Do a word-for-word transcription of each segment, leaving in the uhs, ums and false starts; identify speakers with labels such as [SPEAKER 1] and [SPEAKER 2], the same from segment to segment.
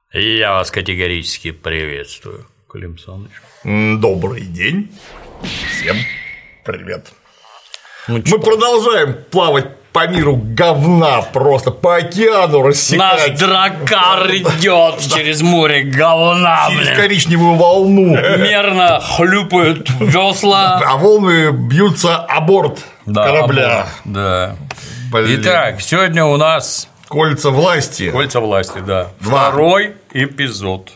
[SPEAKER 1] Я вас категорически приветствую, Клим Саныч.
[SPEAKER 2] Добрый день. Всем привет. Ну, Мы продолжаем плавать по миру говна, просто по океану рассекать.
[SPEAKER 1] Наш дракар идет через море говна,
[SPEAKER 2] через
[SPEAKER 1] блин.
[SPEAKER 2] коричневую волну.
[SPEAKER 1] Мерно хлюпают весла.
[SPEAKER 2] А волны бьются о борт
[SPEAKER 1] да,
[SPEAKER 2] корабля.
[SPEAKER 1] О борт, да.
[SPEAKER 2] Блин.
[SPEAKER 1] Итак, сегодня у нас
[SPEAKER 2] Кольца власти.
[SPEAKER 1] Кольца власти, да.
[SPEAKER 2] Два.
[SPEAKER 1] Второй эпизод.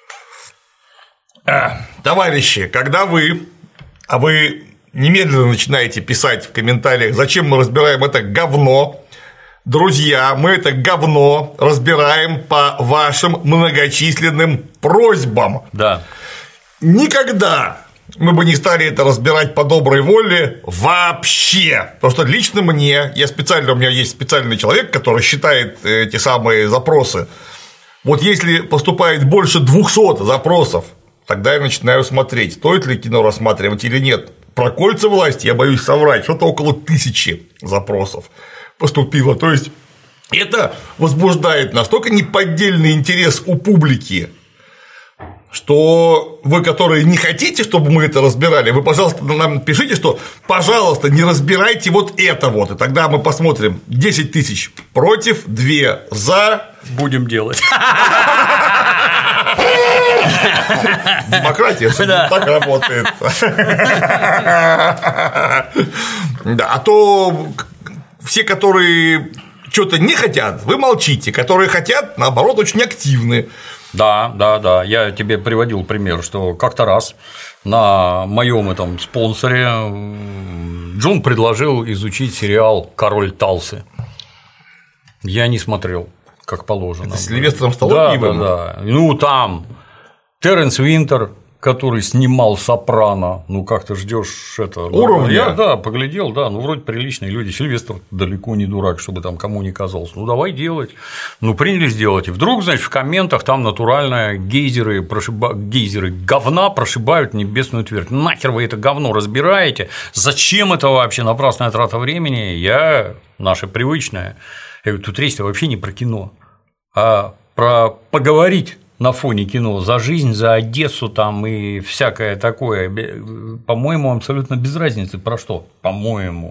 [SPEAKER 2] Товарищи, когда вы, а вы немедленно начинаете писать в комментариях, зачем мы разбираем это говно, друзья, мы это говно разбираем по вашим многочисленным просьбам.
[SPEAKER 1] Да.
[SPEAKER 2] Никогда мы бы не стали это разбирать по доброй воле вообще. Потому что лично мне, я специально, у меня есть специальный человек, который считает эти самые запросы. Вот если поступает больше двухсот запросов, тогда я начинаю смотреть, стоит ли кино рассматривать или нет. Про кольца власти я боюсь соврать, что-то около тысячи запросов поступило. То есть это возбуждает настолько неподдельный интерес у публики, что вы, которые не хотите, чтобы мы это разбирали, вы, пожалуйста, нам пишите, что, пожалуйста, не разбирайте вот это вот, и тогда мы посмотрим десять тысяч против, два за.
[SPEAKER 1] Будем делать.
[SPEAKER 2] Демократия да. так работает. Да, а то все, которые что-то не хотят, вы молчите, которые хотят, наоборот, очень активны.
[SPEAKER 1] Да, да, да. Я тебе приводил пример, что как-то раз на моем этом спонсоре Джон предложил изучить сериал «Король Талсы». Я не смотрел, как положено.
[SPEAKER 2] Это с Сильвестром Сталлоне?
[SPEAKER 1] Да, да, да. Ну, там Терренс Винтер, который снимал «Сопрано», ну как ты ждешь это
[SPEAKER 2] уровня?
[SPEAKER 1] Я, да, поглядел, да, ну вроде приличные люди. Сильвестр далеко не дурак, чтобы там кому не казалось. Ну давай делать. Ну принялись делать. И вдруг, значит, в комментах там натурально гейзеры, прошиба... гейзеры говна прошибают небесную твердь. Нахер вы это говно разбираете? Зачем это вообще? Напрасная трата времени. Я, наше привычное, я говорю, тут речь вообще не про кино, а про поговорить на фоне кино за жизнь, за Одессу там и всякое такое, по-моему, абсолютно без разницы про что, по-моему.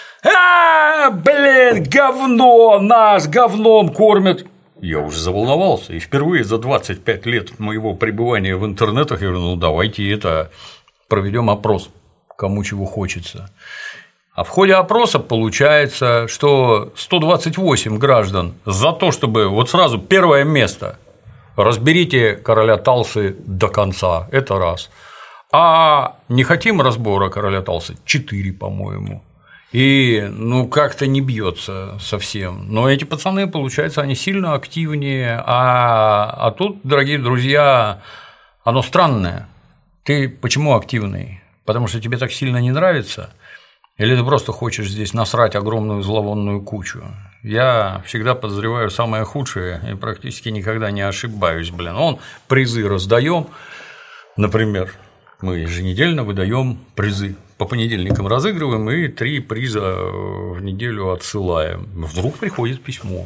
[SPEAKER 1] А, блин, говно, нас говном кормят. Я уже заволновался, и впервые за двадцать пять лет моего пребывания в интернетах я говорю, ну давайте это проведем опрос, кому чего хочется. А в ходе опроса получается, что сто двадцать восемь граждан за то, чтобы вот сразу первое место. Разберите «Короля Талсы» до конца, это раз. А не хотим разбора «Короля Талсы» четыре, по-моему. И ну как-то не бьется совсем. Но эти пацаны, получается, они сильно активнее. А, а тут, дорогие друзья, оно странное. Ты почему активный? Потому что тебе так сильно не нравится? Или ты просто хочешь здесь насрать огромную зловонную кучу? Я всегда подозреваю самое худшее и практически никогда не ошибаюсь, блин. Он призы раздаем, например, мы еженедельно выдаем призы. По понедельникам разыгрываем и три приза в неделю отсылаем. Вдруг приходит письмо.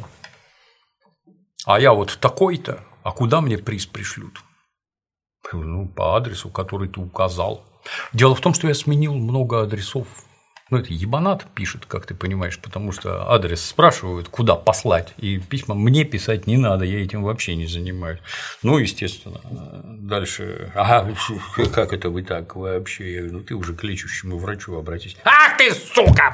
[SPEAKER 1] А я вот такой-то, а куда мне приз пришлют? Ну, по адресу, который ты указал. Дело в том, что я сменил много адресов. Ну, это ебанат пишет, как ты понимаешь, потому что адрес спрашивают, куда послать, и письма мне писать не надо, я этим вообще не занимаюсь. Ну, естественно, дальше, ага, как это вы так вообще? Я говорю, ну, ты уже к лечащему врачу обратись. Ах ты, сука,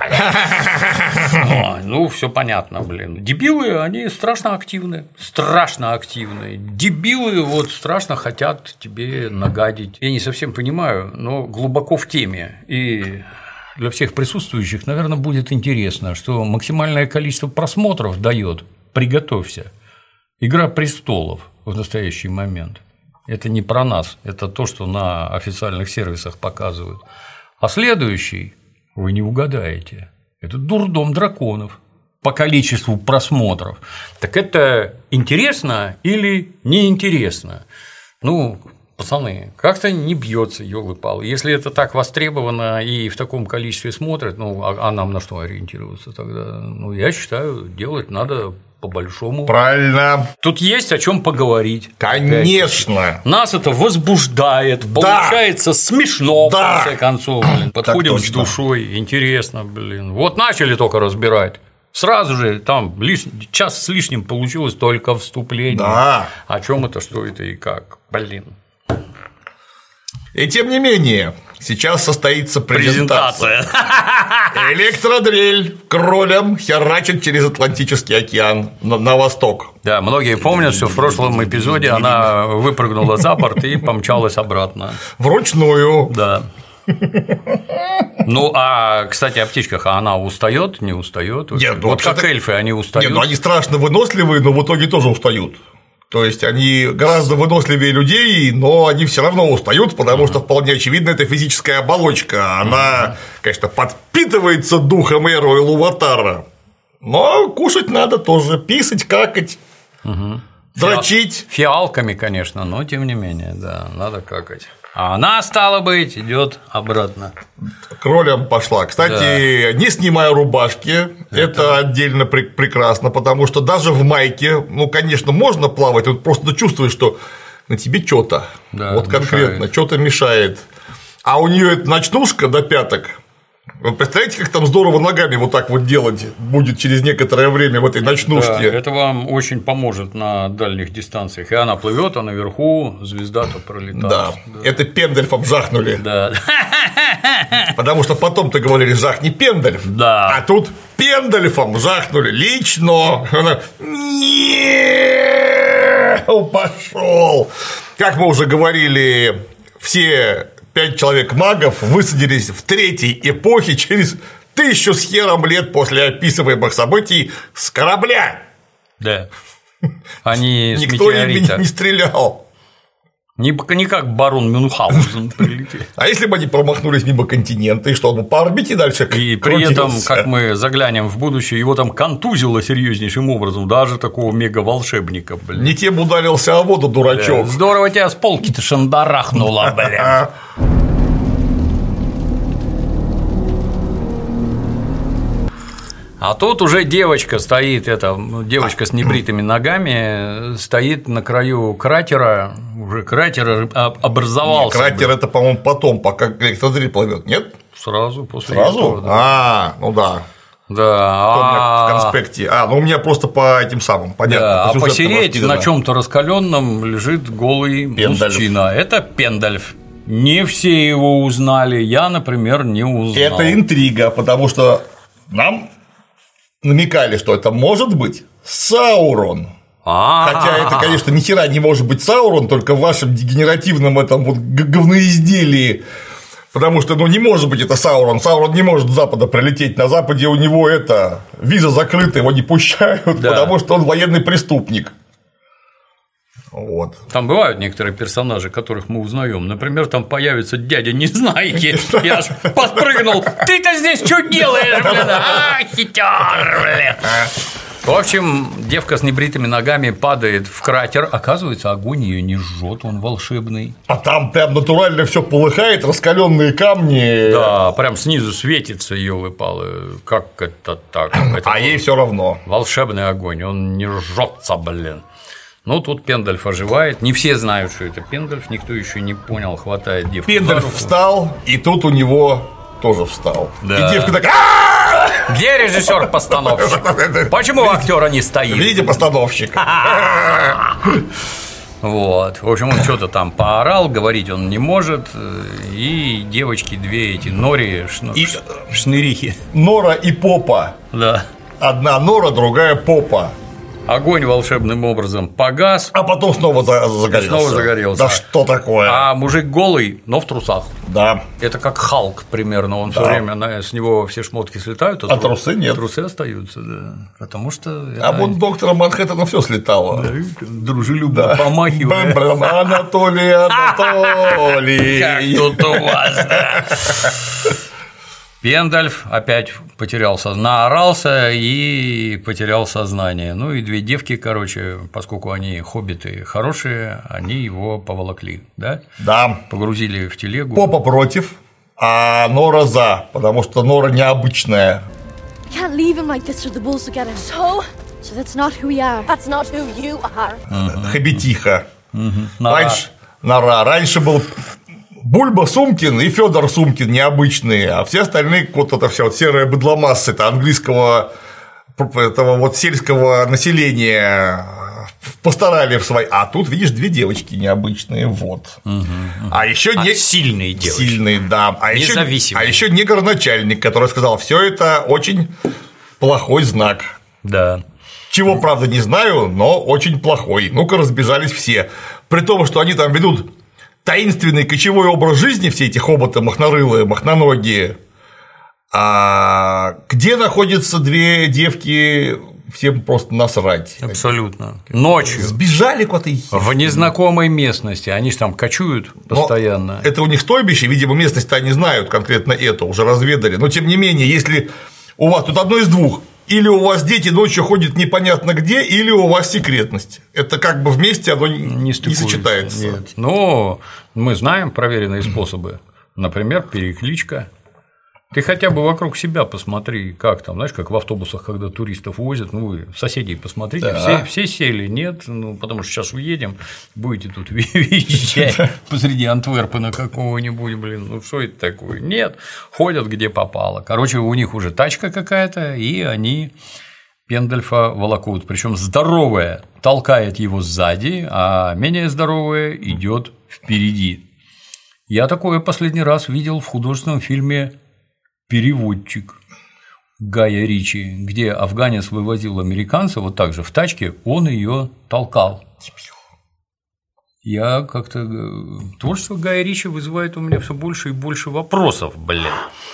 [SPEAKER 1] блин! Ну, все понятно, блин. Дебилы, они страшно активны, страшно активны. Дебилы вот страшно хотят тебе нагадить. Я не совсем понимаю, но глубоко в теме. И для всех присутствующих, наверное, будет интересно, что максимальное количество просмотров дает, приготовься, «Игра престолов» в настоящий момент. Это не про нас, это то, что на официальных сервисах показывают. А следующий вы не угадаете. Это «Дурдом драконов» по количеству просмотров. Так это интересно или неинтересно? Ну, пацаны, как-то не бьется, ёлы-палы. Если это так востребовано и в таком количестве смотрят, ну, а нам на что ориентироваться тогда? Ну, я считаю, делать надо по большому.
[SPEAKER 2] Правильно.
[SPEAKER 1] Тут есть о чем поговорить.
[SPEAKER 2] Конечно.
[SPEAKER 1] Нас это возбуждает, да. Получается смешно,
[SPEAKER 2] да.
[SPEAKER 1] в конце концов, блин. Подходим с душой, интересно, блин. Вот начали только разбирать. Сразу же там лиш... час с лишним получилось только вступление.
[SPEAKER 2] Да.
[SPEAKER 1] О чем это, что это и как, блин.
[SPEAKER 2] И тем не менее, сейчас состоится презентация.
[SPEAKER 1] презентация.
[SPEAKER 2] Электродрель кролем херачит через Атлантический океан на, на восток.
[SPEAKER 1] Да, многие помнят, что в прошлом эпизоде она выпрыгнула за борт и помчалась обратно.
[SPEAKER 2] Вручную.
[SPEAKER 1] Да. Ну, а, кстати, о птичках, а она устает, не устает?
[SPEAKER 2] Нет, ну,
[SPEAKER 1] вот как эльфы, они устают.
[SPEAKER 2] Нет, ну они страшно выносливые, но в итоге тоже устают. То есть они гораздо выносливее людей, но они все равно устают, потому что вполне очевидно, это физическая оболочка. Она, конечно, подпитывается духом Эру и Луватара, но кушать надо тоже, писать, какать, угу. дрочить.
[SPEAKER 1] Фиалками, конечно, но тем не менее, да, надо какать. А она, стало быть, идет обратно.
[SPEAKER 2] Кролем пошла. Кстати, да. не снимая рубашки, это, это отдельно пр- прекрасно, потому что даже в майке, ну, конечно, можно плавать, вот просто чувствуешь, что на тебе что-то, да, вот конкретно, что-то мешает. А у нее эта ночнушка до пяток. Вы представляете, как там здорово ногами вот так вот делать будет через некоторое время в этой ночнушке?
[SPEAKER 1] Да, это вам очень поможет на дальних дистанциях. И она плывет, а наверху звезда-то пролетает.
[SPEAKER 2] Да. да, это Пендальфом жахнули.
[SPEAKER 1] Да.
[SPEAKER 2] Потому что потом-то говорили, жахни Пендальф.
[SPEAKER 1] Да.
[SPEAKER 2] А тут Пендальфом жахнули лично. Пошел. Как мы уже говорили, все. Пять человек магов высадились в третьей эпохе через тысячу с хером лет после описываемых событий с корабля.
[SPEAKER 1] Да. Они с
[SPEAKER 2] Никто
[SPEAKER 1] метеорита.
[SPEAKER 2] не стрелял.
[SPEAKER 1] Не, не как барон Мюнхгаузен прилетел.
[SPEAKER 2] А если бы они промахнулись мимо континента, и что, ну, по орбите дальше
[SPEAKER 1] и при этом, как мы заглянем в будущее, его там контузило серьезнейшим образом, даже такого мега-волшебника, блин.
[SPEAKER 2] Не тем ударился о воду, дурачок.
[SPEAKER 1] Да, здорово тебя с полки-то шандарахнуло, блин. А тут уже девочка стоит, это девочка с небритыми ногами стоит на краю кратера, уже кратер образовался.
[SPEAKER 2] Нет, кратер это, по-моему, потом, пока электродрель плывет, нет?
[SPEAKER 1] Сразу после
[SPEAKER 2] Сразу?
[SPEAKER 1] этого. Да.
[SPEAKER 2] А, ну да.
[SPEAKER 1] Да.
[SPEAKER 2] У меня в конспекте. А, ну у меня просто по этим самым, понятно.
[SPEAKER 1] Да,
[SPEAKER 2] по
[SPEAKER 1] а посереть на чем-то раскаленном лежит голый Пендальф. Мужчина. Это Пендальф. Не все его узнали. Я, например, не узнал.
[SPEAKER 2] Это интрига, потому что нам намекали, что это может быть Саурон.
[SPEAKER 1] А-а-а.
[SPEAKER 2] Хотя это, конечно, ни хера не может быть Саурон, только в вашем дегенеративном этом вот говноизделии. Потому что, ну, не может быть это Саурон. Саурон не может с запада прилететь. На западе у него это виза закрыта, его не пущают, да. потому что он военный преступник. Вот.
[SPEAKER 1] Там бывают некоторые персонажи, которых мы узнаем. Например, там появится дядя Незнайки. Я аж подпрыгнул. Ты-то здесь что делаешь, блин? А, хитер, блин. В общем, девка с небритыми ногами падает в кратер. Оказывается, огонь ее не жжет, он волшебный.
[SPEAKER 2] А там прям натурально все полыхает, раскаленные камни.
[SPEAKER 1] Да, прям снизу светится, елы-палы. Как это так? Это
[SPEAKER 2] а ей все равно.
[SPEAKER 1] Волшебный огонь, он не жжется, блин. Ну, тут Пендальф оживает. Не все знают, что это Пендальф, никто еще не понял, хватает девку.
[SPEAKER 2] Пендальф встал, и тут у него тоже встал.
[SPEAKER 1] Да.
[SPEAKER 2] И девка такая.
[SPEAKER 1] Где режиссер-постановщик? Почему актера не стоит?
[SPEAKER 2] Видите, постановщик.
[SPEAKER 1] Вот. В общем, он что-то там поорал, говорить он не может. И девочки две эти Нори, шно... и... шнырихи.
[SPEAKER 2] Нора и Попа.
[SPEAKER 1] Да.
[SPEAKER 2] Одна Нора, другая Попа.
[SPEAKER 1] Огонь волшебным образом погас.
[SPEAKER 2] А потом снова загорелся.
[SPEAKER 1] Снова загорелся.
[SPEAKER 2] Да что такое?
[SPEAKER 1] А мужик голый, но в трусах.
[SPEAKER 2] Да.
[SPEAKER 1] Это как Халк примерно. Он да. все время с него все шмотки слетают,
[SPEAKER 2] а, а трусы нет.
[SPEAKER 1] Трусы остаются, да. Потому что.
[SPEAKER 2] А это... вот доктора Манхэттена все слетало.
[SPEAKER 1] Да, дружелюбно да. помахивая.
[SPEAKER 2] Бэм-бэм, Анатолий, Анатолий.
[SPEAKER 1] Как тут у вас, да. Пендальф опять потерял сознание, наорался и потерял сознание. Ну и две девки, короче, поскольку они хоббиты хорошие, они его поволокли, да?
[SPEAKER 2] Да.
[SPEAKER 1] Погрузили в телегу.
[SPEAKER 2] Попа против, а Нора за, потому что Нора необычная.
[SPEAKER 3] Can't leave him like this for the bulls to get him. So So that's not who we are. That's not who you are.
[SPEAKER 2] Хоббитиха.
[SPEAKER 1] Нора.
[SPEAKER 2] Раньше, нора. Раньше был Бульба Сумкин и Федор Сумкин необычные, а все остальные вот это все вот серая быдломасса, это английского этого вот сельского населения постарали в свои. А тут, видишь, две девочки необычные, вот.
[SPEAKER 1] Угу, угу.
[SPEAKER 2] А еще
[SPEAKER 1] а
[SPEAKER 2] не
[SPEAKER 1] сильные девочки.
[SPEAKER 2] Сильные, да. А еще,
[SPEAKER 1] независимые.
[SPEAKER 2] а еще не городначальник, который сказал, все это очень плохой знак.
[SPEAKER 1] Да.
[SPEAKER 2] Чего, правда, не знаю, но очень плохой. Ну-ка, разбежались все. При том, что они там ведут таинственный кочевой образ жизни, все эти хоботы махнорылые, махноногие. А где находятся две девки, всем просто насрать.
[SPEAKER 1] Абсолютно. Ночью.
[SPEAKER 2] Сбежали куда-то.
[SPEAKER 1] В незнакомой местности. Они же там кочуют постоянно.
[SPEAKER 2] Но это у них стойбище, видимо, местность-то они знают конкретно это, уже разведали. Но тем не менее, если у вас тут одно из двух. Или у вас дети ночью ходят непонятно где, или у вас секретность. Это как бы вместе оно не, не сочетается.
[SPEAKER 1] Нет. Но мы знаем проверенные способы. Например, перекличка. Ты хотя бы вокруг себя посмотри, как там, знаешь, как в автобусах, когда туристов возят, ну, вы соседей посмотрите, да. все, все сели, нет, ну, потому что сейчас уедем, будете тут въезжать посреди Антверпена какого-нибудь, блин, ну, что это такое? Нет, ходят где попало. Короче, у них уже тачка какая-то, и они Пендельфа волокут, причем здоровая толкает его сзади, а менее здоровая идет впереди. Я такое последний раз видел в художественном фильме «Переводчик» Гая Ричи, где афганец вывозил американца вот так же в тачке, он ее толкал. Я как-то… Творчество Гая Ричи вызывает у меня все больше и больше вопросов, блин.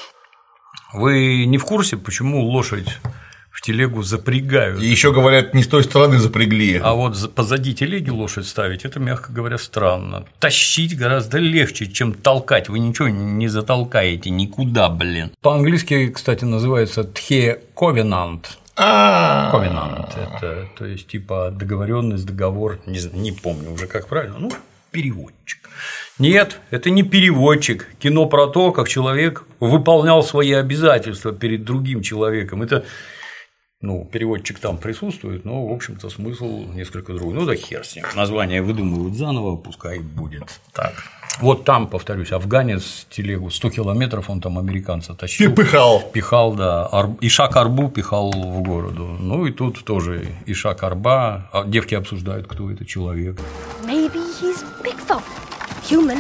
[SPEAKER 1] Вы не в курсе, почему лошадь в телегу запрягают?
[SPEAKER 2] И еще говорят, не с той стороны запрягли.
[SPEAKER 1] А вот позади телеги лошадь ставить – это, мягко говоря, странно. Тащить гораздо легче, чем толкать. Вы ничего не затолкаете никуда, блин. По-английски, кстати, называется «тхе ковенант». Ковенант – это, то есть, типа договоренность, договор, не, не помню уже как правильно, ну, переводчик. Нет, это не переводчик. Кино про то, как человек выполнял свои обязательства перед другим человеком. Это… Ну, переводчик там присутствует, но, в общем-то, смысл несколько другой. Ну, да хер с ним. Название выдумывают заново, пускай будет так. Вот там, повторюсь, афганец телегу сто километров, он там американца тащил.
[SPEAKER 2] И пихал.
[SPEAKER 1] Пихал, да. Ишак Арбу пихал в городу. Ну, и тут тоже Ишак Арба. Девки обсуждают, кто это человек.
[SPEAKER 3] Maybe he's Bigfoot. Human.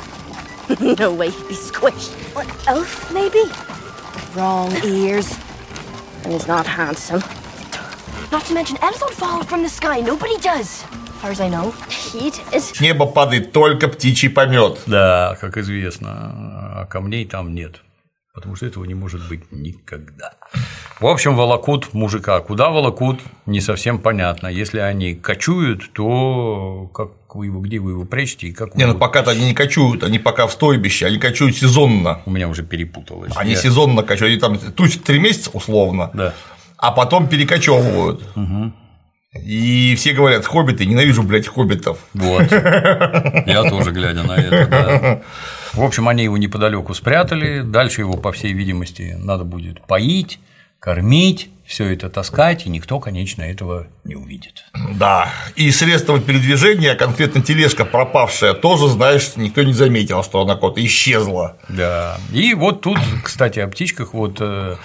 [SPEAKER 3] No way he'd be squished. Or elf, maybe? Wrong ears. And he's not handsome. Not to mention, elves don't fall from the sky. Nobody does. As far as I know. He did.
[SPEAKER 2] С неба падает только птичий помет.
[SPEAKER 1] Да, как известно, а камней там нет. Потому что этого не может быть никогда. В общем, волокут мужика. Куда волокут, не совсем понятно. Если они кочуют, то как вы его, где вы его прячете и как вы
[SPEAKER 2] Не, ну
[SPEAKER 1] его...
[SPEAKER 2] пока-то они не кочуют, они пока в стойбище, они кочуют сезонно.
[SPEAKER 1] У меня уже перепуталось.
[SPEAKER 2] Они
[SPEAKER 1] Я...
[SPEAKER 2] сезонно кочуют, они там тусят три месяца условно,
[SPEAKER 1] да.
[SPEAKER 2] А потом перекочевывают.
[SPEAKER 1] Угу.
[SPEAKER 2] И все говорят, хоббиты, ненавижу, блядь, хоббитов.
[SPEAKER 1] Вот. Я тоже, глядя на это, да. В общем, они его неподалеку спрятали. Дальше его, по всей видимости, надо будет поить, кормить, все это таскать, и никто, конечно, этого не увидит.
[SPEAKER 2] Да. И средства передвижения, конкретно тележка пропавшая, тоже, знаешь, никто не заметил, что она куда-то исчезла.
[SPEAKER 1] Да. И вот тут, кстати, о птичках, вот.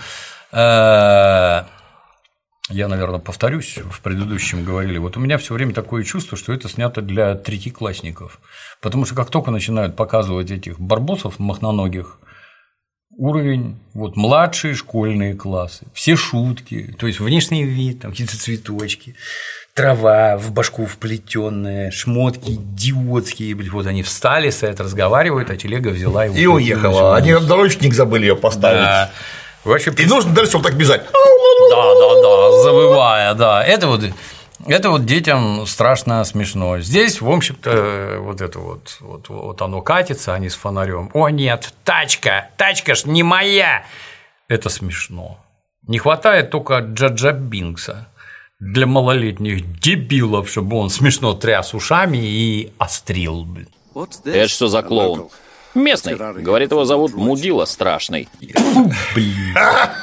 [SPEAKER 1] Э, Я, наверное, повторюсь, в предыдущем говорили, вот у меня все время такое чувство, что это снято для третьеклассников, потому что как только начинают показывать этих барбосов махноногих, уровень, вот младшие школьные классы, все шутки, то есть внешний вид, там какие-то цветочки, трава в башку вплетенная, шмотки идиотские, вот они встали, стоят, разговаривают, а телега взяла его
[SPEAKER 2] и уехала, они дорожник забыли ее поставить.
[SPEAKER 1] Да. Вообще,
[SPEAKER 2] и нужно дальше вот так бежать.
[SPEAKER 1] Да, да, да, завывая, да. Это вот, это вот детям страшно смешно. Здесь, в общем-то, вот это вот, вот, вот оно катится, они с фонарем. О, нет, тачка, тачка ж не моя. Это смешно. Не хватает только Джаджа Бинкса для малолетних дебилов, чтобы он смешно тряс ушами и острил, блин.
[SPEAKER 4] Это что за клоун? Местный. Говорит, его зовут Мудила Страшный.
[SPEAKER 1] Блин.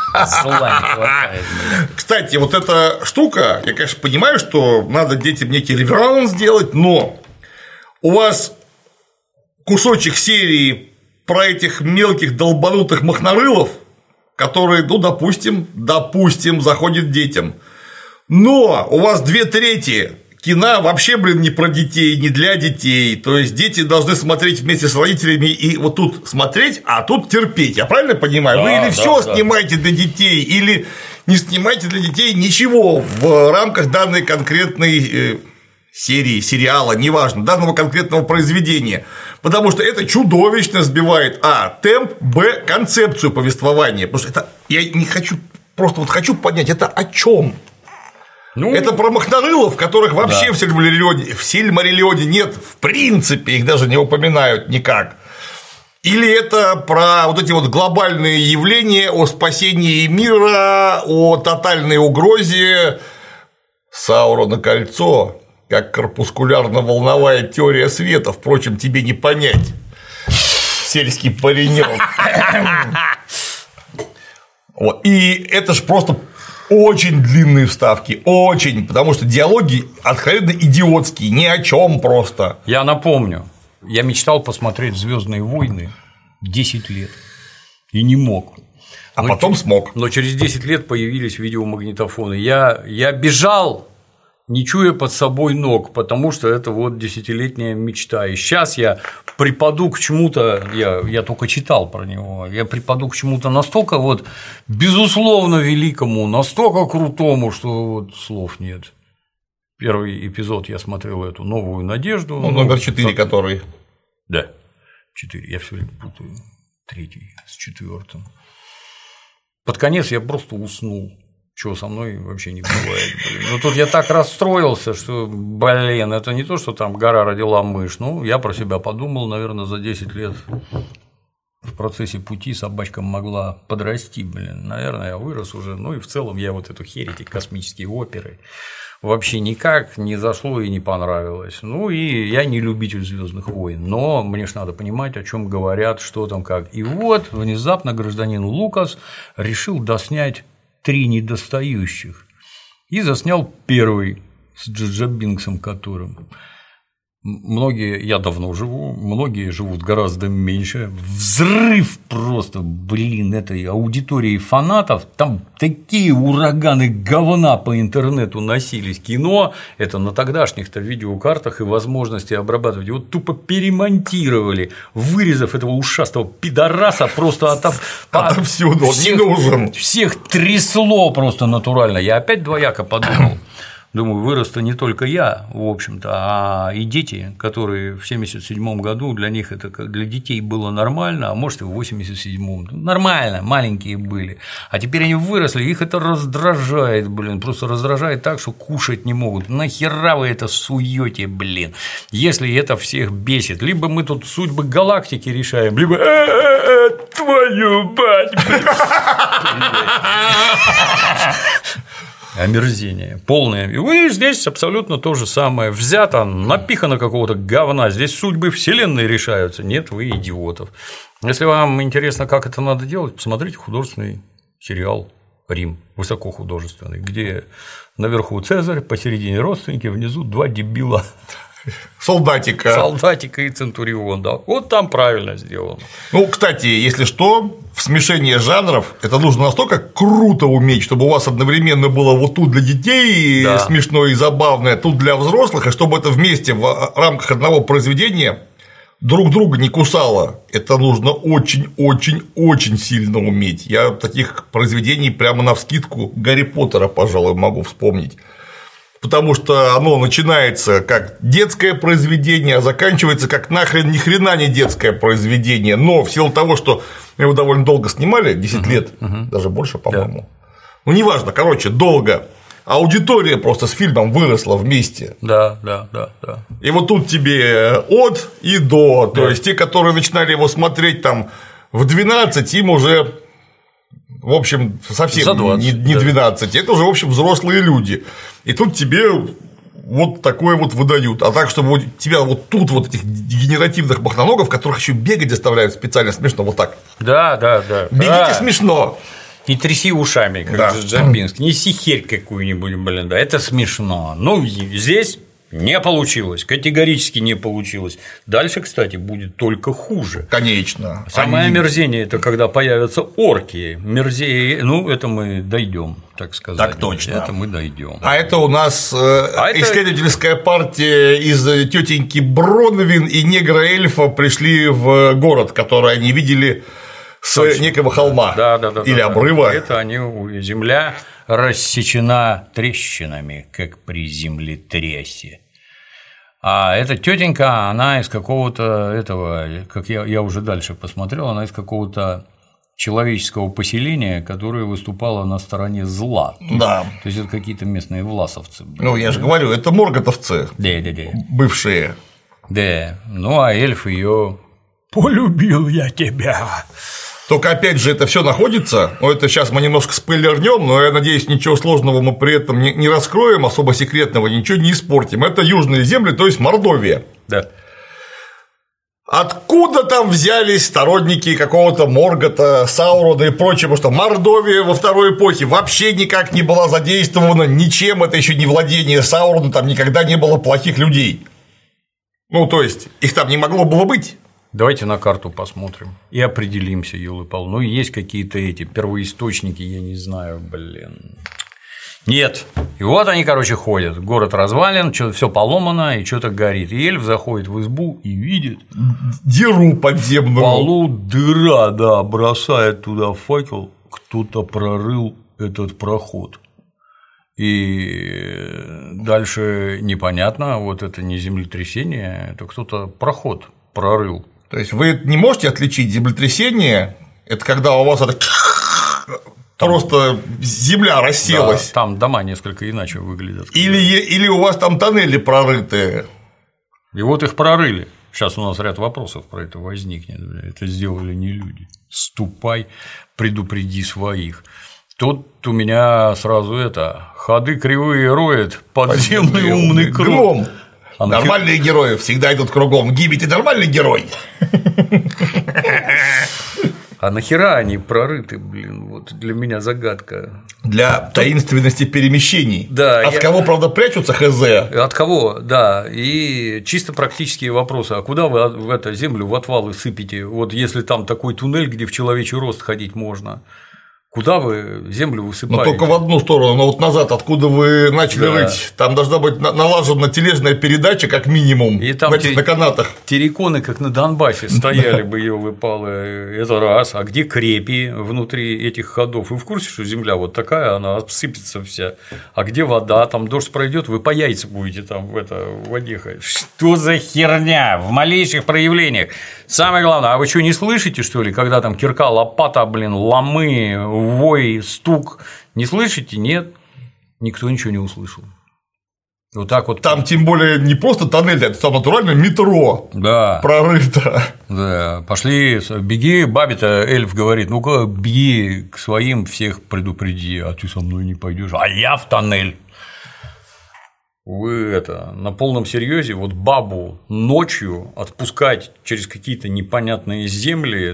[SPEAKER 1] Зла не хватает.
[SPEAKER 2] Кстати, вот эта штука, я, конечно, понимаю, что надо детям некий реверанс сделать, но у вас кусочек серии про этих мелких долбанутых махнарылов, которые, ну, допустим, допустим, заходят детям. Но у вас две трети кино вообще, блин, не про детей, не для детей. То есть дети должны смотреть вместе с родителями и вот тут смотреть, а тут терпеть. Я правильно понимаю? Да, Вы или да, все да. снимаете для детей, или не снимаете для детей ничего в рамках данной конкретной серии, сериала, неважно, данного конкретного произведения. Потому что это чудовищно сбивает а. темп, б. концепцию повествования. Потому что это я не хочу, просто вот хочу понять, это о чем? Ну, это про махнарылов, которых вообще да. в Сильмариллионе, в Сильмариллионе нет, в принципе, их даже не упоминают никак. Или это про вот эти вот глобальные явления о спасении мира, о тотальной угрозе. Саурона кольцо, как корпускулярно-волновая теория света, впрочем, тебе не понять, сельский паренек. Вот. И это ж просто очень длинные вставки, очень, потому что диалоги откровенно идиотские, ни о чем просто.
[SPEAKER 1] Я напомню, я мечтал посмотреть «Звездные войны» десять лет и не мог.
[SPEAKER 2] А но потом смог.
[SPEAKER 1] Но через десять лет появились видеомагнитофоны. Я, я бежал, не чуя под собой ног, потому что это вот десятилетняя мечта. И сейчас я припаду к чему-то, я, я только читал про него, я припаду к чему-то настолько вот безусловно великому, настолько крутому, что вот слов нет. Первый эпизод я смотрел эту «Новую надежду».
[SPEAKER 2] Ну, номер четыре, как... который.
[SPEAKER 1] Да, четыре. Я все время путаю. Третий с четвертым. Под конец я просто уснул. Чего со мной вообще не бывает. Блин. Ну тут я так расстроился, что, блин, это не то, что там гора родила мышь. Ну, я про себя подумал, наверное, за десять лет в процессе пути собачка могла подрасти, блин. Наверное, я вырос уже. Ну и в целом я вот эту херь, эти космические оперы вообще никак не зашло и не понравилось. Ну и я не любитель «Звездных войн», но мне ж надо понимать, о чем говорят, что там как. И вот внезапно гражданин Лукас решил доснять три недостающих и заснял первый с Джаджа Бинксом, которым многие, я давно живу, многие живут гораздо меньше, взрыв просто, блин, этой аудитории фанатов, там такие ураганы говна по интернету носились, кино, это на тогдашних-то видеокартах и возможности обрабатывать, его тупо перемонтировали, вырезав этого ушастого пидораса просто от,
[SPEAKER 2] отовсюду, он не нужен.
[SPEAKER 1] Всех трясло просто натурально, я опять двояко подумал. Думаю, вырос-то не только я, в общем-то, а и дети, которые в семьдесят седьмом году, для них это как для детей было нормально, а может и в восемьдесят седьмом. Нормально, маленькие были. А теперь они выросли, их это раздражает, блин, просто раздражает так, что кушать не могут. Нахера вы это суете, блин, если это всех бесит. Либо мы тут судьбы галактики решаем, либо твою мать, блин. Омерзение полное. И вы здесь абсолютно то же самое. Взято, напихано какого-то говна. Здесь судьбы вселенной решаются. Нет, вы идиотов. Если вам интересно, как это надо делать, посмотрите художественный сериал «Рим», высокохудожественный, где наверху Цезарь, посередине родственники, внизу два дебила.
[SPEAKER 2] Солдатика.
[SPEAKER 1] Солдатика и Центурион, да. Вот там правильно сделано.
[SPEAKER 2] Ну, кстати, если что, в смешении жанров это нужно настолько круто уметь, чтобы у вас одновременно было вот тут для детей да. смешно и забавное, тут для взрослых, и чтобы это вместе в рамках одного произведения друг друга не кусало. Это нужно очень-очень-очень сильно уметь. Я таких произведений прямо навскидку Гарри Поттера, пожалуй, могу вспомнить. Потому что оно начинается как детское произведение, а заканчивается как нахрен ни хрена не детское произведение. Но в силу того, что его довольно долго снимали, десять uh-huh, лет, uh-huh. даже больше, по-моему. Yeah. Ну, неважно, короче, долго. Аудитория просто с фильмом выросла вместе.
[SPEAKER 1] Да, да, да, да.
[SPEAKER 2] И вот тут тебе от и до. То yeah. есть те, которые начинали его смотреть там в двенадцать, им уже. В общем, совсем двадцать, не двенадцать, да. Это уже, в общем, взрослые люди. И тут тебе вот такое вот выдают. А так, чтобы вот тебя вот тут вот этих дегенеративных махноногов, которых еще бегать заставляют специально смешно, вот так.
[SPEAKER 1] Да, да, да.
[SPEAKER 2] Бегите да. смешно.
[SPEAKER 1] Не тряси ушами, как
[SPEAKER 2] Да.
[SPEAKER 1] Джамбинск, неси херь какую-нибудь, блин, да, это смешно. Ну, здесь не получилось, категорически не получилось. Дальше, кстати, будет только хуже.
[SPEAKER 2] Конечно.
[SPEAKER 1] Самое
[SPEAKER 2] Они-
[SPEAKER 1] омерзение – это когда появятся орки. Мерзее, ну, это мы дойдем, так сказать.
[SPEAKER 2] Так точно.
[SPEAKER 1] Это мы дойдем.
[SPEAKER 2] А это у нас э,
[SPEAKER 1] А это-
[SPEAKER 2] исследовательская партия из тетеньки Бронвин и негра-эльфа пришли в город, который они видели с
[SPEAKER 1] Точно.
[SPEAKER 2] некого холма
[SPEAKER 1] Да, да, да.
[SPEAKER 2] или
[SPEAKER 1] да,
[SPEAKER 2] обрыва.
[SPEAKER 1] Да. Это они, земля рассечена трещинами, как при землетрясе. А эта тетенька, она из какого-то этого, как я, я уже дальше посмотрел, она из какого-то человеческого поселения, которое выступало на стороне зла.
[SPEAKER 2] Да.
[SPEAKER 1] То есть это какие-то местные власовцы.
[SPEAKER 2] Ну, я же говорю, это морготовцы
[SPEAKER 1] Да, да, да.
[SPEAKER 2] бывшие.
[SPEAKER 1] Да. Ну а эльф ее полюбил я тебя.
[SPEAKER 2] Только опять же, это все находится. Ну, это сейчас мы немножко спойлернем, но я надеюсь, ничего сложного мы при этом не, не раскроем, особо секретного, ничего не испортим. Это южные земли, то есть Мордовия.
[SPEAKER 1] Да.
[SPEAKER 2] Откуда там взялись сторонники какого-то Моргота, Саурона и прочего, что Мордовия во второй эпохе вообще никак не была задействована ничем, это еще не владение Саурона, там никогда не было плохих людей. Ну, то есть, их там не могло было быть.
[SPEAKER 1] Давайте на карту посмотрим и определимся, ёлы-пал. Ну, есть какие-то эти первоисточники, я не знаю, блин. Нет. И вот они, короче, ходят. Город развален, все поломано и что-то горит. И эльф заходит в избу и видит.
[SPEAKER 2] Дыру подземную.
[SPEAKER 1] В полу дыра, да, бросает туда факел. Кто-то прорыл этот проход. И дальше непонятно, вот это не землетрясение, это кто-то проход прорыл.
[SPEAKER 2] То есть, вы не можете отличить землетрясение, это когда у вас это просто земля расселась.
[SPEAKER 1] Да, там дома несколько иначе выглядят.
[SPEAKER 2] Или, или у вас там тоннели прорытые.
[SPEAKER 1] И вот их прорыли. Сейчас у нас ряд вопросов про это возникнет. Это сделали не люди. Ступай, предупреди своих. Тут у меня сразу это ходы кривые роет подземный умный круг.
[SPEAKER 2] Гром.
[SPEAKER 1] А
[SPEAKER 2] Нормальные нахер... герои всегда идут кругом. Гиби, ты нормальный герой.
[SPEAKER 1] А нахера они прорыты, блин, вот для меня загадка.
[SPEAKER 2] Для таинственности перемещений.
[SPEAKER 1] Да,
[SPEAKER 2] От
[SPEAKER 1] я...
[SPEAKER 2] кого, правда, прячутся, хз.
[SPEAKER 1] От кого, да. И чисто практические вопросы. А куда вы в эту землю в отвалы сыпете? Вот если там такой туннель, где в человечий рост ходить можно. Куда вы землю высыпаете?
[SPEAKER 2] Но только в одну сторону, но вот назад, откуда вы начали
[SPEAKER 1] Да.
[SPEAKER 2] рыть, там должна быть налажена тележная передача, как минимум,
[SPEAKER 1] И там
[SPEAKER 2] на, те... на канатах.
[SPEAKER 1] Терриконы, как на Донбассе, стояли бы ее выпалы. Это раз. А где крепи внутри этих ходов? Вы в курсе, что земля вот такая, она обсыпется вся. А где вода? Там дождь пройдет, вы по яйца будете там в, это, в воде ходить. Что за херня? В малейших проявлениях. Самое главное, а вы что, не слышите, что ли, когда там кирка, лопата, блин, ломы, вой, стук? Не слышите? Нет. Никто ничего не услышал. Вот так вот.
[SPEAKER 2] Там тем более не просто тоннель, это там натурально метро
[SPEAKER 1] Да.
[SPEAKER 2] прорыто.
[SPEAKER 1] Да, пошли, беги, бабе-то эльф говорит, ну-ка, беги к своим, всех предупреди, а ты со мной не пойдешь, а я в тоннель. Вы это на полном серьезе вот бабу ночью отпускать через какие-то непонятные земли.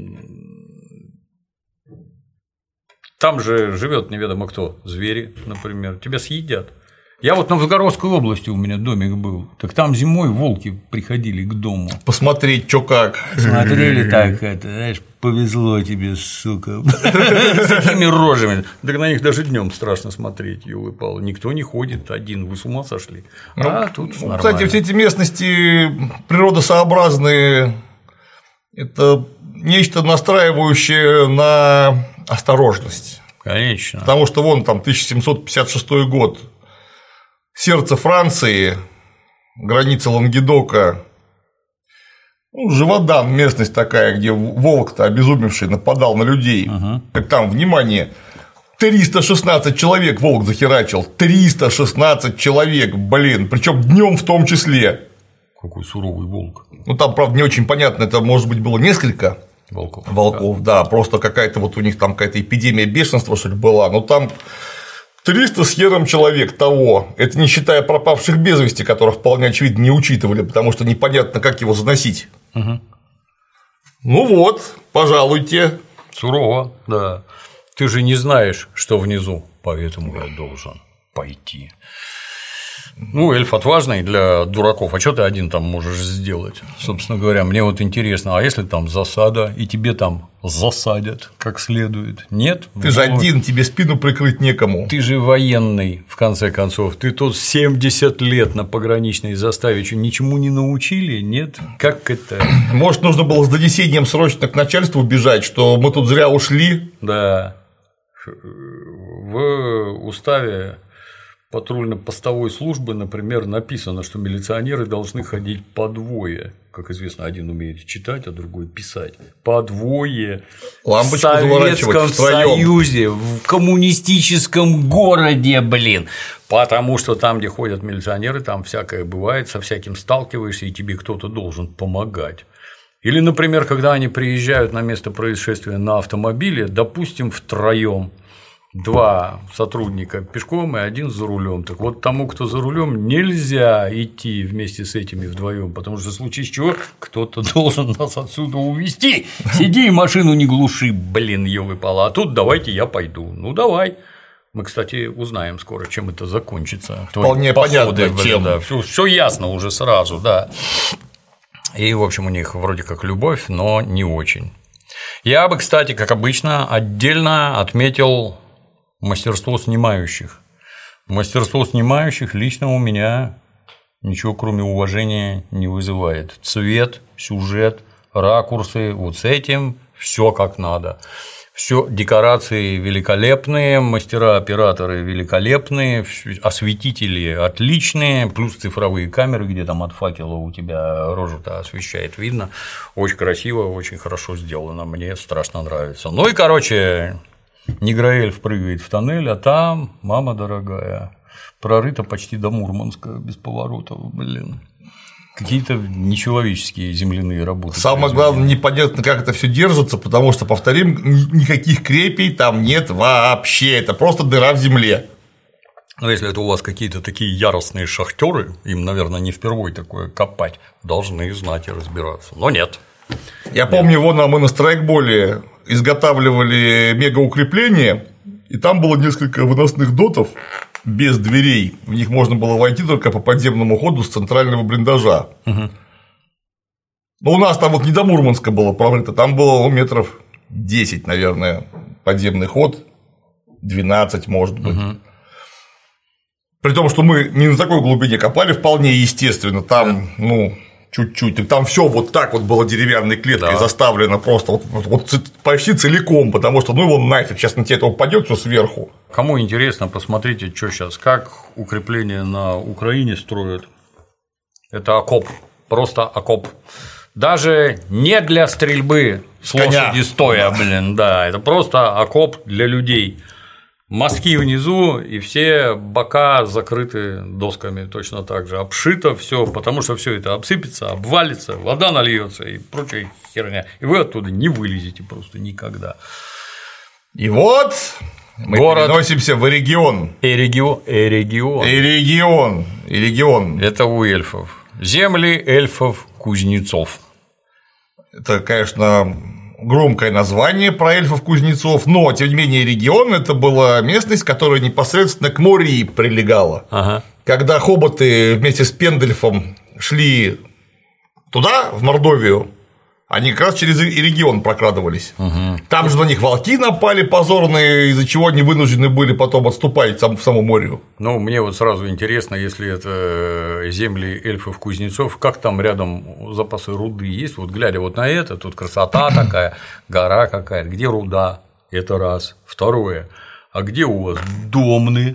[SPEAKER 1] Там же живет неведомо кто, звери, например, тебя съедят. Я вот на Новгородской области у меня домик был, так там зимой волки приходили к дому.
[SPEAKER 2] Посмотреть, что как.
[SPEAKER 1] Смотрели так, это, знаешь, повезло тебе, сука, с такими рожами. Так на них даже днем страшно смотреть, ёлы-палы. Никто не ходит один, вы с ума сошли.
[SPEAKER 2] Ну,
[SPEAKER 1] а тут
[SPEAKER 2] ну,
[SPEAKER 1] нормально.
[SPEAKER 2] кстати, все эти местности природосообразные – это нечто настраивающее на осторожность.
[SPEAKER 1] Конечно.
[SPEAKER 2] Потому что вон там тысяча семьсот пятьдесят шестой год. Сердце Франции, граница Лангедока, ну, Живодан, местность такая, где волк-то обезумевший нападал на людей. Uh-huh. Так там, внимание, триста шестнадцать человек волк захерачил, триста шестнадцать человек, блин, причем днем в том числе.
[SPEAKER 1] Какой суровый волк.
[SPEAKER 2] Ну там, правда, не очень понятно, это, может быть, было несколько
[SPEAKER 1] волков.
[SPEAKER 2] Волков, да, да, просто какая-то вот у них там какая-то эпидемия бешенства, что ли, была, но там. триста с хером человек того, это не считая пропавших без вести, которых вполне очевидно не учитывали, потому что непонятно, как его заносить. Угу. Ну вот, пожалуйте.
[SPEAKER 1] Сурово, да. Ты же не знаешь, что внизу, поэтому я должен пойти. Ну, эльф отважный для дураков, а что ты один там можешь сделать? Собственно говоря, мне вот интересно, а если там засада, и тебе там засадят как следует? Нет?
[SPEAKER 2] Ты же один, тебе спину прикрыть некому.
[SPEAKER 1] Ты же военный, в конце концов, ты тут семьдесят лет на пограничной заставе, что ничему не научили? Нет? Как это?
[SPEAKER 2] Может, нужно было с донесением срочно к начальству бежать, что мы тут зря ушли?
[SPEAKER 1] Да. В уставе патрульно-постовой службы, например, написано, что милиционеры должны ходить по двое. Как известно, один умеет читать, а другой писать. По двое.
[SPEAKER 2] Лампочку
[SPEAKER 1] в Советском Союзе, в коммунистическом городе, блин. Потому что там, где ходят милиционеры, там всякое бывает, со всяким сталкиваешься, и тебе кто-то должен помогать. Или, например, когда они приезжают на место происшествия на автомобиле, допустим, втроем. Два сотрудника пешком и один за рулем. Так вот, тому, кто за рулем, нельзя идти вместе с этими вдвоем, потому что в случае чего кто-то должен нас отсюда увезти. Сиди и машину не глуши, блин, ёлы-пала. А тут давайте я пойду. Ну давай. Мы, кстати, узнаем скоро, чем это закончится.
[SPEAKER 2] Вполне понятно, чем.
[SPEAKER 1] Да, все ясно уже сразу, да. И, в общем, у них вроде как любовь, но не очень. Я бы, кстати, как обычно, отдельно отметил мастерство снимающих. Мастерство снимающих лично у меня ничего, кроме уважения, не вызывает. Цвет, сюжет, ракурсы, вот с этим все как надо. Все, декорации великолепные, мастера-операторы великолепные, осветители отличные, плюс цифровые камеры, где там от факела у тебя рожу-то освещает, видно. Очень красиво, очень хорошо сделано, мне страшно нравится. Ну и, короче, Негроэльф прыгает в тоннель, а там, мама дорогая, прорыто почти до Мурманска без поворотов, блин. Какие-то нечеловеческие земляные работы.
[SPEAKER 2] Самое главное, непонятно, как это все держится, потому что, повторим, никаких крепей там нет вообще. Это просто дыра в земле.
[SPEAKER 1] Но если это у вас какие-то такие яростные шахтеры, им, наверное, не впервой такое копать, должны знать и разбираться. Но нет.
[SPEAKER 2] Я нет. помню, вон мы на страйкболе изготавливали мегаукрепление, и там было несколько выносных дотов без дверей. В них можно было войти только по подземному ходу с центрального блиндажа. Угу. Но у нас там вот не до Мурманска было прорыто, там было метров десять, наверное, подземный ход, двенадцать, может быть. Угу. При том, что мы не на такой глубине копали, вполне естественно, там, да. ну. Чуть-чуть, и там все вот так вот было деревянной клеткой да. заставлено просто вот, вот, вот почти целиком, потому что ну его нафиг, сейчас на тебя это упадет все сверху.
[SPEAKER 1] Кому интересно, посмотрите, что сейчас, как укрепления на Украине строят. Это окоп, просто окоп. Даже не для стрельбы с лошади стоя, блин, да, это просто окоп для людей. Мостки внизу, и все бока закрыты досками точно так же. Обшито все, потому что все это обсыпется, обвалится, вода нальется и прочая херня. И вы оттуда не вылезете просто никогда.
[SPEAKER 2] И вот мы Город... переносимся в регион.
[SPEAKER 1] Эрегион. Эрегион.
[SPEAKER 2] Эрегион. Эрегион.
[SPEAKER 1] Это у эльфов. Земли эльфов-кузнецов.
[SPEAKER 2] Это, конечно. Громкое название про эльфов-кузнецов, но, тем не менее, регион – это была местность, которая непосредственно к морю прилегала. Ага. Когда хоботы вместе с Пендельфом шли туда, в Мордовию, они как раз через регион прокрадывались. Угу. Там же на них волки напали позорные, из-за чего они вынуждены были потом отступать в само море.
[SPEAKER 1] Ну, мне вот сразу интересно, если это земли эльфов-кузнецов, как там рядом запасы руды есть? Вот глядя вот на это, тут красота такая, гора какая-то, где руда? Это раз. Второе. А где у вас домны?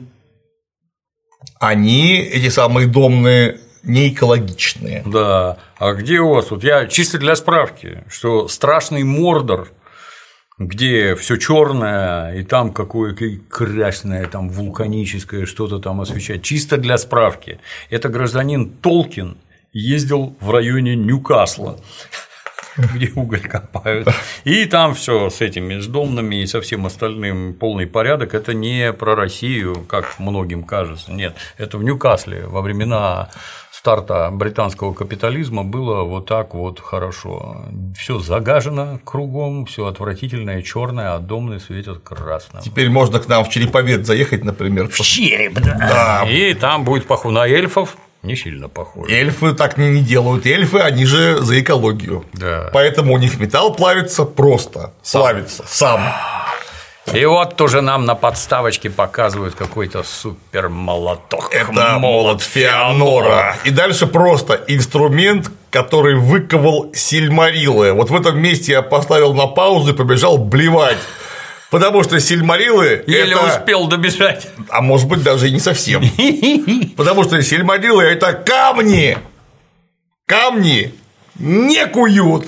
[SPEAKER 2] Они, эти самые домны, не экологичные.
[SPEAKER 1] Да. А где у вас? Вот я чисто для справки, что страшный Мордор, где все черное, и там какое-то красное, там вулканическое что-то там освещает. Чисто для справки. Это гражданин Толкин ездил в районе Ньюкасла, где уголь копают. И там все с этими с домнами и со всем остальным полный порядок. Это не про Россию, как многим кажется. Нет, это в Ньюкасле во времена старта британского капитализма было вот так вот хорошо. Все загажено кругом, все отвратительное, черное, а домны светят красным.
[SPEAKER 2] Теперь можно к нам в Череповец заехать, например.
[SPEAKER 1] В Череп, да.
[SPEAKER 2] Да.
[SPEAKER 1] И там будет похоже на эльфов. Не сильно похоже.
[SPEAKER 2] Эльфы так не делают. Эльфы, они же за экологию.
[SPEAKER 1] Да.
[SPEAKER 2] Поэтому у них металл плавится просто. Сам. Плавится сам.
[SPEAKER 1] И вот тоже нам на подставочке показывают какой-то супер молоток.
[SPEAKER 2] Это молот Феанора. И дальше просто инструмент, который выковал Сильмариллы. Вот в этом месте я поставил на паузу и побежал блевать. Потому что Сильмариллы
[SPEAKER 1] еле
[SPEAKER 2] это...
[SPEAKER 1] успел добежать.
[SPEAKER 2] А может быть, даже и не совсем. Потому что Сильмариллы – это камни. Камни не куют.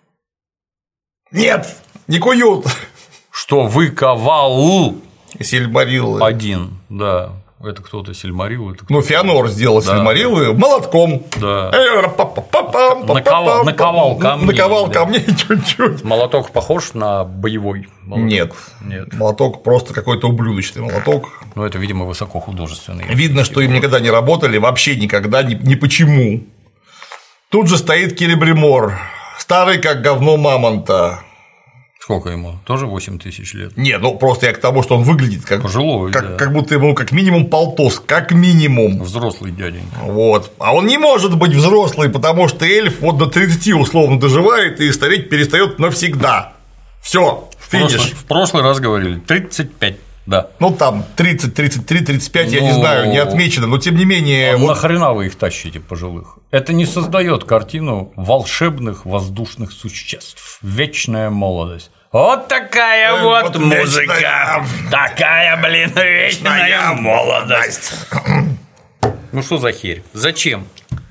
[SPEAKER 2] Нет, не куют.
[SPEAKER 1] Что выковал
[SPEAKER 2] Сильмариллы.
[SPEAKER 1] один, да. Это кто-то Сильмариллы. Это кто-то...
[SPEAKER 2] Ну, Феанор сделал да. Сильмариллы молотком.
[SPEAKER 1] Да.
[SPEAKER 2] Наковал,
[SPEAKER 1] наковал камни.
[SPEAKER 2] Наковал да. камней чуть-чуть.
[SPEAKER 1] Молоток похож на боевой молоток?
[SPEAKER 2] Нет. Нет. Молоток просто какой-то ублюдочный молоток.
[SPEAKER 1] Ну, это, видимо, высокохудожественный.
[SPEAKER 2] Видно, что им никогда не работали, вообще никогда, ни, ни почему. Тут же стоит Келебримор, старый как говно мамонта.
[SPEAKER 1] Сколько ему? Тоже восемь тысяч лет?
[SPEAKER 2] Не, ну просто я к тому, что он выглядит как
[SPEAKER 1] пожилой,
[SPEAKER 2] как,
[SPEAKER 1] да.
[SPEAKER 2] как будто ему как минимум полтос, как минимум.
[SPEAKER 1] Взрослый дяденька.
[SPEAKER 2] Вот. А он не может быть взрослый, потому что эльф вот до тридцати условно доживает и стареть перестает навсегда. Все, финиш.
[SPEAKER 1] В прошлый, в прошлый раз говорили тридцать пять. Да.
[SPEAKER 2] Ну там тридцать, тридцать три, тридцать пять, ну, я не знаю, не отмечено, но тем не менее.
[SPEAKER 1] А
[SPEAKER 2] вот...
[SPEAKER 1] нахрена вы их тащите пожилых? Это не создает картину волшебных воздушных существ. Вечная молодость. Вот такая э, вот, вот музыка. Вечная... Такая, блин, вечная, вечная молодость. Ну что за херь? Зачем?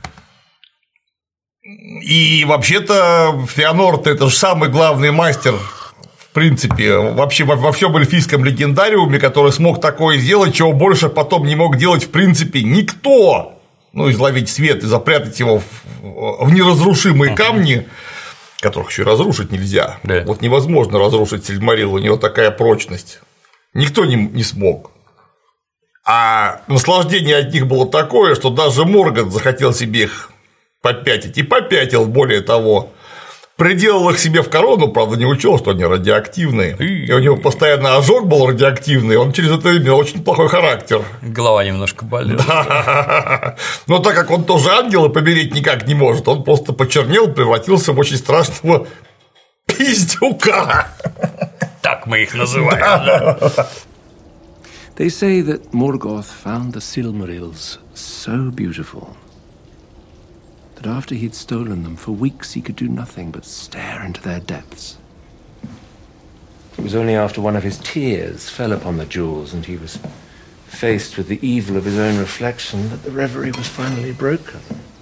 [SPEAKER 2] И вообще-то Феанор-то это же самый главный мастер. В принципе, вообще во, во всем эльфийском легендариуме, который смог такое сделать, чего больше потом не мог делать в принципе никто. Ну, изловить свет и запрятать его в, в неразрушимые uh-huh. камни, которых еще и разрушить нельзя. Да. Вот невозможно разрушить Сильмарилл, у него такая прочность. Никто не, не смог. А наслаждение от них было такое, что даже Моргот захотел себе их попятить. И попятил, более того. Приделал их себе в корону, правда, не учел, что они радиоактивные. И у него постоянно ожог был радиоактивный, он через это имел очень плохой характер.
[SPEAKER 1] Голова немножко болела.
[SPEAKER 2] Да. Но так как он тоже ангел и помереть никак не может, он просто почернел, превратился в очень страшного пиздюка.
[SPEAKER 1] Так мы их называем.
[SPEAKER 4] They say that Morgoth found the Silmarils so beautiful. After he'd stolen them, for weeks he could do nothing but stare into their depths. It was only after one of his tears fell upon the jewels and he was faced with the evil of his own reflection that the reverie was finally broken.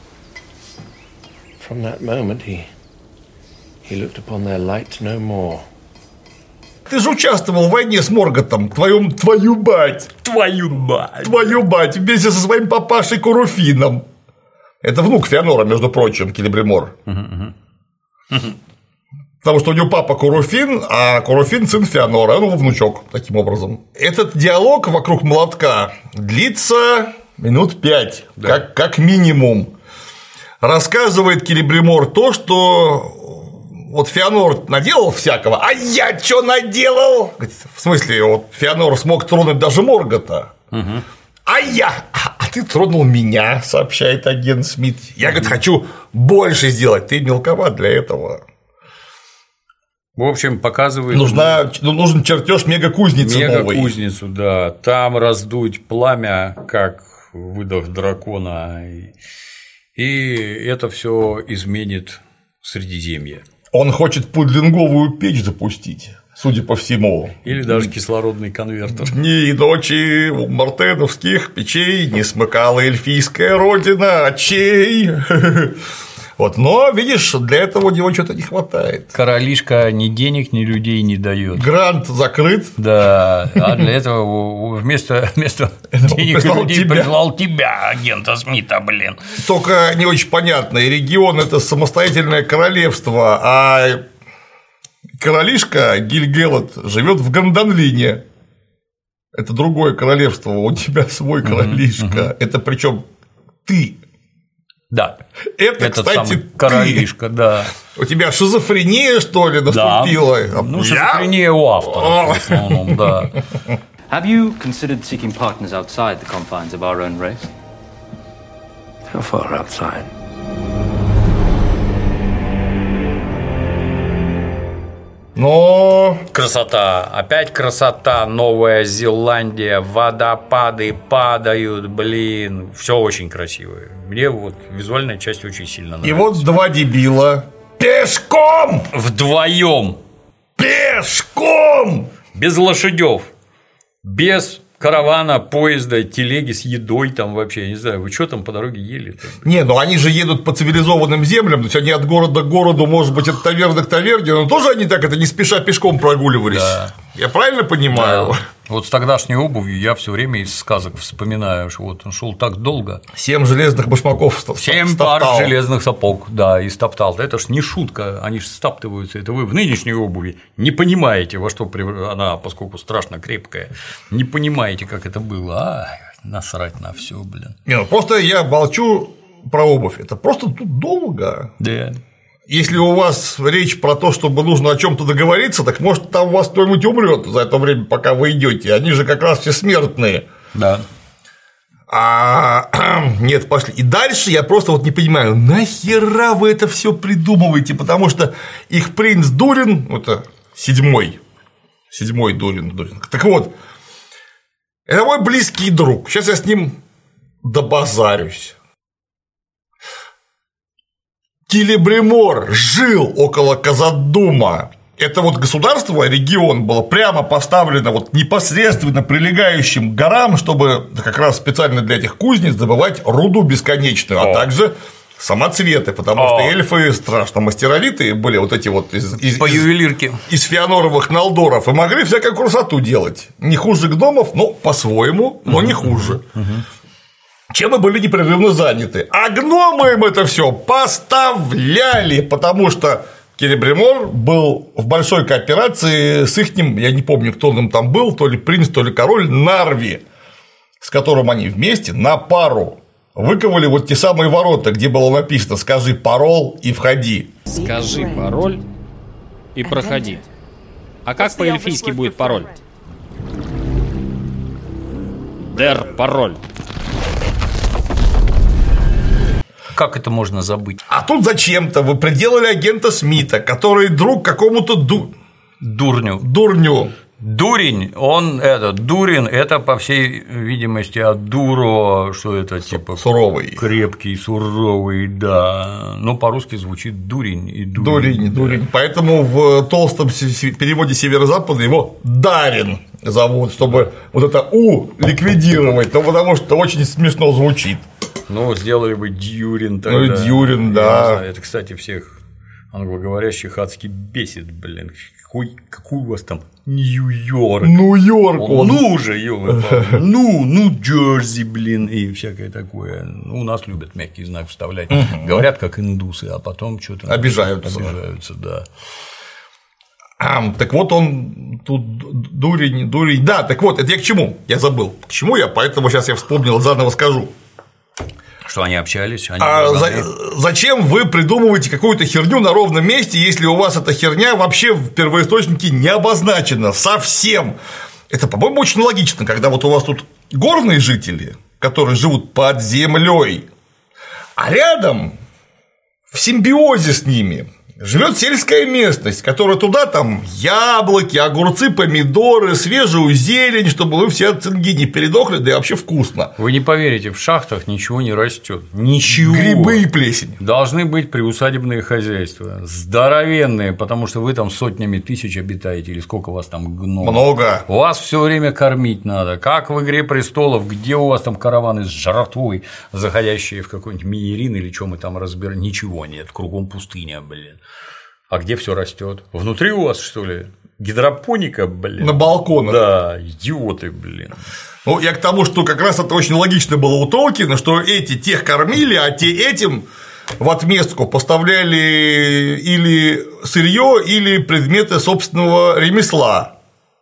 [SPEAKER 4] From that moment he he looked upon their light no more.
[SPEAKER 2] Ты же участвовал в войне с Морготом, твою, твою бать.
[SPEAKER 1] Твою бать.
[SPEAKER 2] Твою бать, вместе со своим папашей Куруфином. Это внук Феанора, между прочим, Келебримор. Uh-huh, uh-huh. Потому что у него папа Куруфин, а Куруфин сын Феанора, ну, внучок, таким образом. Этот диалог вокруг молотка длится минут пять, да. как, как минимум. Рассказывает Келебримор то, что вот Феанор наделал всякого, а я что наделал? В смысле, вот Феанор смог тронуть даже Моргота. Uh-huh. А я, а ты тронул меня, сообщает агент Смит. Я, говорит, хочу больше сделать, ты мелковат для этого.
[SPEAKER 1] В общем, показывает.
[SPEAKER 2] Нужна, нужен чертеж мегакузницы новой.
[SPEAKER 1] Мегакузницу, да. Там раздуть пламя, как выдох дракона. И это все изменит Средиземье.
[SPEAKER 2] Он хочет пудлинговую печь запустить. Судя по всему.
[SPEAKER 1] Или даже кислородный конвертер.
[SPEAKER 2] Дни и ночи у мартеновских печей не смыкала эльфийская родина очей. Вот, но, видишь, для этого у него что-то не хватает.
[SPEAKER 1] Королишка ни денег, ни людей не дает.
[SPEAKER 2] Грант закрыт.
[SPEAKER 1] Да, а для этого вместо, вместо денег и людей тебя. Прислал тебя, агента Смита, блин.
[SPEAKER 2] Только не очень понятно, и регион – это самостоятельное королевство, а королишка Гиль-Гелот живет в Ганданлине. Это другое королевство, у тебя свой королишка. Mm-hmm. Это причем ты
[SPEAKER 1] Да.
[SPEAKER 2] Это,
[SPEAKER 1] Этот
[SPEAKER 2] кстати,
[SPEAKER 1] самый королишка, да.
[SPEAKER 2] У тебя шизофрения, что ли, наступила?
[SPEAKER 1] Да. Ну, шизофрения у автора, в основном, да.
[SPEAKER 5] Have you considered seeking partners outside the confines of our own race?
[SPEAKER 4] How far outside?
[SPEAKER 2] Но...
[SPEAKER 1] Красота, опять красота, Новая Зеландия, водопады падают, блин, все очень красиво. Мне вот визуальная часть очень сильно нравится.
[SPEAKER 2] И вот два дебила пешком!
[SPEAKER 1] Вдвоем!
[SPEAKER 2] Пешком!
[SPEAKER 1] Без лошадев, без каравана, поезда, телеги с едой там вообще, я не знаю, вы что там по дороге ели-то?
[SPEAKER 2] Не, ну они же едут по цивилизованным землям, то есть они от города к городу, может быть, от таверны к таверне, но тоже они так это не спеша пешком прогуливались. Да. Я правильно понимаю?
[SPEAKER 1] Да. Вот с тогдашней обувью я все время из сказок вспоминаю, что вот он шел так долго.
[SPEAKER 2] Семь железных башмаков стоптал.
[SPEAKER 1] Семь пар железных сапог, да, и стоптал. Это ж не шутка, они же стаптываются. Это вы в нынешней обуви не понимаете, во что она, поскольку страшно крепкая, не понимаете, как это было. А, насрать на все, блин.
[SPEAKER 2] Не, ну просто я молчу про обувь. Это просто тут долго.
[SPEAKER 1] Да.
[SPEAKER 2] Если у вас речь про то, чтобы нужно о чем-то договориться, так может там у вас кто-нибудь умрет за это время, пока вы идете. Они же как раз все смертные.
[SPEAKER 1] Да.
[SPEAKER 2] А нет, пошли. И дальше я просто вот не понимаю, нахера вы это все придумываете, потому что их принц Дурин, это седьмой, седьмой Дурин, Дурин. Так вот, это мой близкий друг. Сейчас я с ним добазарюсь. Келебремор жил около Казадума. Это вот государство, регион было прямо поставлено вот непосредственно прилегающим к горам, чтобы как раз специально для этих кузнец добывать руду бесконечную, а О. также самоцветы, потому О. что эльфы страшно мастеровитые были, вот эти вот из, из,
[SPEAKER 1] по ювелирке,
[SPEAKER 2] из феоноровых налдоров, и могли всякую красоту делать. Не хуже гномов, но по-своему, но не хуже. Чем мы были непрерывно заняты. А гномы им это все поставляли, потому что Келебремор был в большой кооперации с ихним, я не помню, кто он там был, то ли принц, то ли король Нарви, с которым они вместе на пару выковали вот те самые ворота, где было написано «Скажи пароль и входи».
[SPEAKER 6] Скажи пароль и проходи. А как по-эльфийски будет пароль? Дер пароль.
[SPEAKER 1] Как это можно забыть?
[SPEAKER 2] А тут зачем-то вы приделали агента Смита, который друг какому-то ду...
[SPEAKER 1] дурню.
[SPEAKER 2] Дурню.
[SPEAKER 1] Дурень, он это, Дурин, это, по всей видимости, от дуро, что это типа
[SPEAKER 2] суровый,
[SPEAKER 1] крепкий, суровый, да. Но по-русски звучит дурень и дурень.
[SPEAKER 2] Дурень, да. Дурень. Поэтому в толстом переводе северо-запада его Дарин зовут, чтобы вот это У ликвидировать, ну потому что очень смешно звучит.
[SPEAKER 1] Ну, сделали бы Дьюрин тогда.
[SPEAKER 2] Ну, Дьюрин, да.
[SPEAKER 1] Это, кстати, всех англоговорящих адски бесит, блин. Какой, какой у вас там Нью-Йорк?
[SPEAKER 2] Нью-Йорк
[SPEAKER 1] он. он. Ну же, ё-моё. Ну, ну, Джерси, блин, и всякое такое. Ну, у нас любят мягкий знак вставлять. Угу. Говорят, как индусы, а потом что-то
[SPEAKER 2] обижаются.
[SPEAKER 1] Обижаются, да.
[SPEAKER 2] А, так вот он тут дурень, дурень. Да, так вот, это я к чему? Я забыл. К чему я? Поэтому сейчас я вспомнил, заново скажу.
[SPEAKER 1] Что они общались? Они
[SPEAKER 2] а за, зачем вы придумываете какую-то херню на ровном месте, если у вас эта херня вообще в первоисточнике не обозначена совсем? Это, по-моему, очень логично, когда вот у вас тут горные жители, которые живут под землей, а рядом в симбиозе с ними живет сельская местность, которая туда там яблоки, огурцы, помидоры, свежую зелень, чтобы вы все от цинги не передохли, да и вообще вкусно.
[SPEAKER 1] Вы не поверите, в шахтах ничего не растет. Ничего.
[SPEAKER 2] Грибы и плесень.
[SPEAKER 1] Должны быть приусадебные хозяйства. Здоровенные, потому что вы там сотнями тысяч обитаете, или сколько у вас там гномов.
[SPEAKER 2] Много.
[SPEAKER 1] У вас все время кормить надо. Как в «Игре престолов», где у вас там караваны с жратвой, заходящие в какой-нибудь Миерин или что мы там разбираем. Ничего нет, кругом пустыня, блин. А где все растет? Внутри у вас, что ли? Гидропоника, блин.
[SPEAKER 2] На балконах.
[SPEAKER 1] Да, идиоты, блин.
[SPEAKER 2] Ну, я к тому, что как раз это очень логично было у Толкина, что эти тех кормили, а те этим в отместку поставляли или сырье, или предметы собственного ремесла.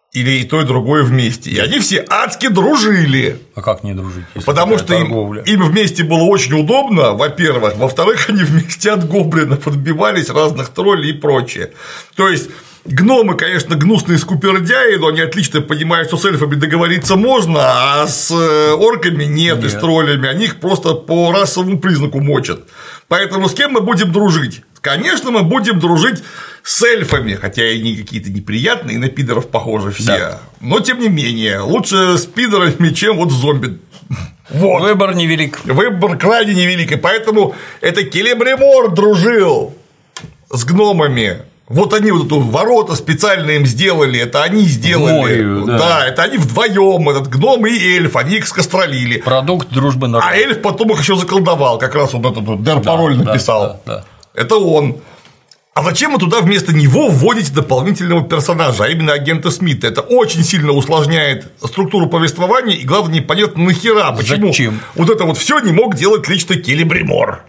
[SPEAKER 2] или и то, и другое вместе. И они все адски дружили.
[SPEAKER 1] А как не дружить?
[SPEAKER 2] Потому что им, им вместе было очень удобно, во-первых. Во-вторых, они вместе от гоблинов отбивались, разных троллей и прочее. То есть гномы, конечно, гнусные скупердяи, но они отлично понимают, что с эльфами договориться можно, а с орками нет, нет. И с троллями. Они их просто по расовому признаку мочат. Поэтому с кем мы будем дружить? Конечно, мы будем дружить с эльфами, хотя и они какие-то неприятные, на пидоров похожи все. Да. Но тем не менее, лучше с пидорами, чем вот с зомби. Вот.
[SPEAKER 1] Выбор невелик.
[SPEAKER 2] Выбор крайне невелик. И поэтому это Келебремор дружил с гномами. Вот они вот эту ворота специально им сделали, это они сделали.
[SPEAKER 1] Морю, да.
[SPEAKER 2] да, это они вдвоем, этот гном и эльф, они их скостролили.
[SPEAKER 1] Продукт дружбы народа.
[SPEAKER 2] А эльф потом их еще заколдовал, как раз он этот вот дер-пароль да, написал. Да, да, да. Это он. А зачем вы туда вместо него вводите дополнительного персонажа, а именно агента Смита? Это очень сильно усложняет структуру повествования, и главное, непонятно нахера, почему
[SPEAKER 1] зачем?
[SPEAKER 2] Вот это вот все не мог делать лично Келебремор.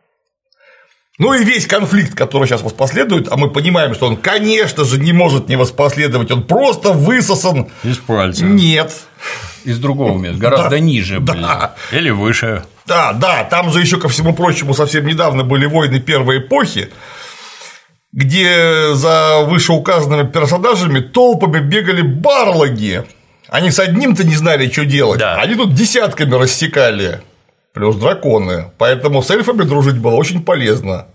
[SPEAKER 2] Ну и весь конфликт, который сейчас воспоследует, а мы понимаем, что он, конечно же, не может не воспоследовать, он просто высосан.
[SPEAKER 1] Из пальца.
[SPEAKER 2] Нет.
[SPEAKER 1] Из другого места, гораздо да, ниже, блин. Да. Или выше.
[SPEAKER 2] Да, да, там же еще, ко всему прочему, совсем недавно были войны первой эпохи, где за вышеуказанными персонажами толпами бегали барлоги. Они с одним-то не знали, что делать. Да. Они тут десятками рассекали. Плюс драконы. Поэтому с эльфами дружить было очень полезно.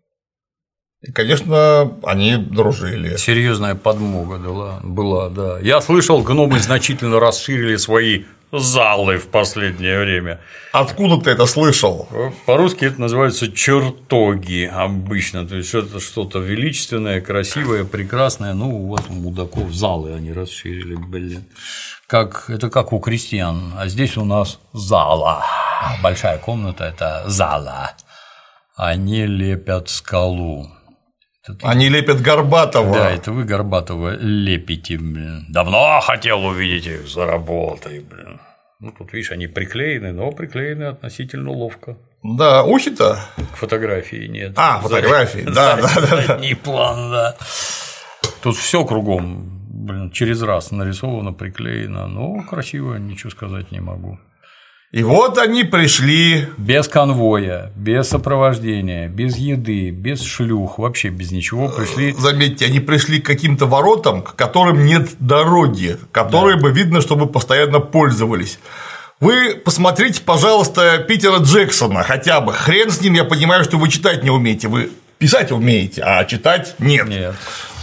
[SPEAKER 2] И, конечно, они дружили.
[SPEAKER 1] Серьезная подмога была, да. Я слышал, гномы значительно расширили свои залы в последнее время.
[SPEAKER 2] Откуда ты это слышал?
[SPEAKER 1] По-русски это называется чертоги обычно. То есть это что-то величественное, красивое, прекрасное. Ну, вот у мудаков залы они расширили, блин. Как, это как у крестьян, а здесь у нас зала. Большая комната – это зала. Они лепят скалу. Это ты...
[SPEAKER 2] Они лепят Горбатова.
[SPEAKER 1] Да, это вы Горбатова лепите, блин. Давно хотел увидеть их за работой, блин. Ну, тут, видишь, они приклеены, но приклеены относительно ловко.
[SPEAKER 2] Да, ухи-то?
[SPEAKER 1] К фотографии нет.
[SPEAKER 2] А, фотографии, да, да, да.
[SPEAKER 1] Задний план, да. Тут все кругом. Блин, через раз нарисовано, приклеено, но красиво, ничего сказать не могу.
[SPEAKER 2] И вот они пришли.
[SPEAKER 1] Без конвоя, без сопровождения, без еды, без шлюх, вообще без ничего пришли.
[SPEAKER 2] Заметьте, они пришли к каким-то воротам, к которым нет дороги, которые да. бы видно, чтобы постоянно пользовались. Вы посмотрите, пожалуйста, Питера Джексона хотя бы. Хрен с ним, я понимаю, что вы читать не умеете. Вы писать умеете, а читать нет.
[SPEAKER 1] Нет.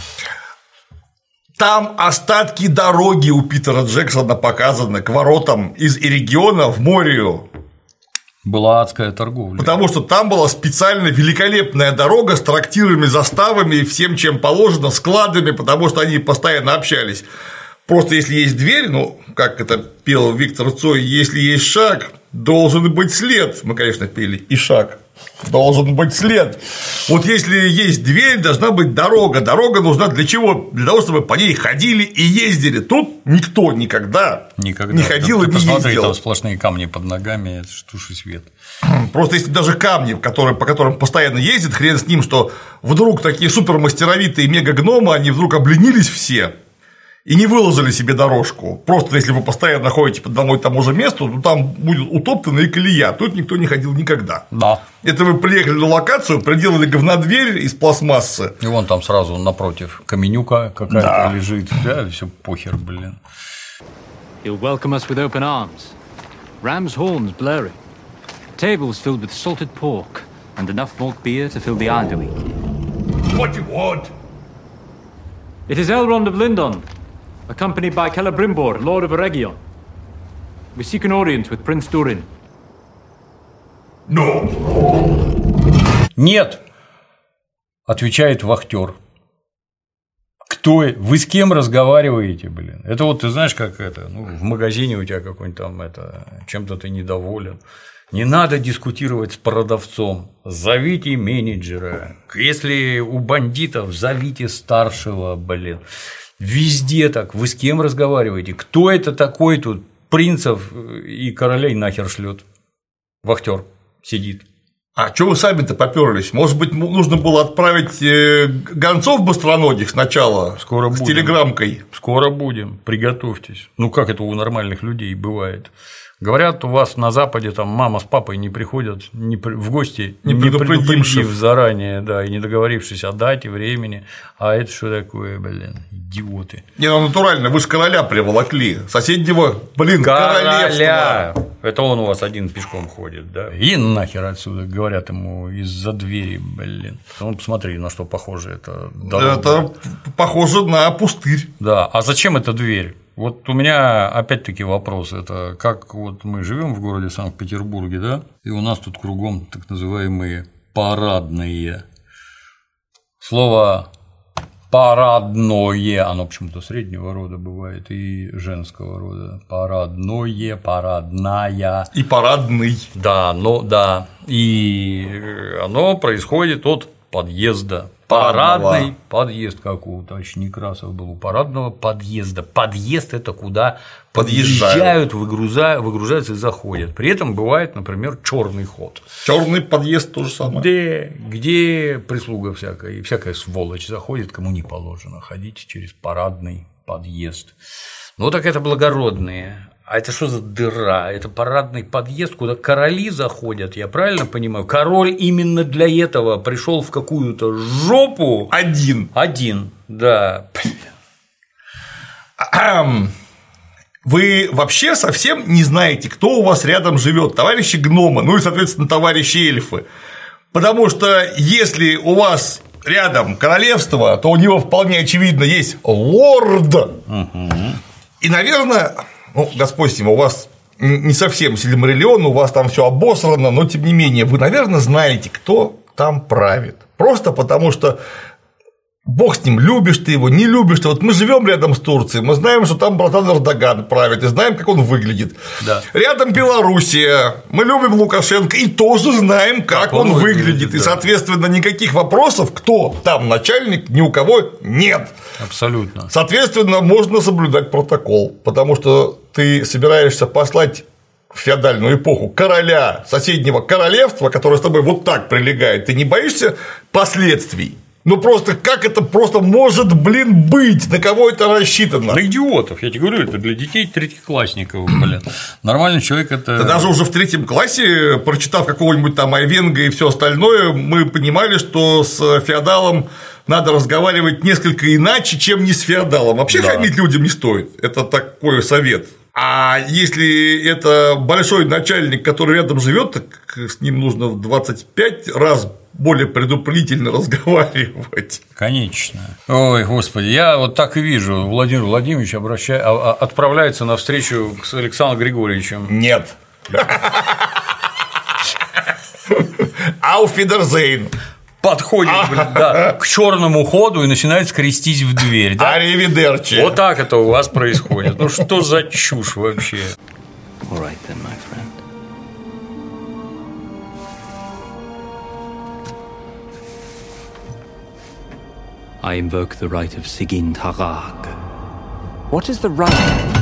[SPEAKER 2] Там остатки дороги у Питера Джексона показаны к воротам из Эрегиона в Морию.
[SPEAKER 1] Была адская торговля.
[SPEAKER 2] Потому что там была специально великолепная дорога с трактирами, заставами и всем, чем положено, складами, потому что они постоянно общались. Просто если есть дверь, ну, как это пел Виктор Цой, если есть шаг, должен быть след. Мы, конечно, пели и шаг. Должен быть след. Вот если есть дверь, должна быть дорога. Дорога нужна для чего? Для того, чтобы по ней ходили и ездили. Тут никто никогда, никогда. не ходил ты, и ты не ездил.
[SPEAKER 1] Там сплошные камни под ногами, это ж тушь и свет.
[SPEAKER 2] Просто если даже камни, которые, по которым постоянно ездят, хрен с ним, что вдруг такие супермастеровитые мега-гномы, они вдруг обленились все и не выложили себе дорожку. Просто если вы постоянно ходите по одному и тому же месту, то там будет утоптана и колея. Тут никто не ходил никогда.
[SPEAKER 1] Да.
[SPEAKER 2] Это вы приехали на локацию, приделали говнодверь из пластмассы.
[SPEAKER 1] И вон там сразу напротив каменюка какая-то да. лежит. Да, все похер, блин.
[SPEAKER 5] He'll welcome us with open arms. Ram's horns blurring. Tables filled with salted pork and enough malt beer to fill the Ardewy.
[SPEAKER 2] What do you want?
[SPEAKER 5] It is Elrond of Lindon, accompanied by Celebrimbor, Lord of Eregion. We seek an audience with Prince Durin.
[SPEAKER 2] No.
[SPEAKER 1] Нет, отвечает вахтер. Кто вы с кем разговариваете, блин? Это вот ты знаешь, как это, ну, в магазине у тебя какой-нибудь там это, чем-то ты недоволен. Не надо дискутировать с продавцом, зовите менеджера. Если у бандитов, зовите старшего, блин. Везде так. Вы с кем разговариваете? Кто это такой тут? Принцев и королей нахер шлет. Вахтер сидит.
[SPEAKER 2] А что вы сами-то попёрлись? Может быть, нужно было отправить гонцов быстроногих сначала
[SPEAKER 1] Скоро
[SPEAKER 2] с
[SPEAKER 1] будем.
[SPEAKER 2] телеграммкой?
[SPEAKER 1] Скоро будем, приготовьтесь. Ну, как это у нормальных людей бывает? Говорят, у вас на Западе там мама с папой не приходят не при... в гости,
[SPEAKER 2] не,
[SPEAKER 1] не предупредив
[SPEAKER 2] предупредив
[SPEAKER 1] заранее, да, и не договорившись о дате, времени. А это что такое, блин, идиоты?
[SPEAKER 2] Не, ну натурально, вы же короля приволокли. Соседнего, блин,
[SPEAKER 1] Короля!
[SPEAKER 2] королевства.
[SPEAKER 1] Это он у вас один пешком ходит, да? И нахер отсюда, говорят ему из-за двери, блин. Ну, посмотри, на что похоже это.
[SPEAKER 2] Это похоже на пустырь.
[SPEAKER 1] Да, а зачем эта дверь? Вот у меня опять-таки вопрос, это как вот мы живем в городе Санкт-Петербурге, да, и у нас тут кругом так называемые парадные. Слово парадное, оно почему-то среднего рода бывает и женского рода. Парадное, парадная.
[SPEAKER 2] И парадный.
[SPEAKER 1] Да, но да. И оно происходит от подъезда.
[SPEAKER 2] Парадного.
[SPEAKER 1] Парадный подъезд, как у товарища Некрасова был, у парадного подъезда. Подъезд – это куда подъезжают, выгрузают, выгружаются и заходят. При этом бывает, например, черный ход.
[SPEAKER 2] Черный подъезд то же самое.
[SPEAKER 1] Где, где прислуга всякая, и всякая сволочь заходит, кому не положено ходить через парадный подъезд. Ну так это благородные. А это что за дыра? Это парадный подъезд, куда короли заходят, я правильно понимаю? Король именно для этого пришел в какую-то жопу.
[SPEAKER 2] Один.
[SPEAKER 1] Один, да.
[SPEAKER 2] Вы вообще совсем не знаете, кто у вас рядом живет, товарищи гномы, ну и, соответственно, товарищи эльфы. Потому что если у вас рядом королевство, то у него вполне очевидно есть лорд. Угу. И, наверное. Ну, Господь с ним, у вас не совсем Сильмариллион, у вас там все обосрано, но тем не менее, вы, наверное, знаете, кто там правит. Просто потому что бог с ним, любишь ты его, не любишь ты. Вот мы живем рядом с Турцией, мы знаем, что там братан Эрдоган правит, и знаем, как он выглядит.
[SPEAKER 1] Да.
[SPEAKER 2] Рядом Белоруссия, мы любим Лукашенко и тоже знаем, как, как он, он выглядит. выглядит. Да. И, соответственно, никаких вопросов, кто там начальник, ни у кого нет.
[SPEAKER 1] Абсолютно.
[SPEAKER 2] Соответственно, можно соблюдать протокол, потому что ты собираешься послать в феодальную эпоху короля соседнего королевства, которое с тобой вот так прилегает, ты не боишься последствий? Ну просто как это просто может, блин, быть? На кого это рассчитано?
[SPEAKER 1] На идиотов, я тебе говорю, это для детей третьеклассников, блин. Нормальный человек это.
[SPEAKER 2] Да даже уже в третьем классе, прочитав какого-нибудь там Айвенго и все остальное, мы понимали, что с феодалом надо разговаривать несколько иначе, чем не с феодалом. Вообще да. Хамить людям не стоит. Это такой совет. А если это большой начальник, который рядом живет, так с ним нужно в двадцать пять раз более предупредительно разговаривать.
[SPEAKER 1] Конечно. Ой, господи, я вот так и вижу, Владимир Владимирович обращает, отправляется на встречу с Александром Григорьевичем.
[SPEAKER 2] Нет. Auf Wiedersehen.
[SPEAKER 1] Подходит, блин, да, к черному ходу и начинает скрестись в дверь. Да?
[SPEAKER 2] Аривидерчи.
[SPEAKER 1] Вот так это у вас происходит. Ну что за чушь вообще?
[SPEAKER 4] All right then, my friend.
[SPEAKER 5] I invoke the right of Sigyn Tarag.
[SPEAKER 4] What is the right?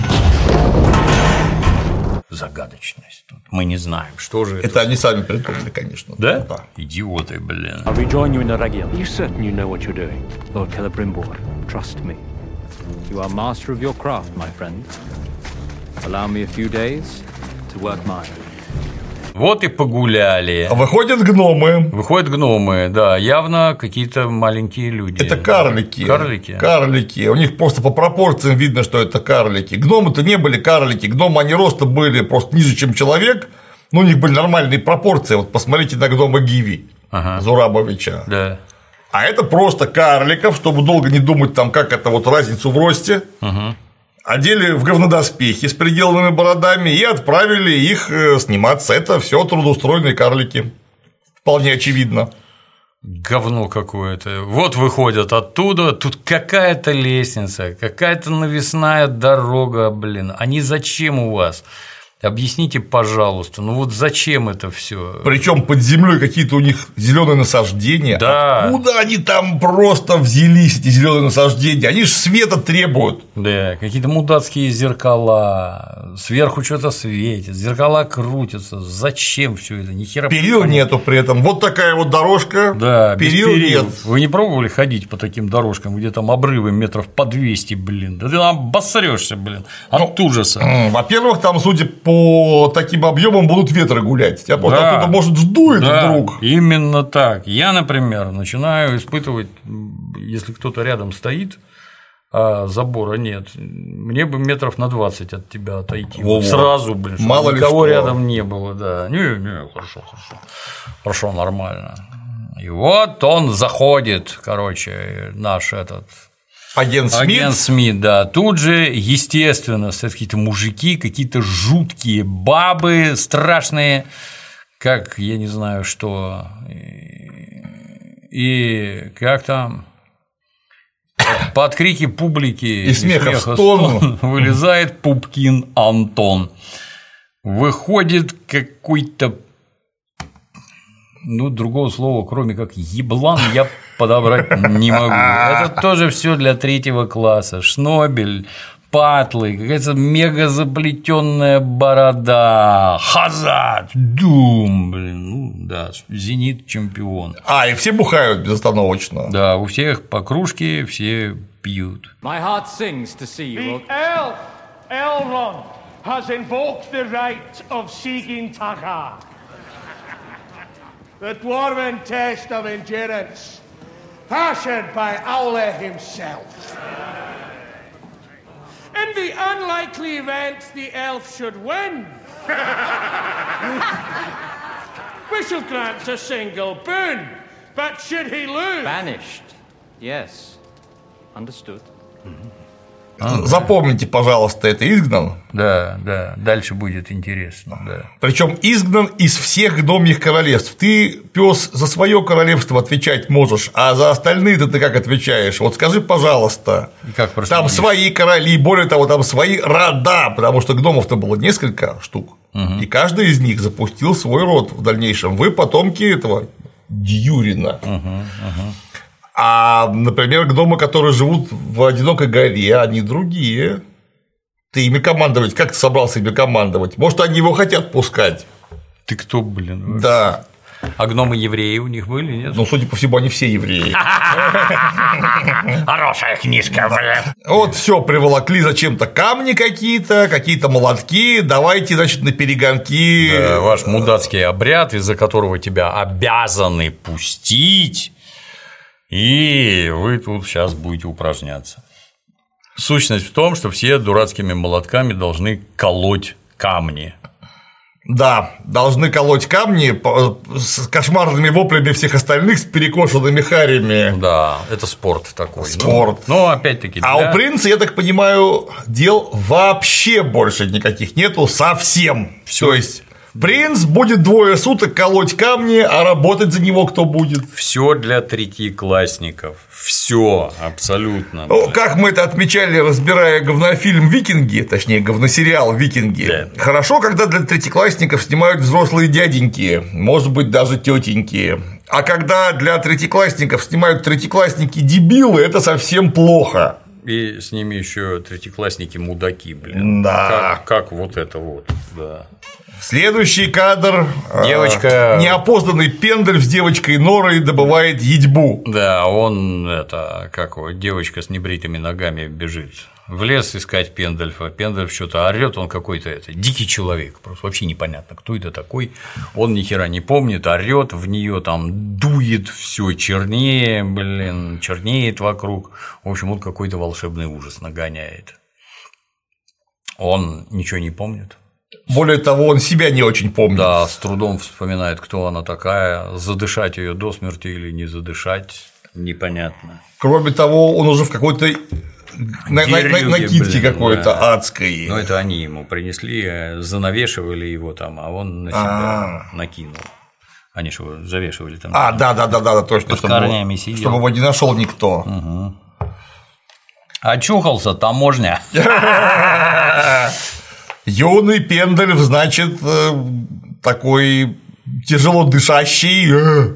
[SPEAKER 1] Загадочность тут. Мы не знаем, что же это.
[SPEAKER 2] Это они сами придумали, конечно.
[SPEAKER 1] Да? Да. Идиоты, блин.
[SPEAKER 5] I'll rejoin you in the Regil.
[SPEAKER 4] You certain you know what you're doing?
[SPEAKER 5] Lord Celebrimbor, trust me. You are master of your craft, my friend. Allow me a few days to work mine.
[SPEAKER 1] Вот и погуляли.
[SPEAKER 2] Выходят гномы.
[SPEAKER 1] Выходят гномы, да, явно какие-то маленькие люди.
[SPEAKER 2] Это карлики.
[SPEAKER 1] Карлики.
[SPEAKER 2] Карлики. У них просто по пропорциям видно, что это карлики. Гномы-то не были карлики. Гномы, они роста были просто ниже, чем человек. Но у них были нормальные пропорции. Вот посмотрите на гнома Гиви, ага. Зурабовича.
[SPEAKER 1] Да.
[SPEAKER 2] А это просто карликов, чтобы долго не думать, там, как это вот разницу в росте. Угу. Одели в говнодоспехи с приделанными бородами и отправили их сниматься. Это все трудоустроенные карлики. Вполне очевидно.
[SPEAKER 1] Говно какое-то. Вот выходят оттуда, тут какая-то лестница, какая-то навесная дорога, блин. Они зачем у вас? Объясните, пожалуйста, ну вот зачем это все?
[SPEAKER 2] Причем под землей какие-то у них зеленые насаждения.
[SPEAKER 1] Да.
[SPEAKER 2] Откуда они там просто взялись, эти зеленые насаждения? Они же света требуют.
[SPEAKER 1] Да, какие-то мудацкие зеркала, сверху что-то светит, зеркала крутятся. Зачем все это? Ни хера.
[SPEAKER 2] Перил нету при этом. Вот такая вот дорожка.
[SPEAKER 1] Да,
[SPEAKER 2] перил,
[SPEAKER 1] без перил.
[SPEAKER 2] нет.
[SPEAKER 1] Вы не пробовали ходить по таким дорожкам, где там обрывы метров по двести, блин? Да ты там обосрешься, блин, от ну, ужаса.
[SPEAKER 2] Во-первых, там, судя по таким объемам, будут ветры гулять. Тебя просто
[SPEAKER 1] да,
[SPEAKER 2] оттуда может сдует
[SPEAKER 1] да,
[SPEAKER 2] вдруг.
[SPEAKER 1] Именно так. Я, например, начинаю испытывать, если кто-то рядом стоит, а забора нет, мне бы метров на двадцать от тебя отойти.
[SPEAKER 2] Во-во.
[SPEAKER 1] Сразу, блин, чтобы
[SPEAKER 2] мало
[SPEAKER 1] никого
[SPEAKER 2] ли что.
[SPEAKER 1] рядом не было, да. Не, не, хорошо, хорошо. Хорошо, нормально. И вот он заходит, короче, наш этот.
[SPEAKER 2] Агент Смит.
[SPEAKER 1] Агент Смит, да. Тут же, естественно, стоят какие-то мужики, какие-то жуткие бабы страшные, как я не знаю что. И как там под крики публики
[SPEAKER 2] и смеха в сторону
[SPEAKER 1] вылезает Пупкин Антон. Выходит какой-то. Ну, другого слова, кроме как еблан, я подобрать не могу. Это тоже все для третьего класса. Шнобель, патлы, какая-то мега заплетенная борода, Хазат, Дум, блин, ну да, Зенит чемпион.
[SPEAKER 2] А, и все бухают безостановочно.
[SPEAKER 1] Да, у всех по кружке, все пьют.
[SPEAKER 5] My heart sings to see you.
[SPEAKER 7] The elf, Elrond, has invoked the right of Sigyn Tacha. The dwarven test of endurance, fashioned by Aule himself. In the unlikely event the elf should win, we shall grant a single boon, but should he lose...
[SPEAKER 5] Banished. Yes. Understood.
[SPEAKER 2] Запомните, пожалуйста, это изгнан.
[SPEAKER 1] Да, да, дальше будет интересно. Да.
[SPEAKER 2] Причем изгнан из всех гномьих королевств. Ты, пес, за свое королевство отвечать можешь, а за остальные-то ты как отвечаешь? Вот скажи, пожалуйста.
[SPEAKER 1] Как
[SPEAKER 2] там свои короли, более того, там свои рода, потому что гномов-то было несколько штук, угу. И каждый из них запустил свой род в дальнейшем. Вы потомки этого Дьюрина. Угу, угу. А, например, гномы, которые живут в одинокой горе, они другие. Ты ими командовать, как ты собрался ими командовать? Может, они его хотят пускать?
[SPEAKER 1] Ты кто, блин?
[SPEAKER 2] Да.
[SPEAKER 1] А гномы-евреи у них были, нет?
[SPEAKER 2] Ну, судя по всему, они все евреи.
[SPEAKER 1] Хорошая книжка, блин.
[SPEAKER 2] Вот все приволокли зачем-то камни какие-то, какие-то молотки. Давайте, значит, на перегонки.
[SPEAKER 1] Да, ваш мудацкий обряд, из-за которого тебя обязаны пустить. И вы тут сейчас будете упражняться. Сущность в том, что все дурацкими молотками должны колоть камни.
[SPEAKER 2] Да, должны колоть камни с кошмарными воплями всех остальных, с перекошенными харями.
[SPEAKER 1] Да, это спорт такой.
[SPEAKER 2] Спорт.
[SPEAKER 1] Ну, ну опять-таки. Для...
[SPEAKER 2] А у принца, я так понимаю, дел вообще больше никаких нету совсем. То есть. Принц будет двое суток колоть камни, а работать за него кто будет?
[SPEAKER 1] Все для третьеклассников. Все, абсолютно.
[SPEAKER 2] Ну, как мы это отмечали, разбирая говнофильм «Викинги», точнее, говносериал «Викинги». Да. Хорошо, когда для третьеклассников снимают взрослые дяденьки, может быть, даже тетеньки. А когда для третьеклассников снимают третьеклассники-дебилы, это совсем плохо.
[SPEAKER 1] И с ними еще третьеклассники мудаки, блин.
[SPEAKER 2] Да.
[SPEAKER 1] Как, как вот это вот, да.
[SPEAKER 2] Следующий кадр.
[SPEAKER 1] Девочка.
[SPEAKER 2] Неопознанный Пендель с девочкой Норой добывает едьбу.
[SPEAKER 1] Да, он это как вот девочка с небритыми ногами бежит в лес искать Пендельфа. Пендельф что-то орёт, он какой-то это дикий человек, просто вообще непонятно, кто это такой. Он ни хера не помнит, орёт в нее там дует, все чернее, блин, чернеет вокруг. В общем, он какой-то волшебный ужас нагоняет. Он ничего не помнит.
[SPEAKER 2] Более того, он себя не очень помнит.
[SPEAKER 1] Да, с трудом вспоминает, кто она такая, задышать ее до смерти или не задышать, непонятно.
[SPEAKER 2] Кроме того, он уже в какой-то накидке какой-то да. адской.
[SPEAKER 1] Ну, это они ему принесли, занавешивали его там, а он на себя А-а-а. накинул. Они же его завешивали там.
[SPEAKER 2] А, да, да, да, да, точно.
[SPEAKER 1] Под корнями сидел.
[SPEAKER 2] Чтобы его не нашел никто.
[SPEAKER 1] Угу. Очухался, таможня.
[SPEAKER 2] Юный Пендальф, значит, такой тяжело дышащий.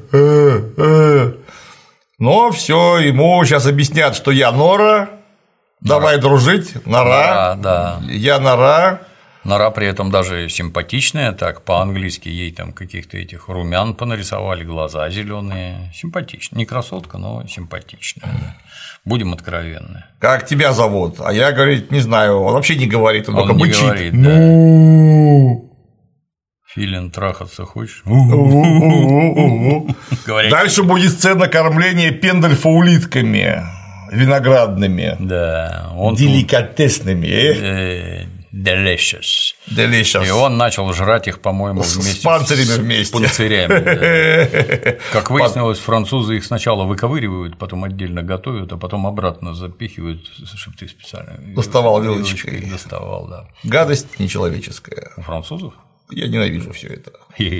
[SPEAKER 2] Но все, ему сейчас объяснят, что я Нора, давай дружить, Нора,
[SPEAKER 1] Да, да.
[SPEAKER 2] я Нора.
[SPEAKER 1] Нора при этом даже симпатичная, так по-английски ей там каких-то этих румян понарисовали, глаза зеленые, симпатичная, не красотка, но симпатичная. Будем откровенны.
[SPEAKER 2] Как тебя зовут? А я, говорит, не знаю, он вообще не говорит, он,
[SPEAKER 1] Он
[SPEAKER 2] только
[SPEAKER 1] не
[SPEAKER 2] мычит.
[SPEAKER 1] говорит, да.
[SPEAKER 2] Ну.
[SPEAKER 1] Филин, трахаться хочешь?
[SPEAKER 2] У-у-у-у-у.
[SPEAKER 1] Говорят.
[SPEAKER 2] Дальше будет сцена кормления Пендальфа улитками виноградными,
[SPEAKER 1] Да, он тут,
[SPEAKER 2] деликатесными.
[SPEAKER 1] э, delicious.
[SPEAKER 2] Delicious.
[SPEAKER 1] И он начал жрать их, по-моему,
[SPEAKER 2] С-
[SPEAKER 1] вместе
[SPEAKER 2] с панцирями
[SPEAKER 1] с
[SPEAKER 2] вместе.
[SPEAKER 1] панцирями, да. Как выяснилось, французы их сначала выковыривают, потом отдельно готовят, а потом обратно запихивают, чтобы ты специально
[SPEAKER 2] Доставал вилочкой.
[SPEAKER 1] Доставал, да.
[SPEAKER 2] Гадость нечеловеческая.
[SPEAKER 1] У французов?
[SPEAKER 2] Я ненавижу все это.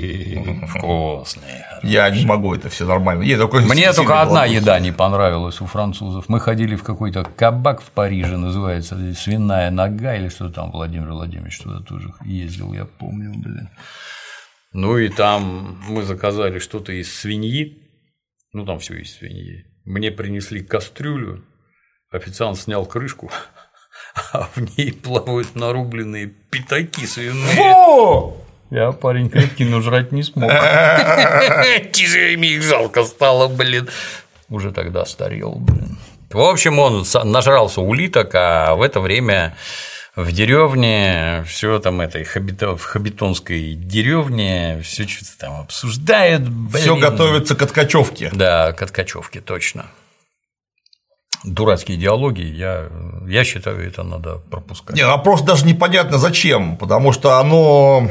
[SPEAKER 1] Вкусные.
[SPEAKER 2] Я не могу, это все нормально. Я такой
[SPEAKER 1] Мне
[SPEAKER 2] сильный
[SPEAKER 1] только одна
[SPEAKER 2] голодный.
[SPEAKER 1] еда не понравилась у французов. Мы ходили в какой-то кабак в Париже, называется свиная нога или что там, Владимир Владимирович туда тоже ездил, я помню, блин. Ну и там мы заказали что-то из свиньи, ну там все из свиньи. Мне принесли кастрюлю, официант снял крышку, а в ней плавают нарубленные пятаки свиные.
[SPEAKER 2] О!
[SPEAKER 1] Я парень крепкий, но жрать не смог. Мне их жалко стало, блин. Уже тогда старел, блин. В общем, он нажрался улиток, а в это время в деревне все там этой в хабитонской деревне все что-то там обсуждают.
[SPEAKER 2] Все готовится к откачевке.
[SPEAKER 1] Да, к откачевке, точно. Дурацкие диалоги, я, я считаю, это надо пропускать.
[SPEAKER 2] Не, а просто даже непонятно зачем, потому что оно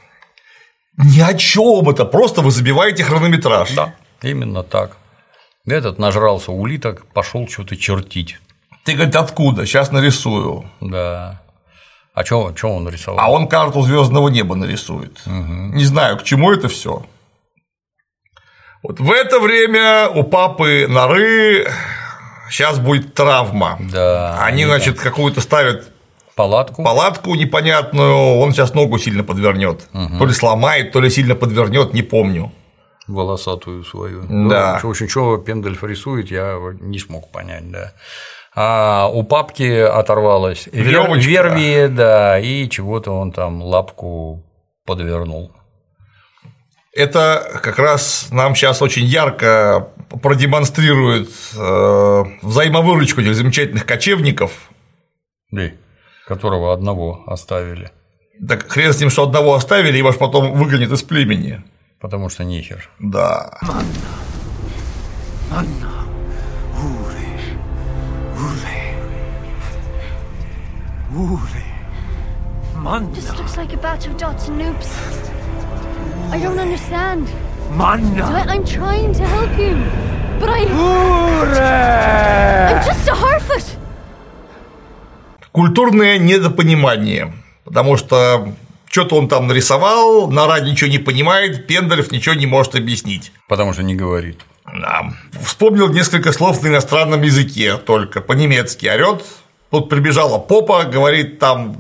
[SPEAKER 2] ни о чем, это просто вы забиваете хронометраж.
[SPEAKER 1] Да, именно так. Этот нажрался улиток, пошел что-то чертить.
[SPEAKER 2] Ты, говорит, откуда? Сейчас нарисую.
[SPEAKER 1] Да. А что он нарисовал?
[SPEAKER 2] А он карту звездного неба нарисует.
[SPEAKER 1] Угу.
[SPEAKER 2] Не знаю, к чему это все. Вот в это время у папы Норы сейчас будет травма.
[SPEAKER 1] Да.
[SPEAKER 2] Они,
[SPEAKER 1] да.
[SPEAKER 2] значит, какую-то ставят
[SPEAKER 1] палатку.
[SPEAKER 2] Палатку непонятную, он сейчас ногу сильно подвернет. Угу. То ли сломает, то ли сильно подвернет, не помню.
[SPEAKER 1] Волосатую свою.
[SPEAKER 2] Да.
[SPEAKER 1] В общем, что Пендальф рисует, я не смог понять, да. А у папки оторвалась
[SPEAKER 2] веревочка,
[SPEAKER 1] вервия, да, и чего-то он там лапку подвернул.
[SPEAKER 2] Это как раз нам сейчас очень ярко продемонстрирует взаимовыручку этих замечательных кочевников.
[SPEAKER 1] Да, которого одного оставили.
[SPEAKER 2] Так хрен с ним, что одного оставили, его ж потом выгонят из племени.
[SPEAKER 1] Потому что нехер.
[SPEAKER 2] Да.
[SPEAKER 8] Манна. Манна. Уре. Уре. Уре. Manna.
[SPEAKER 3] Just looks like a batch of dots and noops. I don't understand.
[SPEAKER 8] Manna.
[SPEAKER 3] I, I'm trying to help you, but I.
[SPEAKER 8] Уре.
[SPEAKER 3] I'm just a Harfoot.
[SPEAKER 2] Культурное недопонимание, потому что что-то он там нарисовал, Нора ничего не понимает, Пендальф ничего не может объяснить.
[SPEAKER 1] Потому что не говорит.
[SPEAKER 2] Да. Вспомнил несколько слов на иностранном языке, только по-немецки орёт. Тут прибежала попа, говорит там: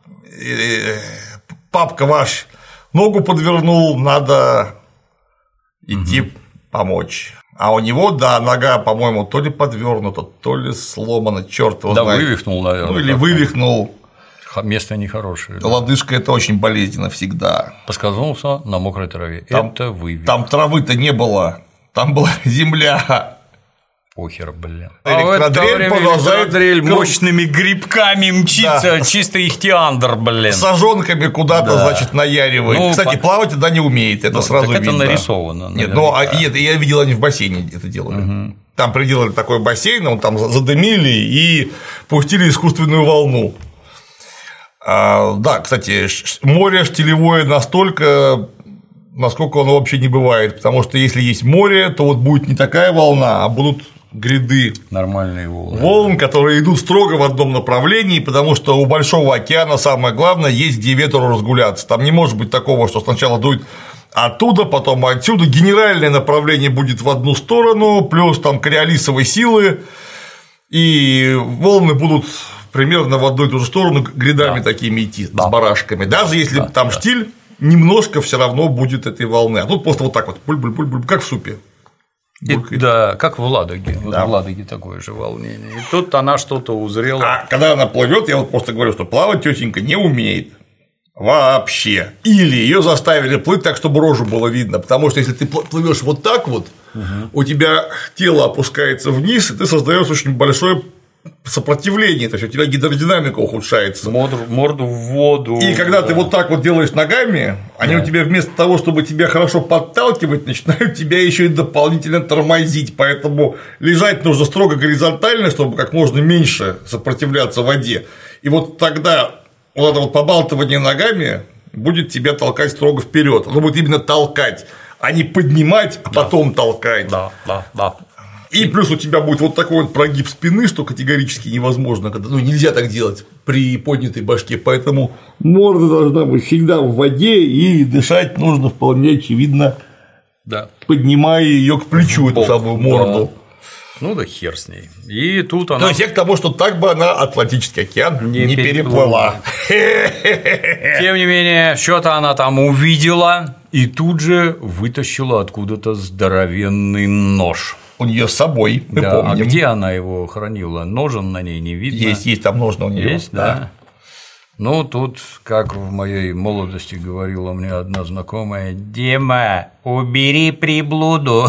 [SPEAKER 2] папка ваш ногу подвернул, надо идти угу. помочь. А у него, да, нога, по-моему, то ли подвернута, то ли сломана, черт его
[SPEAKER 1] да,
[SPEAKER 2] знает.
[SPEAKER 1] Да, вывихнул, наверное.
[SPEAKER 2] Ну, или вывихнул.
[SPEAKER 1] Место нехорошее.
[SPEAKER 2] Да. Лодыжка – это очень болезненно всегда.
[SPEAKER 1] Поскользнулся на мокрой траве.
[SPEAKER 2] Там,
[SPEAKER 1] это вывих.
[SPEAKER 2] Там травы-то не было, там была земля.
[SPEAKER 1] Похер, блин.
[SPEAKER 2] Электродрель
[SPEAKER 1] а
[SPEAKER 2] продолжает
[SPEAKER 1] электродрель мощными грибками мчится, да. Чисто ихтиандр, блин.
[SPEAKER 2] Сажонками куда-то, да. значит, наяривает. Ну, Кстати, по... плавать тогда не умеет, это ну, сразу
[SPEAKER 1] так
[SPEAKER 2] видно.
[SPEAKER 1] Это нарисовано.
[SPEAKER 2] Нет, ну, а, нет, я видел, они в бассейне это делали. Угу. Там приделали такой бассейн, он там задымили и пустили искусственную волну. А, да, кстати, море штилевое настолько, насколько оно вообще не бывает, потому что если есть море, то вот будет не такая волна, а будут гряды.
[SPEAKER 1] Нормальные волны.
[SPEAKER 2] Волн, которые идут строго в одном направлении, потому что у Большого океана самое главное есть где ветру разгуляться. Там не может быть такого, что сначала дует оттуда, потом отсюда. Генеральное направление будет в одну сторону, плюс там кориолисовые силы, и волны будут примерно в одну и ту же сторону грядами
[SPEAKER 1] Да.
[SPEAKER 2] такими идти,
[SPEAKER 1] Да.
[SPEAKER 2] с барашками. Даже если
[SPEAKER 1] Да,
[SPEAKER 2] там
[SPEAKER 1] да.
[SPEAKER 2] штиль, немножко все равно будет этой волны. А тут просто вот так вот, буль-буль-буль, как в супе.
[SPEAKER 1] И-
[SPEAKER 2] Булькает.
[SPEAKER 1] да, как в Ладоге. Вот
[SPEAKER 2] Да.
[SPEAKER 1] в Ладоге такое же волнение. И тут она что-то узрела.
[SPEAKER 2] А когда она плывет, я вот просто говорю, что плавать тетенька не умеет. Вообще. Или ее заставили плыть так, чтобы рожу было видно. Потому что если ты плывешь вот так вот, у тебя тело опускается вниз, и ты создаешь очень большое сопротивление. То есть у тебя гидродинамика ухудшается.
[SPEAKER 1] Морду, морду в воду.
[SPEAKER 2] И когда ты вот так вот делаешь ногами, они
[SPEAKER 1] Да.
[SPEAKER 2] у тебя вместо того, чтобы тебя хорошо подталкивать, начинают тебя еще и дополнительно тормозить. Поэтому лежать нужно строго горизонтально, чтобы как можно меньше сопротивляться воде. И вот тогда вот это вот побалтывание ногами будет тебя толкать строго вперед. Оно будет именно толкать, а не поднимать, а потом толкать.
[SPEAKER 1] Да, да, да.
[SPEAKER 2] И плюс у тебя будет вот такой вот прогиб спины, что категорически невозможно, когда, ну, нельзя так делать при поднятой башке, поэтому морда должна быть всегда в воде, и дышать нужно вполне очевидно,
[SPEAKER 1] Да.
[SPEAKER 2] поднимая ее к плечу, эту
[SPEAKER 1] Бок,
[SPEAKER 2] самую морду.
[SPEAKER 1] Ну да хер с ней. И тут она.
[SPEAKER 2] То есть я к тому, что так бы она Атлантический океан не,
[SPEAKER 1] Не
[SPEAKER 2] переплыла.
[SPEAKER 1] Тем не менее, что-то она там увидела и тут же вытащила откуда-то здоровенный нож.
[SPEAKER 2] У нее с собой, мы
[SPEAKER 1] Да,
[SPEAKER 2] помним.
[SPEAKER 1] а где она его хранила? Ножен на ней не видно.
[SPEAKER 2] Есть, есть там ножны у нее.
[SPEAKER 1] Есть, да. Ну, тут, как в моей молодости говорила мне одна знакомая: Дима, убери приблуду.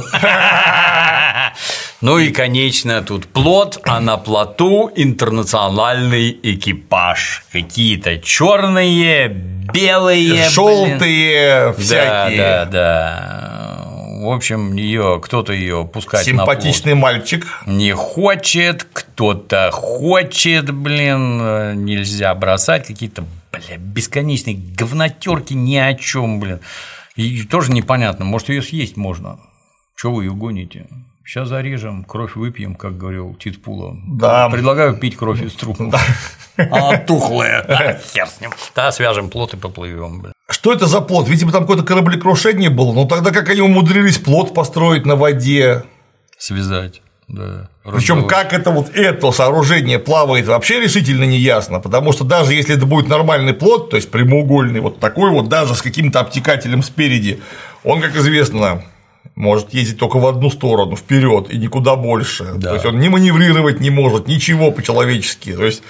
[SPEAKER 1] Ну и, конечно, тут плот, а на плоту интернациональный экипаж. Какие-то черные, белые,
[SPEAKER 2] Желтые, всякие.
[SPEAKER 1] Да, да, да. В общем, ее кто-то ее пускать на плот
[SPEAKER 2] Симпатичный мальчик.
[SPEAKER 1] не хочет, кто-то хочет, блин, нельзя бросать какие-то, бля, бесконечные говнотерки ни о чем, блин. И тоже непонятно, может, ее съесть можно. Чего вы ее гоните? Сейчас зарежем, кровь выпьем, как говорил Тит Пула.
[SPEAKER 2] Да.
[SPEAKER 1] Предлагаю пить кровь из трупа. А тухлая. Хер с ним. Да, свяжем плот и поплывем, блин.
[SPEAKER 2] Что это за плот? Видимо, там какое-то кораблекрушение было. Ну тогда как они умудрились плот построить на воде?
[SPEAKER 1] Связать. Да.
[SPEAKER 2] Причем как это вот это сооружение плавает, вообще решительно не ясно, потому что даже если это будет нормальный плот, то есть прямоугольный, вот такой вот, даже с каким-то обтекателем спереди, он, как известно, может ездить только в одну сторону, вперед и никуда больше.
[SPEAKER 1] Да.
[SPEAKER 2] То есть он ни маневрировать не может, ничего по-человечески. То есть,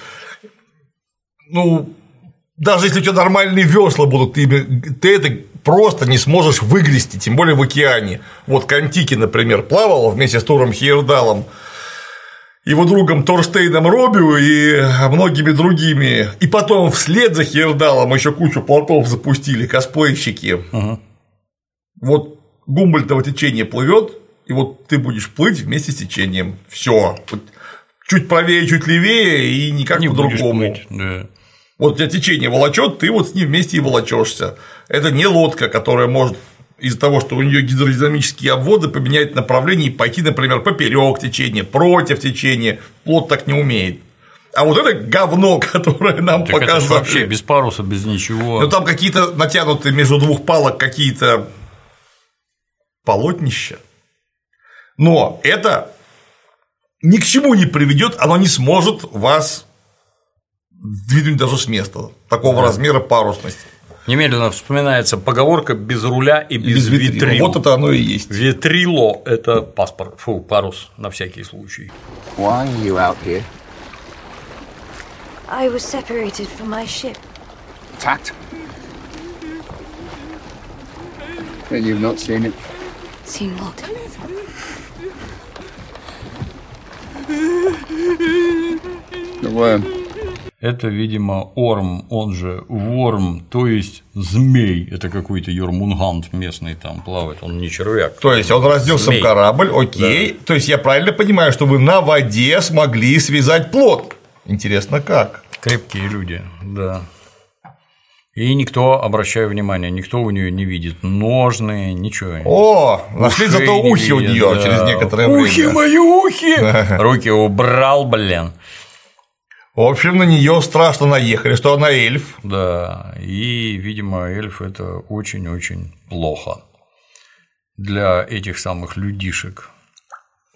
[SPEAKER 2] ну, даже если у тебя нормальные весла будут, ты, ты это просто не сможешь выгрести, тем более в океане. Вот Контики, например, плавал вместе с Туром Хейердалом, его другом Торстейном Робиу и многими другими. И потом вслед за Хейердалом еще кучу плотов запустили косплейщики.
[SPEAKER 1] Угу.
[SPEAKER 2] Вот Гумбольдтово течение плывет, и вот ты будешь плыть вместе с течением. Все. Чуть правее, чуть левее, и никак
[SPEAKER 1] Не будешь
[SPEAKER 2] по-другому.
[SPEAKER 1] плыть, да.
[SPEAKER 2] Вот у тебя течение волочет, ты вот с ним вместе и волочешься. Это не лодка, которая может из-за того, что у нее гидродинамические обводы, поменять направление и пойти, например, поперек течения, против течения. Плот так не умеет. А вот это говно, которое нам
[SPEAKER 1] Так это ж
[SPEAKER 2] показывают.
[SPEAKER 1] вообще без паруса, без ничего.
[SPEAKER 2] Ну там какие-то натянутые между двух палок какие-то полотнища. Но это ни к чему не приведет, оно не сможет вас сдвинуть даже с места. Такого
[SPEAKER 1] Да.
[SPEAKER 2] размера парусности.
[SPEAKER 1] Немедленно вспоминается поговорка: без руля и без,
[SPEAKER 2] Без витрил.
[SPEAKER 1] витрил.
[SPEAKER 2] Вот это оно и есть.
[SPEAKER 1] Витрило – это паспорт, фу, парус на всякий случай.
[SPEAKER 9] Why are you out here?
[SPEAKER 3] I was separated from my ship.
[SPEAKER 9] Attacked? And you've not seen it?
[SPEAKER 3] Seen what?
[SPEAKER 9] The worm.
[SPEAKER 1] Это, видимо, Орм, он же Ворм, то есть змей. Это какой-то Йормунгант местный там плавает, он не червяк.
[SPEAKER 2] То есть он разнесся
[SPEAKER 1] Змей.
[SPEAKER 2] в корабль, окей.
[SPEAKER 1] Да.
[SPEAKER 2] То есть я правильно понимаю, что вы на воде смогли связать плот. Интересно, как?
[SPEAKER 1] Крепкие люди, да. И никто, обращаю внимание, никто у нее не видит ножны, ничего.
[SPEAKER 2] О, нашли
[SPEAKER 1] Ушей
[SPEAKER 2] зато
[SPEAKER 1] не
[SPEAKER 2] ухи у
[SPEAKER 1] видит,
[SPEAKER 2] нее
[SPEAKER 1] да.
[SPEAKER 2] через некоторое время.
[SPEAKER 1] Ухи мои, ухи! Руки убрал, блин.
[SPEAKER 2] В общем, на нее страшно наехали, что она эльф.
[SPEAKER 1] Да, и, видимо, эльф – это очень-очень плохо для этих самых людишек.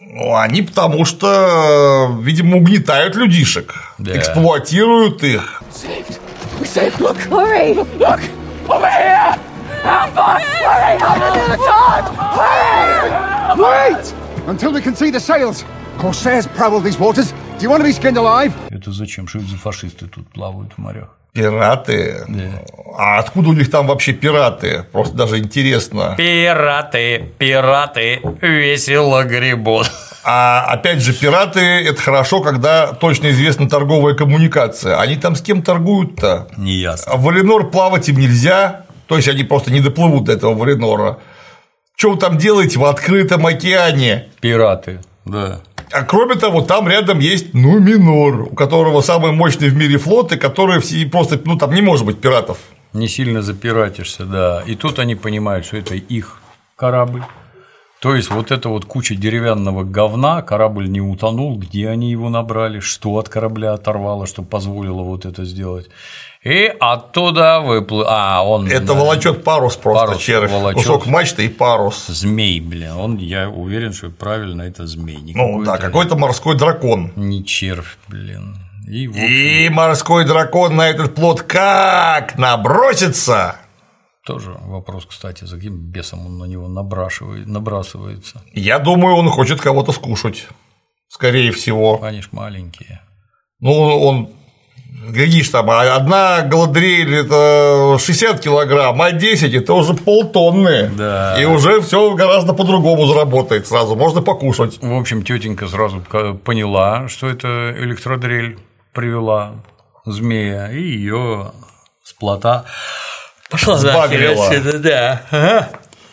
[SPEAKER 2] Ну, они потому что, видимо, угнетают людишек,
[SPEAKER 1] да.
[SPEAKER 2] эксплуатируют их.
[SPEAKER 3] We saved. Look, hurry! Look over here! Help us! Hurry! Help us! Hurry!
[SPEAKER 10] Wait! Until we can see the sails. Corsairs prowl these waters. Do you want to be skinned alive?
[SPEAKER 1] Это зачем? Что это за фашисты тут плавают в морях?
[SPEAKER 2] Пираты?
[SPEAKER 1] Да.
[SPEAKER 2] А откуда у них там вообще пираты? Просто даже интересно.
[SPEAKER 1] Пираты, пираты, весело гребут.
[SPEAKER 2] А опять же, пираты – это хорошо, когда точно известна торговая коммуникация. Они там с кем торгуют-то?
[SPEAKER 1] Неясно.
[SPEAKER 2] В Валенор плавать им нельзя, то есть они просто не доплывут до этого Валенора. Что вы там делаете в открытом океане?
[SPEAKER 1] Пираты, да.
[SPEAKER 2] А кроме того, там рядом есть Нуминор, у которого самый мощный в мире флот, и который все просто, ну, там не может быть пиратов.
[SPEAKER 1] Не сильно запиратишься, да. И тут они понимают, что это их корабль. То есть вот эта вот куча деревянного говна, корабль не утонул, где они его набрали, что от корабля оторвало, что позволило вот это сделать. И оттуда выплыл. А, он.
[SPEAKER 2] Это
[SPEAKER 1] да,
[SPEAKER 2] волочет парус просто,
[SPEAKER 1] парус
[SPEAKER 2] червь.
[SPEAKER 1] волочет.
[SPEAKER 2] Кусок мачты и парус.
[SPEAKER 1] Змей, блин. Он, я уверен, что правильно это змей. Не
[SPEAKER 2] ну да, какой-то морской дракон.
[SPEAKER 1] Не червь, блин. И, общем...
[SPEAKER 2] и морской дракон на этот плот как набросится.
[SPEAKER 1] Тоже вопрос, кстати, за каким бесом он на него набрашивает, набрасывается.
[SPEAKER 2] Я думаю, он хочет кого-то скушать. Скорее всего.
[SPEAKER 1] Они ж маленькие.
[SPEAKER 2] Ну, он. Глядишь, там, одна Галадриэль – это шестьдесят килограмм, а десять – это уже полтонны.
[SPEAKER 1] Да.
[SPEAKER 2] И уже все гораздо по-другому заработает сразу, можно покушать.
[SPEAKER 1] В общем, тетенька сразу поняла, что это электродрель привела змея, и ее с плота пошла
[SPEAKER 2] сбагрила.
[SPEAKER 1] Да. Ага.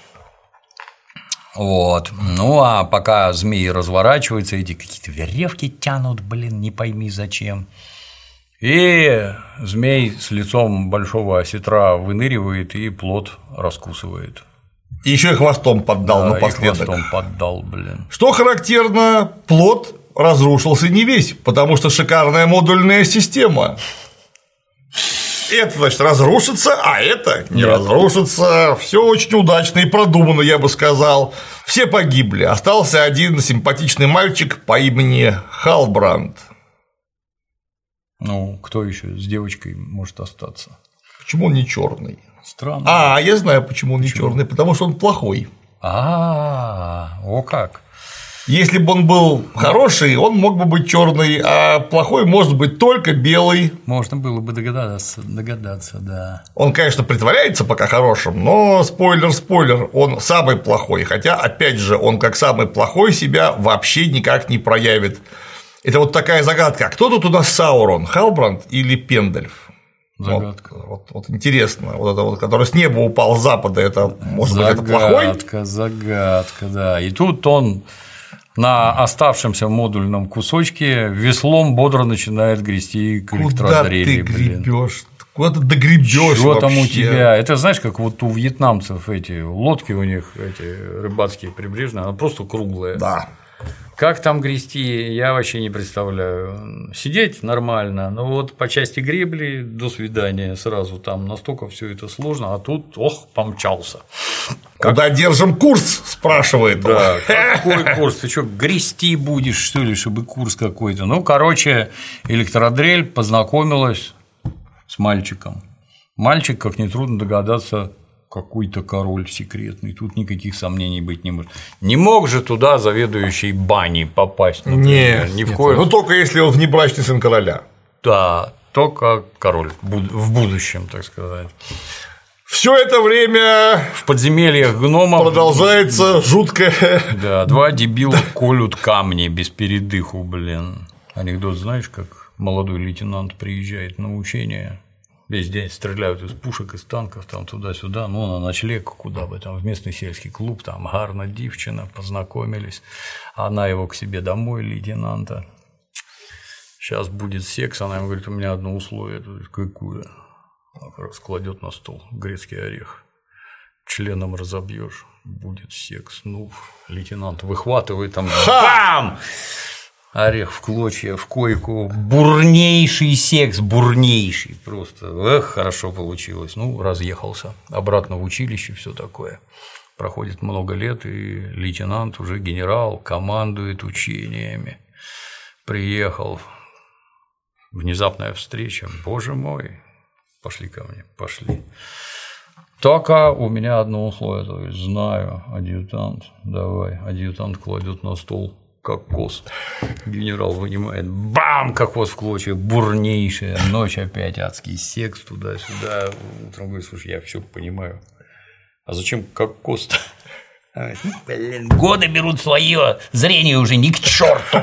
[SPEAKER 1] Вот. Ну а пока змей разворачивается, эти какие-то веревки тянут, блин, не пойми зачем. И змей с лицом большого осетра выныривает и плот раскусывает.
[SPEAKER 2] И еще и хвостом поддал,
[SPEAKER 1] да,
[SPEAKER 2] напоследок.
[SPEAKER 1] И хвостом поддал, блин.
[SPEAKER 2] Что характерно, плот разрушился не весь, потому что шикарная модульная система. Это, значит, разрушится, а это не Нет. разрушится. Все очень удачно и продумано, я бы сказал. Все погибли. Остался один симпатичный мальчик по имени Халбранд.
[SPEAKER 1] Ну, кто еще с девочкой может остаться?
[SPEAKER 2] Почему он не черный?
[SPEAKER 1] Странно.
[SPEAKER 2] А, я знаю, почему он не черный, потому что он плохой.
[SPEAKER 1] А, о как.
[SPEAKER 2] Если бы он был хороший, он мог бы быть черный, а плохой может быть только белый.
[SPEAKER 1] Можно было бы догадаться, догадаться, да.
[SPEAKER 2] Он, конечно, притворяется пока хорошим, но спойлер-спойлер, он самый плохой. Хотя, опять же, он как самый плохой себя вообще никак не проявит. Это вот такая загадка. Кто тут у нас Саурон? Халбранд или Пендальф?
[SPEAKER 1] Загадка.
[SPEAKER 2] Вот, вот, вот интересно, вот это вот, который с неба упал с запада, это может
[SPEAKER 1] загадка,
[SPEAKER 2] быть это плохой?
[SPEAKER 1] Загадка, загадка, да. И тут он на оставшемся модульном кусочке веслом бодро начинает грести к электродрели.
[SPEAKER 2] Куда ты гребёшь? Куда ты догребёшь?
[SPEAKER 1] Что
[SPEAKER 2] вообще?
[SPEAKER 1] там у тебя? Это знаешь, как вот у вьетнамцев эти лодки у них, эти рыбацкие прибрежные, она просто круглая.
[SPEAKER 2] Да.
[SPEAKER 1] Как там грести, я вообще не представляю. Сидеть нормально, но вот по части гребли до свидания сразу, там настолько все это сложно, а тут, ох, помчался.
[SPEAKER 2] Куда держим курс, спрашивает.
[SPEAKER 1] Да, какой курс? Ты что, грести будешь, что ли, чтобы курс какой-то? Ну, короче, электродрель познакомилась с мальчиком. Мальчик, как нетрудно догадаться, какой-то король секретный, тут никаких сомнений быть не может. Не мог же туда заведующий баней попасть, например,
[SPEAKER 2] нет,
[SPEAKER 1] ни в
[SPEAKER 2] нет,
[SPEAKER 1] коем.
[SPEAKER 2] Ну только если он внебрачный сын короля.
[SPEAKER 1] Да, только король в будущем, так сказать.
[SPEAKER 2] Все это время
[SPEAKER 1] в подземельях гномов
[SPEAKER 2] продолжается жуткое.
[SPEAKER 1] Да, два дебила колют камни без передыху, блин. Анекдот знаешь, как молодой лейтенант приезжает на учение. Весь день стреляют из пушек, из танков, там туда-сюда, ну, на ночлег, куда бы там, в местный сельский клуб, там гарна девчина, познакомились, она его к себе домой, лейтенанта. Сейчас будет секс, она ему говорит, у меня одно условие, какое? Складет на стол грецкий орех, членом разобьешь, будет секс. Ну, лейтенант выхватывает там, бам! Орех в клочья, в койку, бурнейший секс, бурнейший просто. Эх, хорошо получилось. Ну, разъехался обратно в училище, все такое. Проходит много лет, и лейтенант, уже генерал, командует учениями. Приехал. Внезапная встреча. Боже мой. Пошли ко мне, пошли. Только у меня одно условие, то есть знаю, адъютант, давай, адъютант кладет на стол кокос, генерал вынимает, бам, кокос в клочья, бурнейшая, ночь опять, адский секс, туда-сюда, утром говорит, слушай, я все понимаю, а зачем кокос-то? Блин, годы берут свое, зрение уже ни к черту.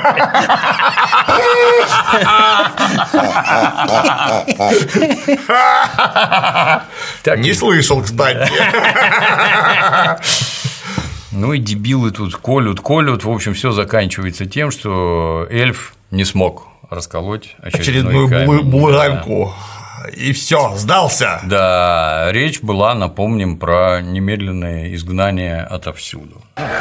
[SPEAKER 2] Не слышал, кстати.
[SPEAKER 1] Ну и дебилы тут колют, колют. В общем, все заканчивается тем, что эльф не смог расколоть очередную
[SPEAKER 2] булыганку. И все, сдался.
[SPEAKER 1] Да, речь была, напомним, про немедленное изгнание отовсюду.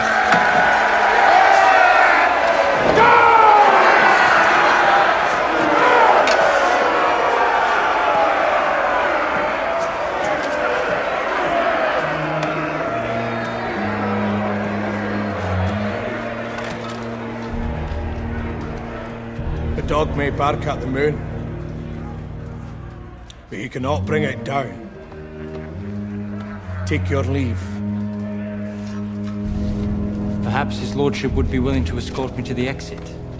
[SPEAKER 7] The dog may bark at the moon, but he cannot bring it down. Take your leave.
[SPEAKER 5] Perhaps his lordship would be willing to escort me to the exit.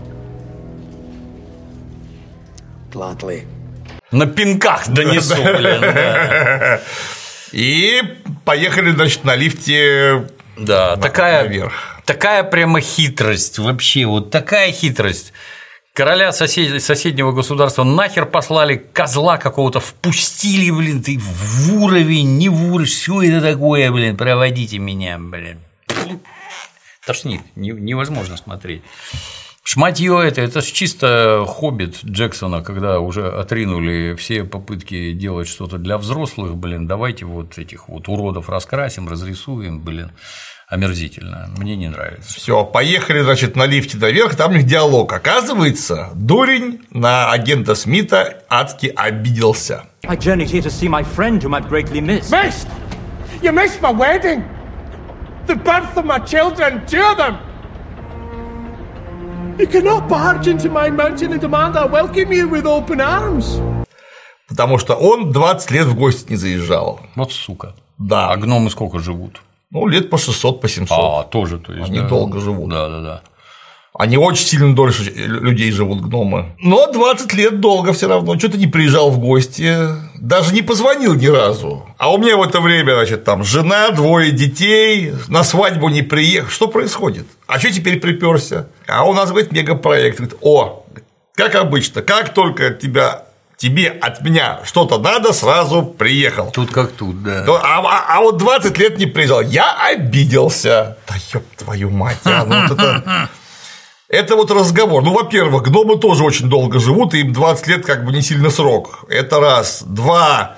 [SPEAKER 7] Gladly.
[SPEAKER 1] На пинках донесу, блин. Да.
[SPEAKER 2] И поехали, значит, на лифте.
[SPEAKER 1] Да,
[SPEAKER 2] на,
[SPEAKER 1] такая,
[SPEAKER 2] наверх.
[SPEAKER 1] такая прямо хитрость, вообще, вот такая хитрость. Короля сосед... соседнего государства нахер послали, козла какого-то впустили, блин, ты в уровень, не в уровень, что это такое, блин, проводите меня, блин. Тошнит, невозможно смотреть. Шматьё это, это ж чисто хоббит Джексона, когда уже отринули все попытки делать что-то для взрослых, блин, давайте вот этих вот уродов раскрасим, разрисуем, блин. Омерзительно, мне не нравится.
[SPEAKER 2] Все, поехали, значит, на лифте наверх, там у них диалог. Оказывается, дурень на агента Смита адски обиделся.
[SPEAKER 5] I journeyed here to see my friend whom I've greatly missed.
[SPEAKER 7] Missed? You missed my wedding, the birth of my children, two of them. You cannot barge into my mountain and demand I welcome you with open arms.
[SPEAKER 2] Потому что он двадцать лет в гости не заезжал.
[SPEAKER 1] Вот сука.
[SPEAKER 2] Да.
[SPEAKER 1] А гномы сколько живут?
[SPEAKER 2] Ну, лет по шестьсот, по семьсот.
[SPEAKER 1] А, тоже, то есть.
[SPEAKER 2] Они
[SPEAKER 1] да.
[SPEAKER 2] долго живут.
[SPEAKER 1] Да, да, да.
[SPEAKER 2] Они очень сильно дольше людей живут, гномы. Но двадцать лет долго все равно. Что-то не приезжал в гости, даже не позвонил ни разу. А у меня в это время, значит, там жена, двое детей, на свадьбу не приехал. Что происходит? А что теперь приперся? А у нас, говорит, мегапроект. Говорит, о, как обычно, как только тебя. Тебе от меня что-то надо, сразу приехал.
[SPEAKER 1] Тут как тут, да.
[SPEAKER 2] А, а, а вот двадцать лет не приезжал. Я обиделся. Да ёб твою мать. А, ну вот это... это вот разговор. Ну, во-первых, гномы тоже очень долго живут, и им двадцать лет как бы не сильно срок. Это раз. Два.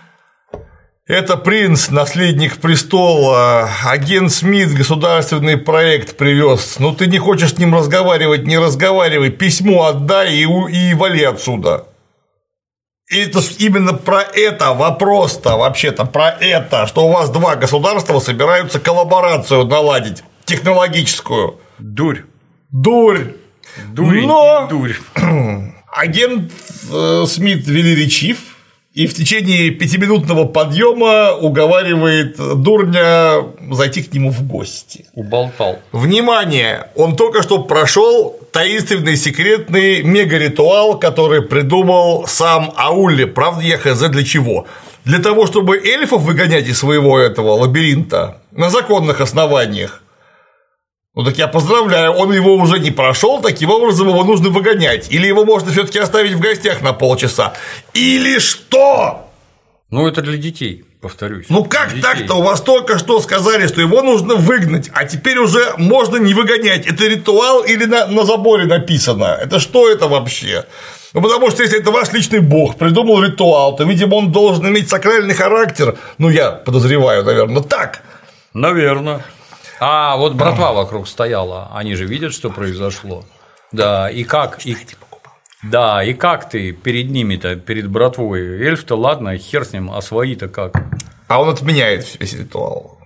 [SPEAKER 2] Это принц, наследник престола, агент Смит, государственный проект привез. Ну, ты не хочешь с ним разговаривать, не разговаривай, письмо отдай и, и вали отсюда. И это именно про это вопрос-то, вообще-то про это, что у вас два государства собираются коллаборацию наладить, технологическую.
[SPEAKER 1] Дурь.
[SPEAKER 2] Дурь.
[SPEAKER 1] Дурь.
[SPEAKER 2] Но
[SPEAKER 1] дурь.
[SPEAKER 2] Агент Смит велеречив и в течение пятиминутного подъема уговаривает дурня зайти к нему в гости.
[SPEAKER 1] Уболтал.
[SPEAKER 2] Внимание! Он только что прошел таинственный секретный мега-ритуал, который придумал сам Аулли. Правда, я хз для чего? Для того, чтобы эльфов выгонять из своего этого лабиринта на законных основаниях. Ну так я поздравляю, он его уже не прошел, таким образом его нужно выгонять. Или его можно все-таки оставить в гостях на полчаса. Или что?
[SPEAKER 1] Ну, это для детей, повторюсь.
[SPEAKER 2] Ну как так-то? У вас только что сказали, что его нужно выгнать, а теперь уже можно не выгонять. Это ритуал или на, на заборе написано? Это что это вообще? Ну, потому что если это ваш личный бог придумал ритуал, то, видимо, он должен иметь сакральный характер. Ну, я подозреваю, наверное, так.
[SPEAKER 1] Наверное. А вот братва вокруг стояла, они же видят, что произошло. Да, и как, и... да, и как ты перед ними-то, перед братвой? Эльф-то ладно, хер с ним, а свои-то как?
[SPEAKER 2] А он отменяет весь ритуал.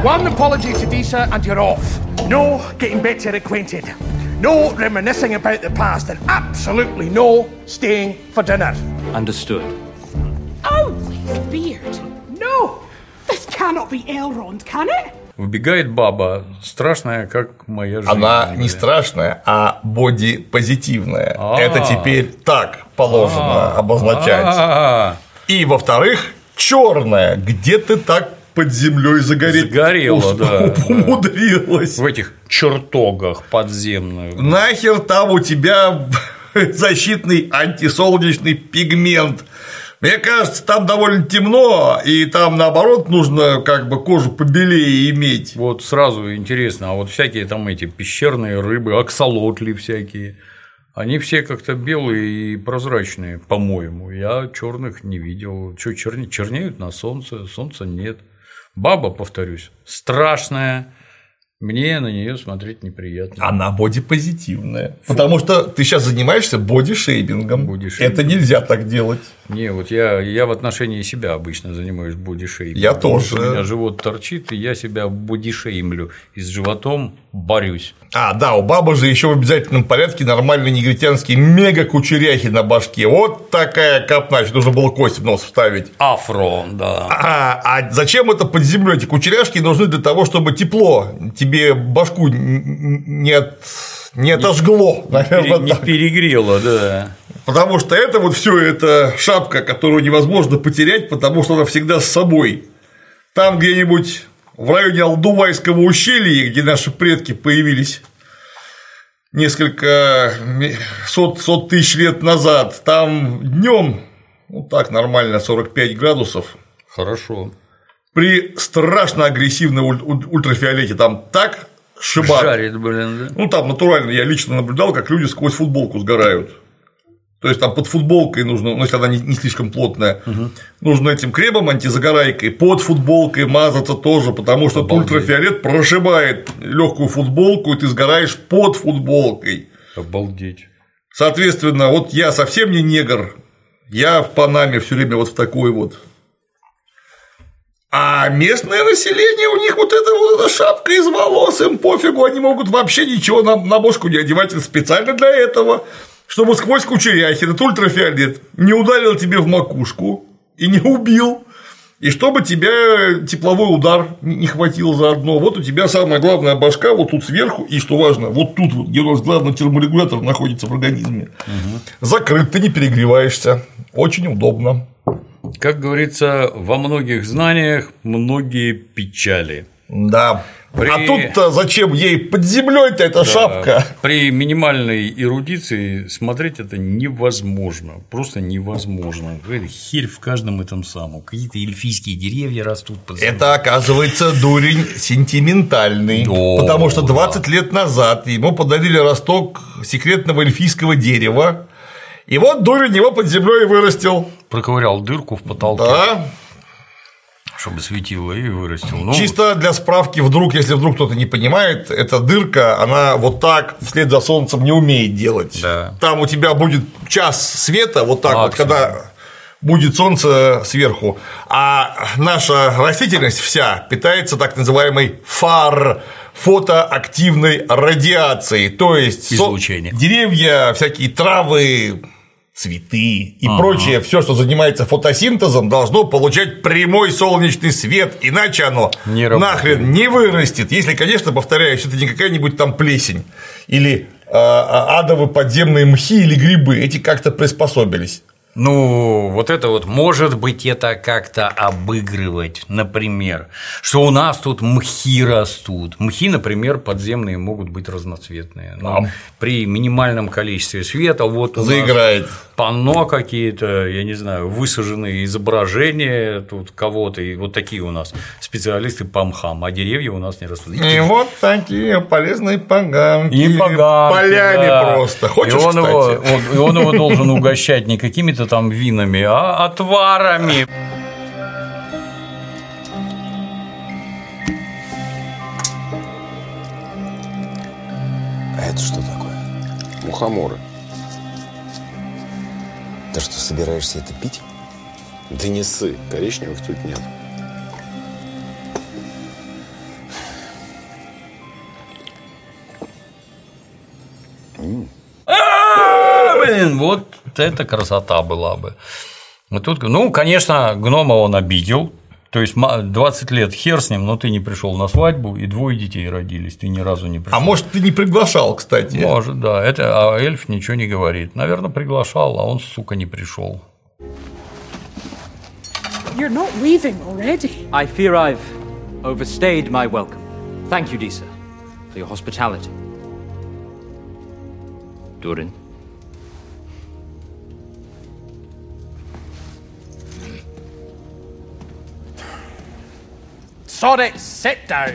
[SPEAKER 7] One apology to Disa and you're off. No getting better acquainted. No reminiscing about the past, and absolutely no staying for dinner.
[SPEAKER 5] Understood.
[SPEAKER 11] Oh, beard. No, this cannot be Elrond, can it?
[SPEAKER 1] Выбегает баба, страшная, как моя жизнь.
[SPEAKER 2] Она не страшная, а бодипозитивная.
[SPEAKER 1] А-а-а.
[SPEAKER 2] Это теперь так положено А-а-а. обозначать. А-а-а. И, во-вторых, черная. Где ты так под землей загореть?
[SPEAKER 1] Загорела, да.
[SPEAKER 2] Умудрилась.
[SPEAKER 1] В этих чертогах подземных.
[SPEAKER 2] Нахер там у тебя защитный антисолнечный пигмент? Мне кажется, там довольно темно, и там, наоборот, нужно как бы кожу побелее иметь.
[SPEAKER 1] Вот сразу интересно, а вот всякие там эти пещерные рыбы, аксолотли всякие, они все как-то белые и прозрачные, по-моему. Я черных не видел. Что, черне... чернеют на солнце? Солнца нет. Баба, повторюсь, страшная. Мне на нее смотреть неприятно.
[SPEAKER 2] Она бодипозитивная. Фу. Потому что ты сейчас занимаешься бодишеймингом. бодишеймингом. Это нельзя так делать.
[SPEAKER 1] Не, вот я, я в отношении себя обычно занимаюсь бодишеймингом.
[SPEAKER 2] Я тоже.
[SPEAKER 1] У меня живот торчит, и я себя бодишеймлю. И с животом борюсь.
[SPEAKER 2] А, да, у бабы же еще в обязательном порядке нормальные негритянские мега-кучеряхи на башке. Вот такая копна, что нужно было кость в нос вставить.
[SPEAKER 1] Афро, да.
[SPEAKER 2] А, а зачем это под землей? Эти кучеряшки нужны для того, чтобы тепло тебе башку не, от... не отожгло,
[SPEAKER 1] не, наверное, не так. перегрело, да.
[SPEAKER 2] Потому что это вот все это шапка, которую невозможно потерять, потому что она всегда с собой. Там где-нибудь в районе Алдувайского ущелья, где наши предки появились несколько сот, сот тысяч лет назад, там днем, ну так нормально, сорок пять градусов.
[SPEAKER 1] Хорошо.
[SPEAKER 2] При страшно агрессивной ультрафиолете там так шибат.
[SPEAKER 1] Жарит, блин, да?
[SPEAKER 2] Ну там натурально я лично наблюдал, как люди сквозь футболку сгорают. То есть там под футболкой нужно, ну если она не слишком плотная, угу. нужно этим кремом антизагорайкой под футболкой мазаться тоже, потому что ультрафиолет прошибает легкую футболку, и ты сгораешь под футболкой.
[SPEAKER 1] Обалдеть.
[SPEAKER 2] Соответственно, вот я совсем не негр, я в Панаме все время вот в такой вот. А местное население, у них вот эта вот эта шапка из волос, им пофигу, они могут вообще ничего на, на бошку не одевать специально для этого. Чтобы сквозь кучеряхи этот ультрафиолет не ударил тебе в макушку и не убил, и чтобы тебя тепловой удар не хватил заодно. Вот у тебя самая главная башка вот тут сверху, и что важно, вот тут, вот, где у нас главный терморегулятор находится в организме, угу. закрыт, ты не перегреваешься, очень удобно.
[SPEAKER 1] Как говорится, во многих знаниях многие печали.
[SPEAKER 2] Да.
[SPEAKER 1] При...
[SPEAKER 2] А тут-то зачем ей под землей-то эта да. шапка?
[SPEAKER 1] При минимальной эрудиции смотреть это невозможно. Просто невозможно. Херь в каждом этом самом. Какие-то эльфийские деревья растут под землей.
[SPEAKER 2] Это, оказывается, дурень сентиментальный. Да. Потому что двадцать лет назад ему подарили росток секретного эльфийского дерева. И вот дурень его под землей вырастил.
[SPEAKER 1] Проковырял дырку в потолке.
[SPEAKER 2] Да.
[SPEAKER 1] Чтобы светило и вырастил. Ну,
[SPEAKER 2] чисто для справки, вдруг, если вдруг кто-то не понимает, эта дырка, она вот так вслед за солнцем не умеет делать.
[SPEAKER 1] Да.
[SPEAKER 2] Там у тебя будет час света, вот так максимум. Вот, когда будет солнце сверху, а наша растительность вся питается так называемой фар, фотоактивной радиацией, то есть
[SPEAKER 1] излучение.
[SPEAKER 2] Деревья, всякие травы, цветы и ага. прочее, все, что занимается фотосинтезом, должно получать прямой солнечный свет, иначе оно не нахрен не вырастет. Если, конечно, повторяюсь, это не какая-нибудь там плесень или э, адовые подземные мхи или грибы, эти как-то приспособились.
[SPEAKER 1] Ну, вот это вот, может быть, это как-то обыгрывать, например, что у нас тут мхи растут. Мхи, например, подземные могут быть разноцветные. Но а. при минимальном количестве света вот у
[SPEAKER 2] заиграет.
[SPEAKER 1] Нас панно какие-то, я не знаю, высаженные изображения тут кого-то, и вот такие у нас специалисты по мхам, а деревья у нас не растут.
[SPEAKER 2] И вот такие полезные поганки,
[SPEAKER 1] и поганки
[SPEAKER 2] полями да. просто. Хочешь,
[SPEAKER 1] и он
[SPEAKER 2] кстати?
[SPEAKER 1] Его, он, и он его должен угощать не какими-то там винами, а отварами.
[SPEAKER 12] А это что такое?
[SPEAKER 13] Мухоморы.
[SPEAKER 12] Ты что, собираешься это пить?
[SPEAKER 13] Да не ссы, коричневых тут нет.
[SPEAKER 1] Блин, вот это красота была бы. Тут, ну, конечно, гнома он обидел. То есть двадцать лет хер с ним, но ты не пришел на свадьбу, и двое детей родились, ты ни разу не пришел.
[SPEAKER 2] А может, ты не приглашал, кстати?
[SPEAKER 1] Может, да. Это, а эльф ничего не говорит. Наверное, приглашал, а он, сука, не пришел.
[SPEAKER 11] You're not leaving already.
[SPEAKER 5] I fear I've overstayed my welcome. Thank you, Disa, for your hospitality. Durin.
[SPEAKER 7] Sorry, sit down.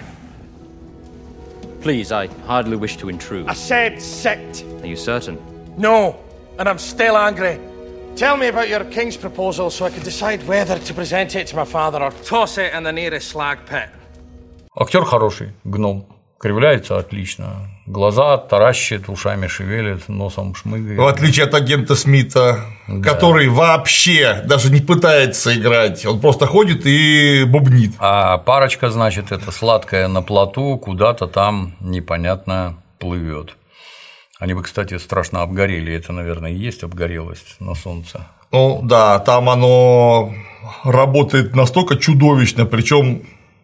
[SPEAKER 5] Please, I hardly wish to intrude.
[SPEAKER 7] I said sit.
[SPEAKER 5] Are you certain?
[SPEAKER 7] No, and I'm still angry. Tell me about your king's proposal so I can decide whether to present it to my father or toss it in the nearest slag pit.
[SPEAKER 1] Актер хороший, гном. Кривляется отлично. Глаза таращит, ушами шевелит, носом шмыгает.
[SPEAKER 2] В отличие от агента Смита, да. Который вообще даже не пытается играть, он просто ходит и бубнит.
[SPEAKER 1] А парочка, значит, это сладкая на плоту, куда-то там непонятно плывет. Они бы, кстати, страшно обгорели. Это, наверное, и есть обгорелость на солнце.
[SPEAKER 2] Ну да, там оно работает настолько чудовищно, причем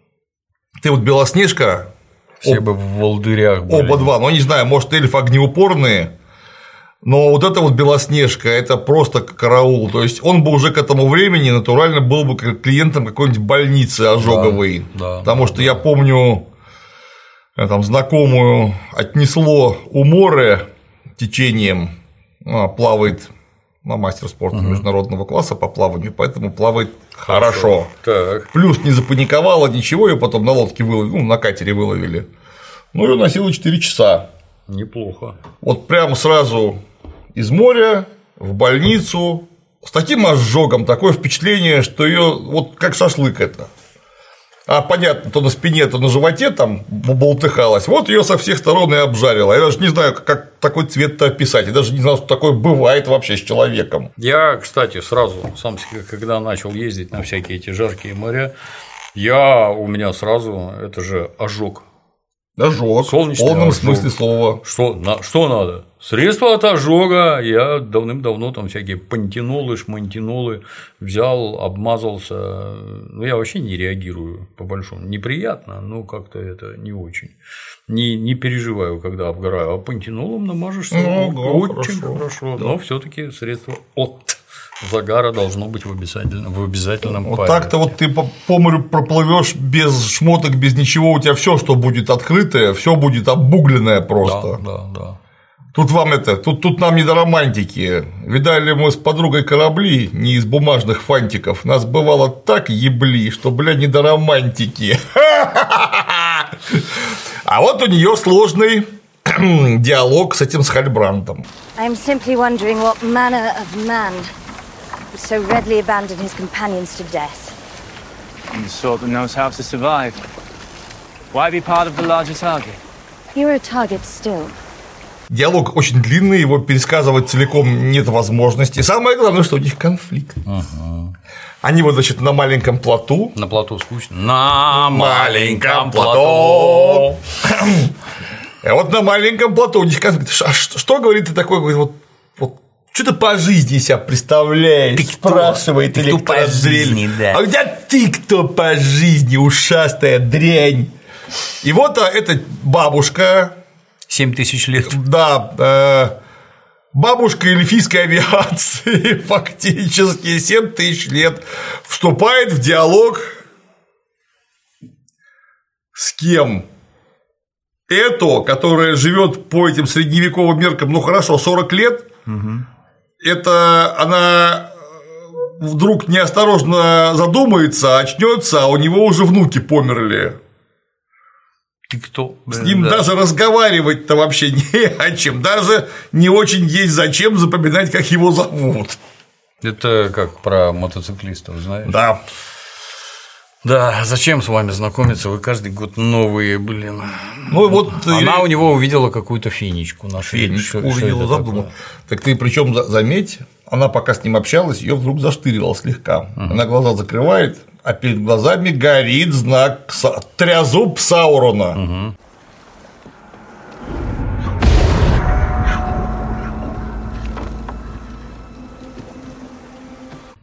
[SPEAKER 2] ты вот Белоснежка.
[SPEAKER 1] Все Об... бы в волдырях были.
[SPEAKER 2] Оба два. Ну, не знаю, может, эльфы огнеупорные, но вот это вот Белоснежка – это просто караул. То есть он бы уже к этому времени натурально был бы клиентом какой-нибудь больницы ожоговой. Да, да, потому что да. Я помню, там знакомую отнесло у моря течением, она плавает, на мастер спорта угу. международного класса по плаванию, поэтому плавает хорошо.
[SPEAKER 1] Так.
[SPEAKER 2] Плюс не запаниковала, ничего, ее потом на лодке выловили, ну, на катере выловили. Ну, ее носило четыре часа.
[SPEAKER 1] Неплохо.
[SPEAKER 2] Вот прямо сразу из моря в больницу с таким ожогом, такое впечатление, что ее вот как шашлык это. А понятно, то на спине, то на животе там болтыхалась. Вот ее со всех сторон и обжарило. Я даже не знаю, как такой цвет-то описать. Я даже не знал, что такое бывает вообще с человеком.
[SPEAKER 1] Я, кстати, сразу, сам когда начал ездить на всякие эти жаркие моря, я у меня сразу это же ожог.
[SPEAKER 2] Ожог.
[SPEAKER 1] Солнечный
[SPEAKER 2] в полном
[SPEAKER 1] ожог.
[SPEAKER 2] смысле слова.
[SPEAKER 1] Что, на, что надо? Средства от ожога. Я давным-давно там всякие пантенолы, шмантенолы взял, обмазался. Ну, я вообще не реагирую по большому. Неприятно, но как-то это не очень. Не, не переживаю, когда обгораю. А пантенолом намажешься ну, да, очень хорошо. хорошо. Да. Но все-таки средство от загара должно быть в обязательном, в обязательном
[SPEAKER 2] вот
[SPEAKER 1] порядке.
[SPEAKER 2] Так-то вот ты по, по морю проплывешь без шмоток, без ничего, у тебя все, что будет открытое, все будет обугленное просто.
[SPEAKER 1] Да, да, да.
[SPEAKER 2] Тут вам это, тут, тут нам не до романтики. Видали мы с подругой корабли не из бумажных фантиков. Нас бывало так ебли, что, бля, не до романтики. А вот у нее сложный диалог с этим с Хальбрандом.
[SPEAKER 3] I'm simply wondering what manner of man would so readily abandon his companions to death.
[SPEAKER 13] The sort that knows how to survive. Why be part of the larger target?
[SPEAKER 3] You're a target still.
[SPEAKER 2] Диалог очень длинный, его пересказывать целиком нет возможности. Самое главное, что у них конфликт.
[SPEAKER 1] Ага.
[SPEAKER 2] Они вот, значит, на маленьком плоту.
[SPEAKER 1] На плоту скучно. На маленьком плоту.
[SPEAKER 2] А вот на маленьком плоту у них конфликт. А что, что говорит ты такой, говорит, вот, вот что ты по жизни себя представляешь?
[SPEAKER 1] Ты
[SPEAKER 2] спрашивает
[SPEAKER 1] ты кто по жизни, да.
[SPEAKER 2] А где ты кто по жизни, ушастая дрянь? И вот а, эта бабушка.
[SPEAKER 1] Семь тысяч лет.
[SPEAKER 2] Да, э, бабушка эльфийской авиации фактически семь тысяч лет вступает в диалог с кем? Эту, которая живет по этим средневековым меркам, ну хорошо, сорок лет, угу. Это она вдруг неосторожно задумается, очнется, а у него уже внуки померли.
[SPEAKER 1] Ты кто?
[SPEAKER 2] С ним да. даже разговаривать-то вообще не о чем. Даже не очень есть зачем запоминать, как его зовут.
[SPEAKER 1] Это как про мотоциклистов, знаешь?
[SPEAKER 2] Да.
[SPEAKER 1] Да, зачем с вами знакомиться? Вы каждый год новые, блин.
[SPEAKER 2] Ну вот
[SPEAKER 1] она у него увидела какую-то финичку на шее.
[SPEAKER 2] Финичку увидела, задумала. Так ты причем заметь, она пока с ним общалась, ее вдруг заштырило слегка. Угу. Она глаза закрывает, а перед глазами горит знак трезуб Саурона.
[SPEAKER 1] Угу.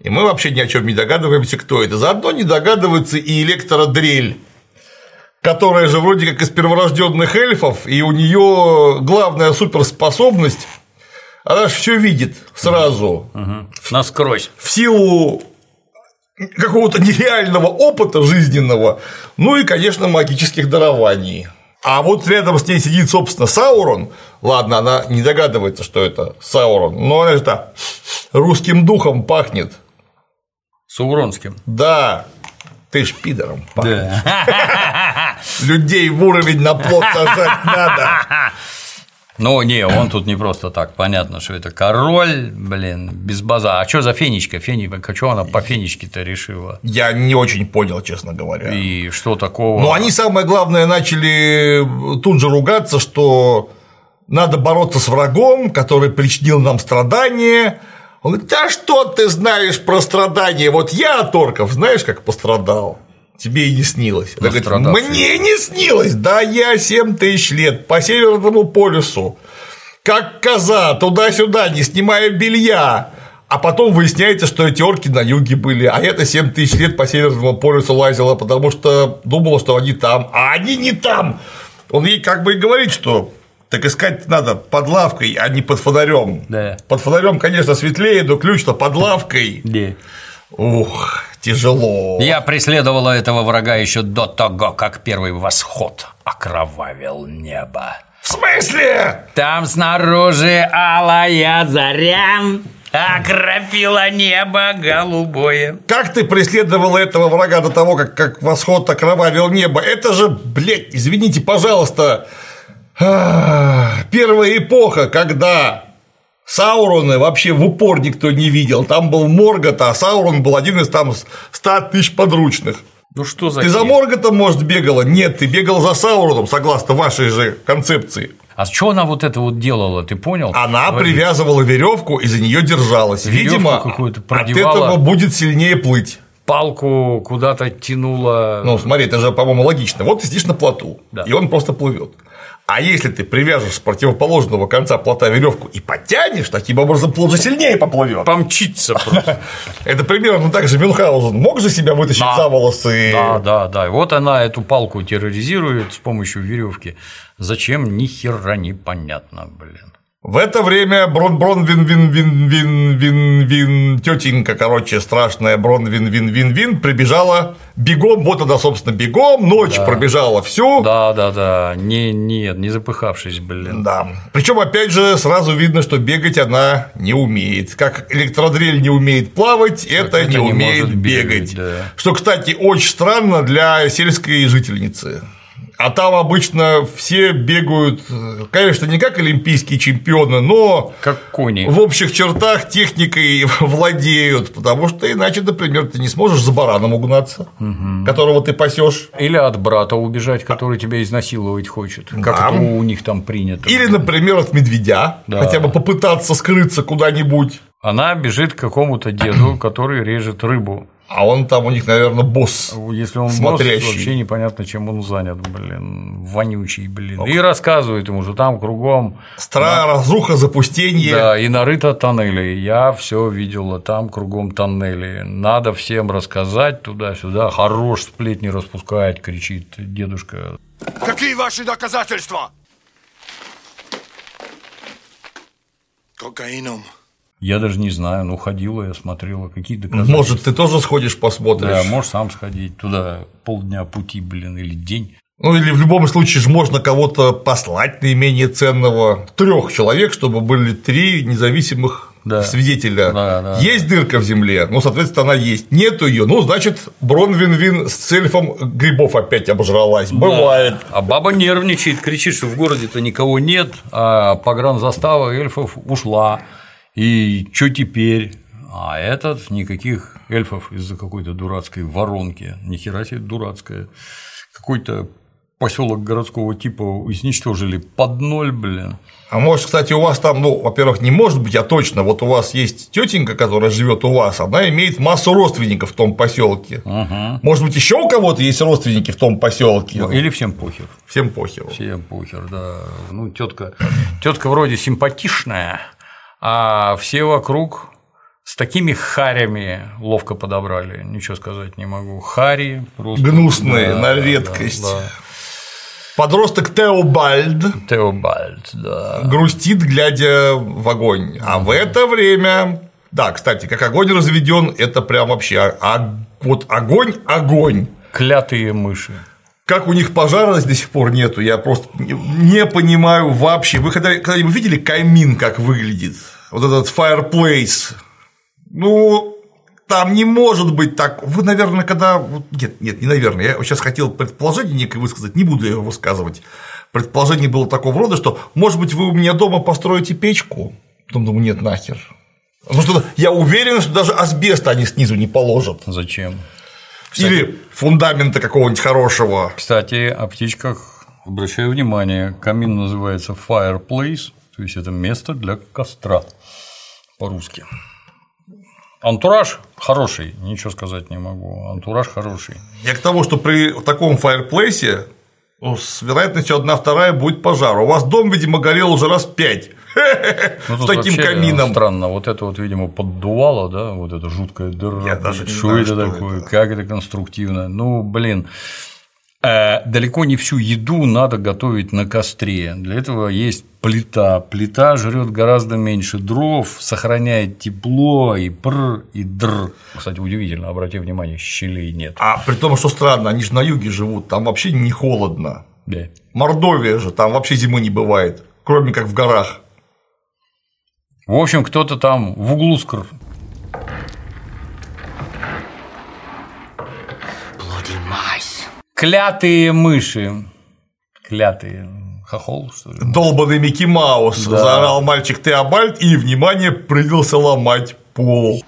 [SPEAKER 2] И мы вообще ни о чем не догадываемся, кто это. Заодно не догадывается и электродрель, которая же вроде как из перворожденных эльфов, и у нее главная суперспособность, она же все видит сразу.
[SPEAKER 1] Угу. Насквозь.
[SPEAKER 2] В силу какого-то нереального опыта жизненного, ну и, конечно, магических дарований. А вот рядом с ней сидит, собственно, Саурон. Ладно, она не догадывается, что это Саурон, но она же так русским духом пахнет.
[SPEAKER 1] Сауронским.
[SPEAKER 2] Да. Ты ж пидором пахнешь. Людей в уровень на плот сажать надо.
[SPEAKER 1] Ну, не, он тут не просто так, понятно, что это король, блин, без база. А что за фенечка? Фенечка, что она по фенечке-то решила?
[SPEAKER 2] Я не очень понял, честно говоря.
[SPEAKER 1] И что такого?
[SPEAKER 2] Ну, они, самое главное, начали тут же ругаться, что надо бороться с врагом, который причинил нам страдания. Он говорит: да что ты знаешь про страдания? Вот я от орков, знаешь, как пострадал? Тебе и не снилось. Она говорит: мне не снилось, да я семь тысяч лет по Северному полюсу, как коза, туда-сюда, не снимая белья. А потом выясняется, что эти орки на юге были, а это семь тысяч лет по Северному полюсу лазила, потому что думала, что они там, а они не там. Он ей как бы и говорит, что так искать надо под лавкой, а не под фонарем.
[SPEAKER 1] Да.
[SPEAKER 2] Под фонарем, конечно, светлее, но ключ-то под лавкой.
[SPEAKER 1] Да.
[SPEAKER 2] Ух, тяжело.
[SPEAKER 1] Я преследовала этого врага еще до того, как первый восход окровавил небо.
[SPEAKER 2] В смысле?
[SPEAKER 1] Там снаружи алая заря окропила небо голубое.
[SPEAKER 2] Как ты преследовала этого врага до того, как, как восход окровавил небо? Это же, блядь, извините, пожалуйста, первая эпоха, когда Саурона вообще в упор никто не видел. Там был Моргот, а Саурон был один из там ста тысяч подручных.
[SPEAKER 1] Ну что за
[SPEAKER 2] Ты за Морготом, может, бегала? Нет, ты бегал за Сауроном, согласно вашей же концепции.
[SPEAKER 1] А что она вот это вот делала, ты понял?
[SPEAKER 2] Она Говорит. привязывала веревку и за нее держалась.
[SPEAKER 1] Веревку
[SPEAKER 2] Видимо,
[SPEAKER 1] какую-то
[SPEAKER 2] от этого будет сильнее плыть.
[SPEAKER 1] Палку куда-то тянула.
[SPEAKER 2] Ну, смотри, это же, по-моему, логично. Вот ты сидишь на плоту,
[SPEAKER 1] да.
[SPEAKER 2] и он просто плывет. А если ты привяжешь с противоположного конца плота веревку и подтянешь, таким образом плот же сильнее поплывет.
[SPEAKER 1] Помчится просто.
[SPEAKER 2] Это примерно так же Мюнхгаузен мог же себя вытащить за волосы.
[SPEAKER 1] Да, да, да. И вот она эту палку терроризирует с помощью веревки. Зачем, ни хера непонятно, блин.
[SPEAKER 2] В это время Брон Брон Вин Вин Вин Вин Вин Вин тетенька, короче, страшная Брон Вин Вин Вин Вин прибежала бегом, вот она, собственно, бегом, ночь да. пробежала всю.
[SPEAKER 1] Да, да, да. Не, нет, не запыхавшись, блин.
[SPEAKER 2] Да. Причем, опять же, сразу видно, что бегать она не умеет. Как электродрель не умеет плавать, это, это не умеет бегать. бегать да. Что, кстати, очень странно для сельской жительницы. А там обычно все бегают, конечно, не как олимпийские чемпионы, но
[SPEAKER 1] как кони.
[SPEAKER 2] В общих чертах техникой владеют, потому что иначе, например, ты не сможешь за бараном угнаться, угу. которого ты пасешь.
[SPEAKER 1] Или от брата убежать, который тебя изнасиловать хочет, как да. это у них там принято.
[SPEAKER 2] Или, например, от медведя, да. хотя бы попытаться скрыться куда-нибудь.
[SPEAKER 1] Она бежит к какому-то деду, который режет рыбу.
[SPEAKER 2] А он там у них, наверное, босс.
[SPEAKER 1] Если он
[SPEAKER 2] смотрящий.
[SPEAKER 1] Босс, вообще непонятно, чем он занят, блин, вонючий, блин. И рассказывает ему, что там кругом
[SPEAKER 2] Стра, на... разруха, запустение.
[SPEAKER 1] Да, и нарыто тоннели. Я все видела, там кругом тоннели. Надо всем рассказать туда-сюда. Хорош сплетни распускать, кричит дедушка.
[SPEAKER 10] Какие ваши доказательства? Кокаином.
[SPEAKER 1] Я даже не знаю, ну ходила, я смотрела, какие доказательства.
[SPEAKER 2] Может, ты тоже сходишь, посмотришь.
[SPEAKER 1] Да, можешь сам сходить туда полдня пути, блин, или день.
[SPEAKER 2] Ну или в любом случае же можно кого-то послать наименее ценного. Трех человек, чтобы были три независимых да. свидетеля.
[SPEAKER 1] Да, да,
[SPEAKER 2] есть да. дырка в земле, ну, соответственно, она есть. Нету ее, ну, значит, Бронвин-Вин с эльфом грибов опять обожралась. Да. Бывает.
[SPEAKER 1] А баба нервничает, кричит, что в городе-то никого нет, а погранзастава эльфов ушла. И что теперь? А этот никаких эльфов из-за какой-то дурацкой воронки. Нихера себе дурацкая. Какой-то поселок городского типа изничтожили под ноль, блин.
[SPEAKER 2] А может, кстати, у вас там, ну, во-первых, не может быть, а точно, вот у вас есть тетенька, которая живет у вас, она имеет массу родственников в том поселке.
[SPEAKER 1] Угу.
[SPEAKER 2] Может быть, еще у кого-то есть родственники в том поселке.
[SPEAKER 1] Ну, или всем похер.
[SPEAKER 2] Всем похер.
[SPEAKER 1] Всем похер, да. Ну, тетка, тетка вроде симпатичная. А все вокруг С такими харями ловко подобрали, ничего сказать не могу. Хари просто…
[SPEAKER 2] Гнусные,
[SPEAKER 1] да,
[SPEAKER 2] на
[SPEAKER 1] да,
[SPEAKER 2] редкость.
[SPEAKER 1] Да, да.
[SPEAKER 2] Подросток Теобальд,
[SPEAKER 1] Теобальд, да.
[SPEAKER 2] грустит, глядя в огонь. А в это время… Да, кстати, как огонь разведен, это прям вообще… А… Вот огонь – огонь.
[SPEAKER 1] Клятые мыши.
[SPEAKER 2] Как у них пожара до сих пор нету, я просто не понимаю вообще. Вы когда-нибудь видели камин, как выглядит? Вот этот fireplace. Ну, там не может быть так. Вы, наверное, когда… Нет, нет, не наверное. Я сейчас хотел предположение некое высказать, не буду его высказывать. Предположение было такого рода, что, может быть, вы у меня дома построите печку? Потом думаю, нет, нахер. Потому что я уверен, что даже асбест они снизу не положат.
[SPEAKER 1] Зачем? Кстати,
[SPEAKER 2] или фундамента какого-нибудь хорошего.
[SPEAKER 1] Кстати, о птичках обращаю внимание. Камин называется fireplace, то есть это место для костра по-русски. Антураж хороший, ничего сказать не могу. Антураж хороший.
[SPEAKER 2] Я к тому, что при таком фаерплейсе с вероятностью одна вторая будет пожар. У вас дом, видимо, горел уже раз пять.
[SPEAKER 1] Ну,
[SPEAKER 2] с таким камином.
[SPEAKER 1] Странно, вот это вот, видимо, поддувало, да, вот это жуткая дыра.
[SPEAKER 2] Я даже не
[SPEAKER 1] что
[SPEAKER 2] знаю,
[SPEAKER 1] это
[SPEAKER 2] что
[SPEAKER 1] такое,
[SPEAKER 2] это.
[SPEAKER 1] как это конструктивно. Ну, блин. Э, далеко не всю еду надо готовить на костре. Для этого есть плита. Плита жрет гораздо меньше дров, сохраняет тепло и пр, и др. Кстати, удивительно, обрати внимание, щелей нет.
[SPEAKER 2] А при том, что странно, они же на юге живут, там вообще не холодно.
[SPEAKER 1] Да.
[SPEAKER 2] Мордовия же, там вообще зимы не бывает, кроме как в горах.
[SPEAKER 1] В общем, кто-то там в углу скр. Клятые мыши. Клятые. Хохол, что ли?
[SPEAKER 2] Долбаный Микки Маус,
[SPEAKER 1] да.
[SPEAKER 2] Заорал мальчик Теобальд и, внимание, принялся ломать пол.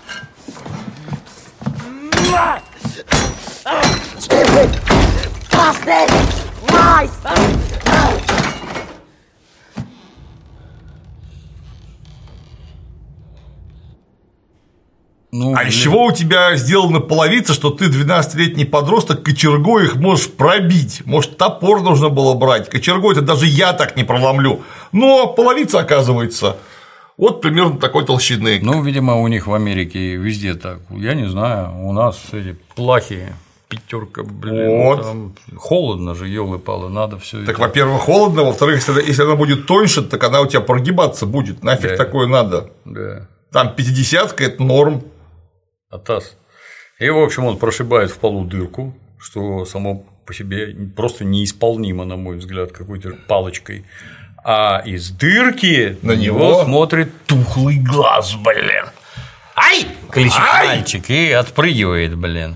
[SPEAKER 1] Ну,
[SPEAKER 2] а из чего у тебя сделана половица, что ты двенадцатилетний подросток кочергой их можешь пробить? Может, топор нужно было брать? Кочергой это даже я так не проломлю. Но половица, оказывается, вот примерно такой толщины.
[SPEAKER 1] Ну, видимо, у них в Америке везде так. Я не знаю, у нас эти плахи. Пятерка, блин,
[SPEAKER 2] вот.
[SPEAKER 1] Там холодно же, ёлы-палы, надо все.
[SPEAKER 2] Так, это... во-первых, холодно, во-вторых, если, если она будет тоньше, так она у тебя прогибаться будет. Нафиг да. такое надо.
[SPEAKER 1] Да.
[SPEAKER 2] Там пятидесятка – это норм.
[SPEAKER 1] Атас. И, в общем, он прошибает в полу дырку, что само по себе просто неисполнимо, на мой взгляд, какой-то палочкой. А из дырки
[SPEAKER 2] на него,
[SPEAKER 1] него смотрит тухлый глаз, блин. Ай! Кричит мальчик и отпрыгивает, блин.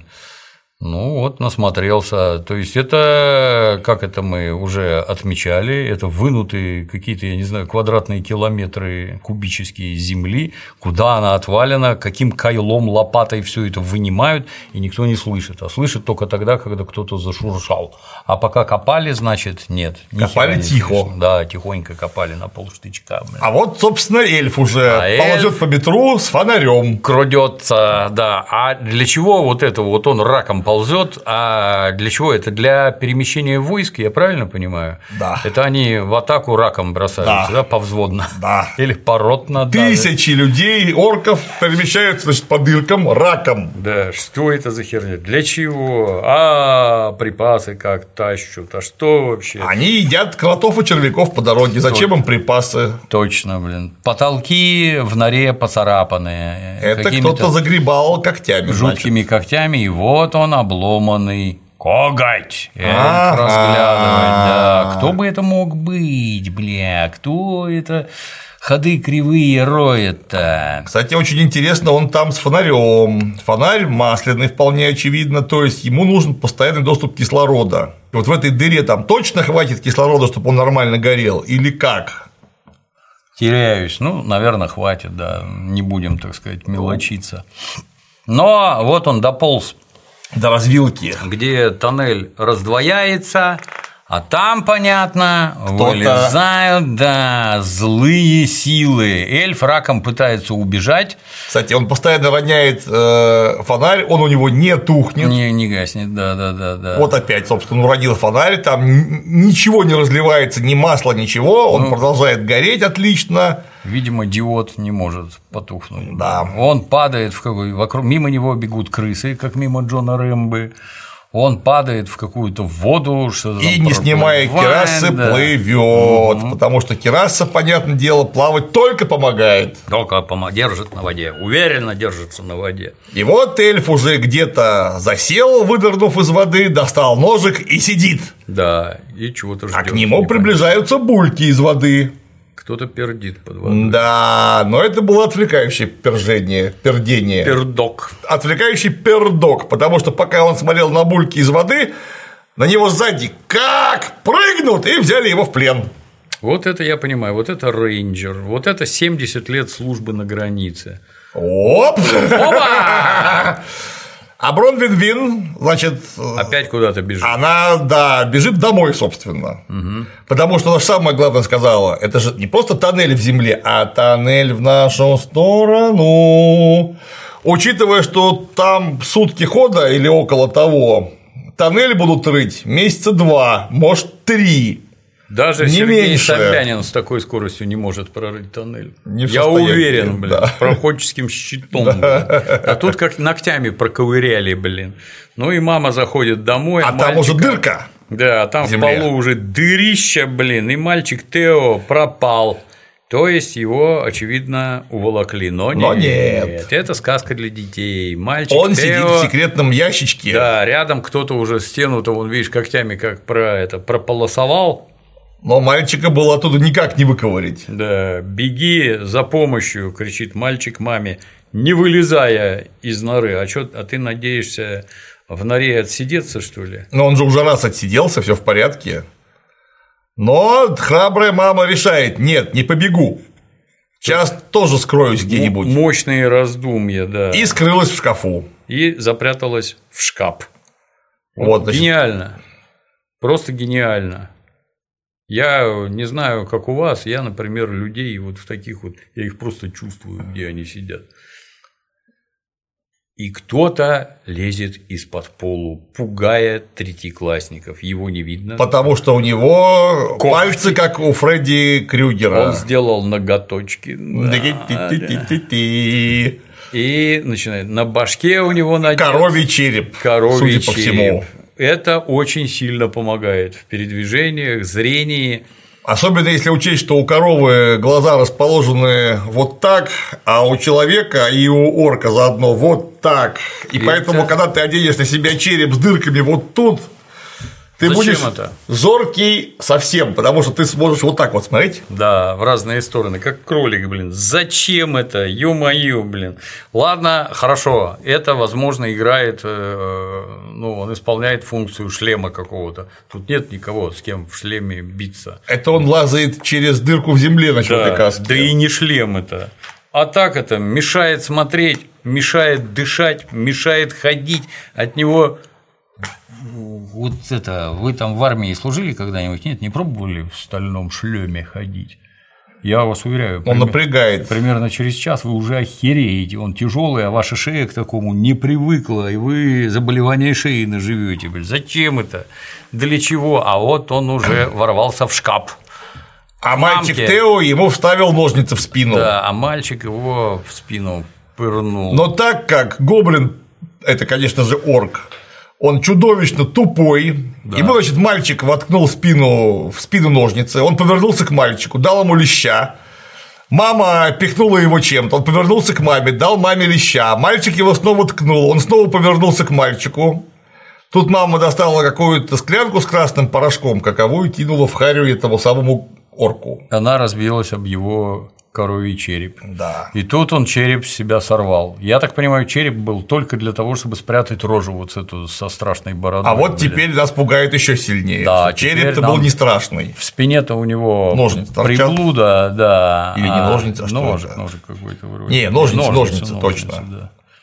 [SPEAKER 1] Ну вот, насмотрелся. То есть это, как это мы уже отмечали, это вынутые какие-то, я не знаю, квадратные километры кубические земли, куда она отвалена, каким кайлом, лопатой все это вынимают, и никто не слышит. А слышит только тогда, когда кто-то зашуршал. А пока копали, значит, нет.
[SPEAKER 2] Копали тихо.
[SPEAKER 1] Слышно. Да, тихонько копали на полштычка. Блин.
[SPEAKER 2] А вот, собственно, эльф уже а ползет эльф... по метру с фонарем.
[SPEAKER 1] Крадется, да. А для чего вот это вот он раком ползет, а для чего это? Для перемещения войск, я правильно понимаю?
[SPEAKER 2] Да.
[SPEAKER 1] Это они в атаку раком бросаются, да, да повзводно?
[SPEAKER 2] Да.
[SPEAKER 1] Или поротно.
[SPEAKER 2] Тысячи да. людей, орков перемещаются, значит, по дыркам раком.
[SPEAKER 1] Да, что это за херня? Для чего? А припасы как тащут? А что вообще?
[SPEAKER 2] Они едят кротов и червяков по дороге. Зачем Точно. им припасы?
[SPEAKER 1] Точно, блин. Потолки в норе поцарапанные.
[SPEAKER 2] Это кто-то загребал когтями.
[SPEAKER 1] Жуткими
[SPEAKER 2] значит.
[SPEAKER 1] когтями, и вот он обломанный коготь. Эльф разглядывает, да. Кто бы это мог быть, бля? Кто это? Ходы кривые роет-то.
[SPEAKER 2] Кстати, очень интересно, он там с фонарем. Фонарь масляный, вполне очевидно, то есть ему нужен постоянный доступ кислорода. И вот в этой дыре там точно хватит кислорода, чтобы он нормально горел, или как?
[SPEAKER 1] Теряюсь. Ну, наверное, хватит, да. Не будем, так сказать, мелочиться. Но вот он дополз
[SPEAKER 2] до развилки,
[SPEAKER 1] где тоннель раздвояется, А там, понятно,
[SPEAKER 2] Кто-то...
[SPEAKER 1] вылезают, да, злые силы. Эльф раком пытается убежать.
[SPEAKER 2] Кстати, он постоянно роняет э, фонарь, он у него не тухнет.
[SPEAKER 1] Не, не гаснет, да, да, да, да.
[SPEAKER 2] Вот опять, собственно, уронил фонарь, там ничего не разливается, ни масла, ничего, он ну, продолжает гореть отлично.
[SPEAKER 1] Видимо, диод не может потухнуть.
[SPEAKER 2] Да.
[SPEAKER 1] Он падает в какой вокруг, мимо него бегут крысы, как мимо Джона Рэмбо. Он падает в какую-то воду, что
[SPEAKER 2] и, не снимая кирасы, да. плывет, угу. потому что кираса, понятное дело, плавать только помогает.
[SPEAKER 1] Только держит на воде, уверенно держится на воде.
[SPEAKER 2] И вот эльф уже где-то засел, выдернув из воды, достал ножик и сидит.
[SPEAKER 1] Да, и чего-то ждёт.
[SPEAKER 2] А к нему приближаются бульки из воды.
[SPEAKER 1] Кто-то пердит под водой.
[SPEAKER 2] Да, но это было отвлекающее пержение, пердение.
[SPEAKER 1] Пердок.
[SPEAKER 2] Отвлекающий пердок, потому что пока он смотрел на бульки из воды, на него сзади как прыгнут и взяли его в плен.
[SPEAKER 1] Вот это я понимаю, вот это рейнджер, вот это семьдесят лет службы на границе.
[SPEAKER 2] Оп! Опа! А Бронвин Вин, значит…
[SPEAKER 1] Опять куда-то бежит.
[SPEAKER 2] Она, да, бежит домой, собственно. Угу. Потому что она самое главное сказала, это же не просто тоннель в земле, а тоннель в нашу сторону. Учитывая, что там сутки хода или около того, тоннель будут рыть месяца два, может, три.
[SPEAKER 1] Даже
[SPEAKER 2] не
[SPEAKER 1] Сергей
[SPEAKER 2] меньше.
[SPEAKER 1] Собянин с такой скоростью не может прорыть тоннель.
[SPEAKER 2] Не
[SPEAKER 1] Я уверен, блин, да. проходческим щитом. Да. А тут как ногтями проковыряли, блин. Ну и мама заходит домой.
[SPEAKER 2] А
[SPEAKER 1] мальчика...
[SPEAKER 2] там уже дырка.
[SPEAKER 1] Да, а там в, в полу уже дырища, блин, и мальчик Тео пропал. То есть его, очевидно, уволокли, но,
[SPEAKER 2] но
[SPEAKER 1] нет.
[SPEAKER 2] нет.
[SPEAKER 1] Это сказка для детей. Мальчик
[SPEAKER 2] Он
[SPEAKER 1] Тео...
[SPEAKER 2] сидит в секретном ящичке.
[SPEAKER 1] Да, рядом кто-то уже стену-то, вон, видишь, когтями как про это прополосовал.
[SPEAKER 2] Но мальчика было оттуда никак не выковырить.
[SPEAKER 1] Да, беги за помощью, кричит мальчик маме, не вылезая из норы. А что, а ты надеешься в норе отсидеться, что ли?
[SPEAKER 2] Но он же уже раз отсиделся, все в порядке. Но храбрая мама решает: нет, не побегу. Сейчас тоже скроюсь где-нибудь.
[SPEAKER 1] Мощные раздумья, да.
[SPEAKER 2] И скрылась в шкафу.
[SPEAKER 1] И запряталась в шкаф.
[SPEAKER 2] Вот, значит...
[SPEAKER 1] Гениально. Просто гениально. Я не знаю, как у вас, я, например, людей вот в таких вот, я их просто чувствую, где они сидят. И кто-то лезет из-под полу, пугая третьеклассников, его не видно.
[SPEAKER 2] Потому что у него когти. Пальцы, как у Фредди Крюгера.
[SPEAKER 1] Он сделал ноготочки. И начинает, на башке у него надет
[SPEAKER 2] коровий череп,
[SPEAKER 1] коровий
[SPEAKER 2] судя по
[SPEAKER 1] череп.
[SPEAKER 2] всему.
[SPEAKER 1] Это очень сильно помогает в передвижениях, зрении.
[SPEAKER 2] Особенно если учесть, что у коровы глаза расположены вот так, а у человека и у орка заодно вот так. И это... поэтому, когда ты оденешь на себя череп с дырками вот тут, ты
[SPEAKER 1] Зачем
[SPEAKER 2] будешь
[SPEAKER 1] это?
[SPEAKER 2] зоркий совсем, потому что ты сможешь вот так вот смотреть.
[SPEAKER 1] Да, в разные стороны, как кролик, блин. Зачем это? Ё-моё, блин. Ладно, хорошо, это, возможно, играет, ну, он исполняет функцию шлема какого-то. Тут нет никого, с кем в шлеме биться.
[SPEAKER 2] Это он лазает через дырку в земле на черной
[SPEAKER 1] да,
[SPEAKER 2] каске.
[SPEAKER 1] Да и не шлем это. А так это мешает смотреть, мешает дышать, мешает ходить, от него. Вот это, вы там в армии служили когда-нибудь? Нет, не пробовали в стальном шлеме ходить? Я вас уверяю,
[SPEAKER 2] он
[SPEAKER 1] пример,
[SPEAKER 2] напрягает.
[SPEAKER 1] Примерно через час вы уже охереете. Он тяжелый, а ваша шея к такому не привыкла, и вы заболевание шеи наживете. Зачем это? Для чего? А вот он уже ворвался в шкаф.
[SPEAKER 2] А мальчик Тео ему вставил ножницы в спину.
[SPEAKER 1] Да, а мальчик его в спину пырнул.
[SPEAKER 2] Но так как гоблин – это, конечно же, орк. Он чудовищно тупой. Да. Ему, значит, мальчик воткнул в спину, в спину ножницы. Он повернулся к мальчику, дал ему леща. Мама пихнула его чем-то. Он повернулся к маме, дал маме леща. Мальчик его снова ткнул. Он снова повернулся к мальчику. Тут мама достала какую-то склянку с красным порошком, каковую кинула в харю этому самому орку.
[SPEAKER 1] Она разбилась об его коровий череп.
[SPEAKER 2] Да.
[SPEAKER 1] И тут он череп с себя сорвал. Я так понимаю, череп был только для того, чтобы спрятать рожу вот с эту со страшной бородой.
[SPEAKER 2] А вот блин. Теперь нас пугает еще сильнее.
[SPEAKER 1] Да,
[SPEAKER 2] череп-то был не страшный.
[SPEAKER 1] В спине-то у него
[SPEAKER 2] ножницы
[SPEAKER 1] приблуда, да.
[SPEAKER 2] Или не ножницы, а что
[SPEAKER 1] ножик,
[SPEAKER 2] это?
[SPEAKER 1] ножик какой-то вроде.
[SPEAKER 2] Не, ножницы, ножницы, ножницы, ножницы точно.
[SPEAKER 1] Да.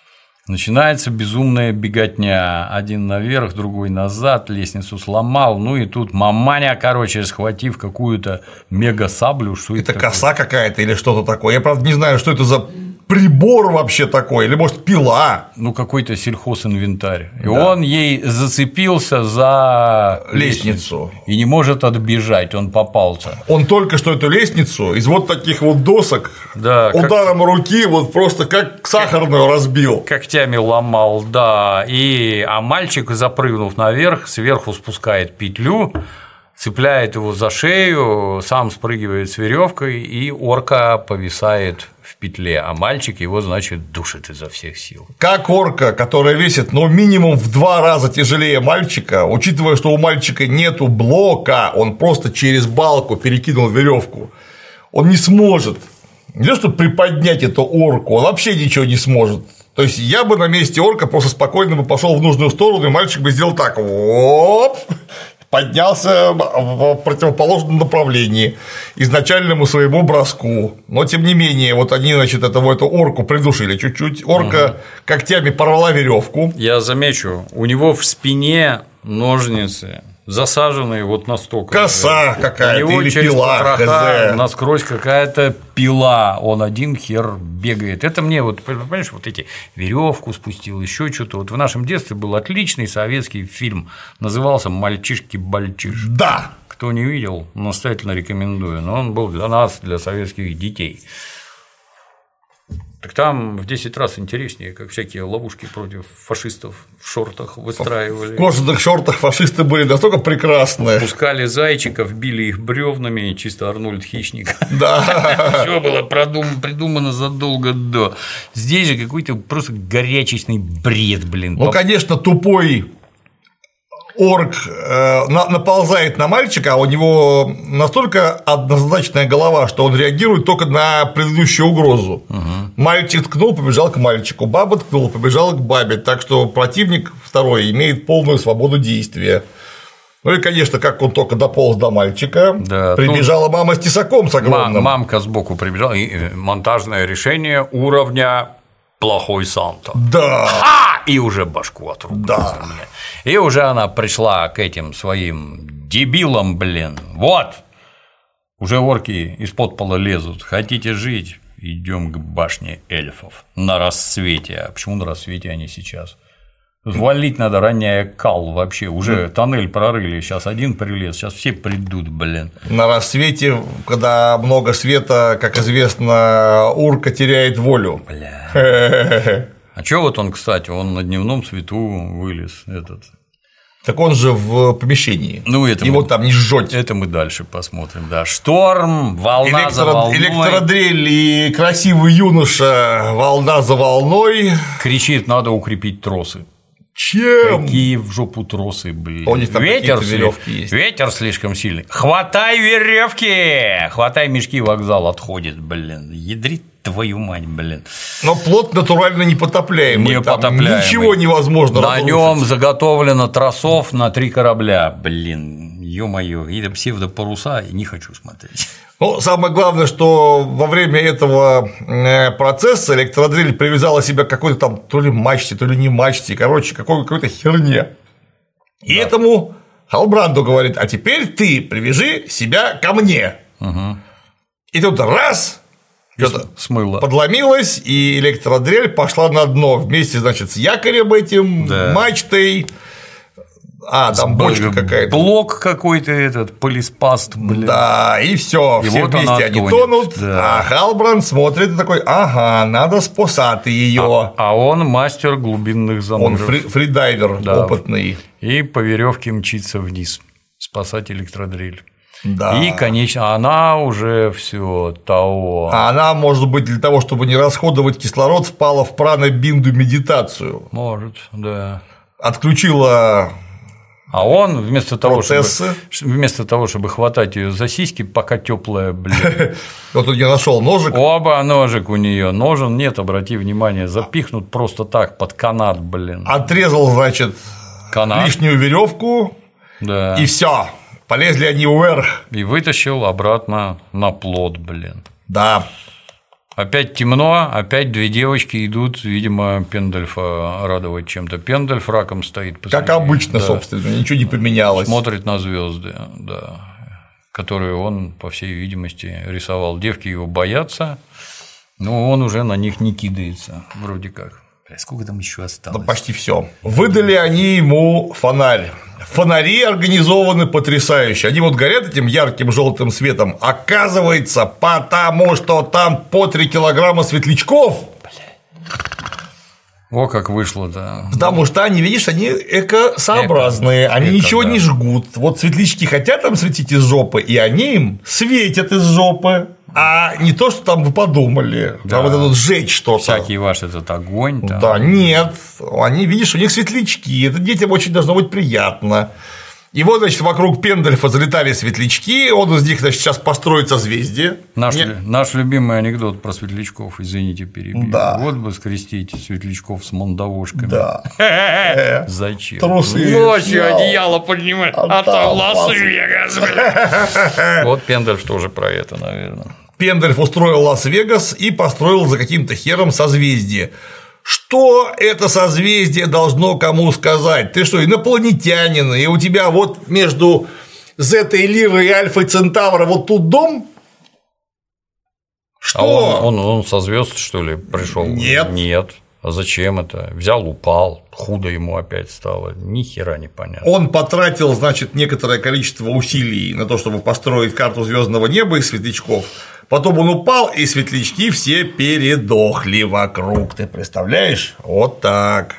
[SPEAKER 1] Начинается безумная беготня. Один наверх, другой назад, лестницу сломал. Ну и тут маманя, короче, схватив какую-то мега-саблю. Что
[SPEAKER 2] это
[SPEAKER 1] это
[SPEAKER 2] коса какая-то или что-то такое. Я, правда, не знаю, что это за прибор вообще такой. Или, может, пила.
[SPEAKER 1] Ну, какой-то сельхозинвентарь. И
[SPEAKER 2] да.
[SPEAKER 1] он ей зацепился за
[SPEAKER 2] лестницу.
[SPEAKER 1] лестницу. И не может отбежать, он попался.
[SPEAKER 2] Он только что эту лестницу из вот таких вот досок
[SPEAKER 1] да,
[SPEAKER 2] ударом
[SPEAKER 1] как...
[SPEAKER 2] руки вот просто как сахарную разбил.
[SPEAKER 1] Когтями ломал, да. И... А мальчик, запрыгнув наверх, сверху спускает петлю, цепляет его за шею, сам спрыгивает с веревкой, и орка повисает в петле, а мальчик его, значит, душит изо всех сил.
[SPEAKER 2] Как орка, которая весит, ну, минимум в два раза тяжелее мальчика, учитывая, что у мальчика нету блока, он просто через балку перекинул веревку, он не сможет не то, чтобы приподнять эту орку, он вообще ничего не сможет. То есть я бы на месте орка просто спокойно бы пошел в нужную сторону, и мальчик бы сделал так, оп, поднялся в противоположном направлении изначальному своему броску. Но тем не менее, вот они, значит, эту, эту орку придушили чуть-чуть. Орка угу. когтями порвала веревку.
[SPEAKER 1] Я замечу, у него в спине ножницы, засаженные вот настолько.
[SPEAKER 2] Коса какая-то или пила,
[SPEAKER 1] хз. Насквозь какая-то пила, он один хер бегает. Это мне вот, понимаешь, вот эти веревку спустил, еще что-то. Вот в нашем детстве был отличный советский фильм, назывался «Мальчишки-бальчиш».
[SPEAKER 2] Да.
[SPEAKER 1] Кто не видел, настоятельно рекомендую, но он был для нас, для советских детей. Так там в десять раз интереснее, как всякие ловушки против фашистов в шортах выстраивали.
[SPEAKER 2] В кожаных шортах фашисты были настолько прекрасные.
[SPEAKER 1] Пускали зайчиков, били их бревнами, чисто Арнольд Хищник.
[SPEAKER 2] Да.
[SPEAKER 1] Все было придумано задолго до. Здесь же какой-то просто горячечный бред, блин.
[SPEAKER 2] Ну, конечно, тупой орк э, наползает на мальчика, а у него настолько однозначная голова, что он реагирует только на предыдущую угрозу. Угу. Мальчик ткнул, побежал к мальчику, баба ткнула, побежала к бабе, так что противник второй имеет полную свободу действия. Ну и, конечно, как он только дополз до мальчика, да, прибежала тут... мама с тесаком с огромным.
[SPEAKER 1] Мамка сбоку прибежала, и монтажное решение уровня плохой Санта.
[SPEAKER 2] Да.
[SPEAKER 1] Ха! И уже башку отрубили.
[SPEAKER 2] Да.
[SPEAKER 1] И уже она пришла к этим своим дебилам, блин. Вот. Уже орки из-под пола лезут. Хотите жить? Идем к башне эльфов. На рассвете. А почему на рассвете они сейчас? Валить надо ранняя кал вообще. Уже тоннель прорыли. Сейчас один прилез, сейчас все придут, блин.
[SPEAKER 2] На рассвете, когда много света, как известно, урка теряет волю.
[SPEAKER 1] Бля. А чё вот он, кстати, он на дневном свету вылез этот.
[SPEAKER 2] Так он же в помещении.
[SPEAKER 1] Ну, это
[SPEAKER 2] его
[SPEAKER 1] мы,
[SPEAKER 2] там не сжёть.
[SPEAKER 1] Это мы дальше посмотрим. Да. Шторм, волна
[SPEAKER 2] Электро...
[SPEAKER 1] за волной.
[SPEAKER 2] Электродрель и красивый юноша, волна за волной.
[SPEAKER 1] Кричит, надо укрепить тросы.
[SPEAKER 2] Чем?
[SPEAKER 1] Какие в жопу тросы, блин.
[SPEAKER 2] У них там
[SPEAKER 1] ветер,
[SPEAKER 2] веревки есть.
[SPEAKER 1] Ветер слишком сильный. Хватай веревки! Хватай мешки, вокзал отходит, блин. Ядрит твою мать, блин.
[SPEAKER 2] Но плот натурально непотопляемый.
[SPEAKER 1] Не потопляемый.
[SPEAKER 2] Ничего невозможно
[SPEAKER 1] На
[SPEAKER 2] разрушить.
[SPEAKER 1] нем заготовлено тросов на три корабля. Блин, ё-моё, это псевдопаруса, не хочу смотреть.
[SPEAKER 2] Ну, самое главное, что во время этого процесса электродрель привязала себя к какой-то там то ли мачте, то ли не мачте, короче, какой-то херне. И да. этому Халбранду говорит: а теперь ты привяжи себя ко мне. Угу. И тут раз что-то
[SPEAKER 1] смыло,
[SPEAKER 2] подломилось, и электродрель пошла на дно вместе, значит, с якорем этим, да. мачтой. А, там бочка какая-то.
[SPEAKER 1] Блок какой-то этот, полиспаст, блин.
[SPEAKER 2] Да, и все, все вот вместе они тонут, да. А Халбранд смотрит и такой: ага, надо спасать ее.
[SPEAKER 1] А, а он мастер глубинных заныров.
[SPEAKER 2] Он фри- фридайвер да. опытный.
[SPEAKER 1] И по веревке мчится вниз, спасать электродрель.
[SPEAKER 2] Да.
[SPEAKER 1] И, конечно, она уже все того.
[SPEAKER 2] А она, может быть, для того, чтобы не расходовать кислород, впала в пранобинду медитацию.
[SPEAKER 1] Может, да.
[SPEAKER 2] Отключила.
[SPEAKER 1] А он вместо того, чтобы,
[SPEAKER 2] процессы.
[SPEAKER 1] вместо того, чтобы хватать ее за сиськи, пока теплая, блин.
[SPEAKER 2] Вот тут я нашел ножик.
[SPEAKER 1] Оба ножик у нее. Ножен нет, обрати внимание, запихнут просто так под канат, блин.
[SPEAKER 2] Отрезал, значит,
[SPEAKER 1] канат.
[SPEAKER 2] Лишнюю веревку.
[SPEAKER 1] Да.
[SPEAKER 2] И все. Полезли они вверх.
[SPEAKER 1] И вытащил обратно на плот, блин.
[SPEAKER 2] Да.
[SPEAKER 1] Опять темно, опять две девочки идут, видимо, Пендальфа радовать чем-то. Пендальф раком стоит посреди.
[SPEAKER 2] Как обычно,
[SPEAKER 1] да.
[SPEAKER 2] собственно, ничего не поменялось.
[SPEAKER 1] Смотрит на звезды, да, которые он, по всей видимости, рисовал. Девки его боятся, но он уже на них не кидается, вроде как. Сколько там еще осталось?
[SPEAKER 2] Да почти все. Выдали они ему фонарь. Фонари организованы потрясающе. Они вот горят этим ярким желтым светом. Оказывается, потому что там по три килограмма светлячков.
[SPEAKER 1] О, как вышло, да.
[SPEAKER 2] Потому что они, видишь, они экосообразные, Эко. они Эко, ничего да. не жгут. Вот светлячки хотят там светить из жопы, и они им светят из жопы. А не то, что там вы подумали, да. там вот это сжечь что-то.
[SPEAKER 1] Всякий ваш этот огонь. Там.
[SPEAKER 2] Да, нет. Они, видишь, у них светлячки. Это детям очень должно быть приятно. И вот, значит, вокруг Пендальфа залетали светлячки, он из них, значит, сейчас построит созвездие.
[SPEAKER 1] Наш, Мне... наш любимый анекдот про светлячков, извините, перебью. Да. Вот бы скрестить светлячков с мандавошками.
[SPEAKER 2] Да.
[SPEAKER 1] Зачем?
[SPEAKER 2] Трусы.
[SPEAKER 1] Ночью одеяло поднимать, а там Лас-Вегас. Вот Пендальф тоже про это, наверное.
[SPEAKER 2] Пендальф устроил Лас-Вегас и построил за каким-то хером созвездие. Что это созвездие должно кому сказать? Ты что, инопланетянин, и у тебя вот между Зетой Лирой и Альфой Центавра вот тут дом? Что?
[SPEAKER 1] А он, он, он со звезд, что ли, пришел?
[SPEAKER 2] Нет.
[SPEAKER 1] Нет. А зачем это? Взял, упал, худо ему опять стало, ни хера не понятно.
[SPEAKER 2] Он потратил, значит, некоторое количество усилий на то, чтобы построить карту звездного неба из светлячков. Потом он упал, и светлячки все передохли вокруг. Ты представляешь? Вот так.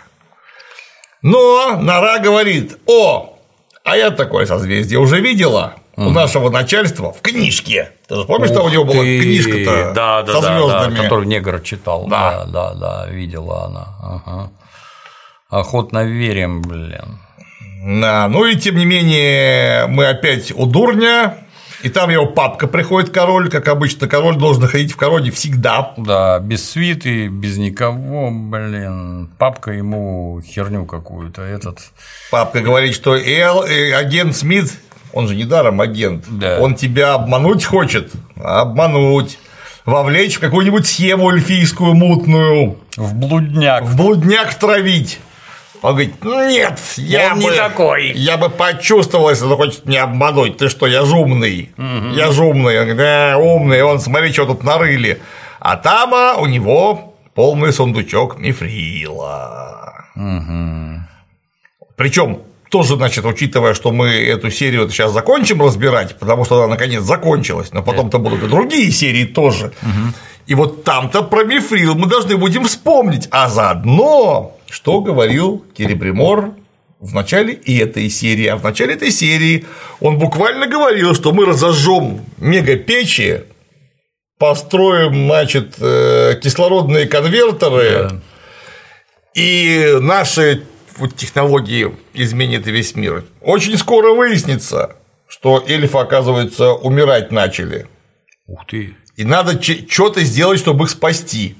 [SPEAKER 2] Но Нора говорит: о, а я такое созвездие уже видела у нашего начальства в книжке. Ты же помнишь, что у него была книжка-то
[SPEAKER 1] да, да,
[SPEAKER 2] со
[SPEAKER 1] да,
[SPEAKER 2] звездами,
[SPEAKER 1] да, которую негр читал?
[SPEAKER 2] Да,
[SPEAKER 1] да, да, да, видела она. Ага. Охотно верим, блин.
[SPEAKER 2] Да, ну и тем не менее мы опять у дурня. И там его папка приходит, король, как обычно, король должен находить в короне всегда.
[SPEAKER 1] Да, без свиты, без никого, блин. Папка ему херню какую-то, этот.
[SPEAKER 2] Папка говорит, что Эл, агент Смит, он же недаром агент,
[SPEAKER 1] да.
[SPEAKER 2] он тебя обмануть хочет, обмануть, вовлечь в какую-нибудь схему эльфийскую мутную.
[SPEAKER 1] В блудняк.
[SPEAKER 2] В блудняк травить. Он говорит: нет, я
[SPEAKER 1] он
[SPEAKER 2] бы,
[SPEAKER 1] не такой.
[SPEAKER 2] Я бы почувствовал, если он хочет меня обмануть. Ты что, я ж умный. Угу. Я ж умный. Он говорит: э, умный, он, смотри, что тут нарыли. А там а, у него полный сундучок мифрила.
[SPEAKER 1] Угу.
[SPEAKER 2] Причем тоже, значит, учитывая, что мы эту серию сейчас закончим разбирать, потому что она наконец закончилась, но потом-то будут и другие серии тоже.
[SPEAKER 1] Угу.
[SPEAKER 2] И вот там-то про мифрил мы должны будем вспомнить, а заодно. Что говорил Келебримор в начале и этой серии? А в начале этой серии он буквально говорил, что мы разожжем мегапечи, построим, значит, кислородные конвертеры, да. и наши технологии изменят весь мир. Очень скоро выяснится, что эльфы, оказывается, умирать начали.
[SPEAKER 1] Ух ты.
[SPEAKER 2] И надо что-то сделать, чтобы их спасти.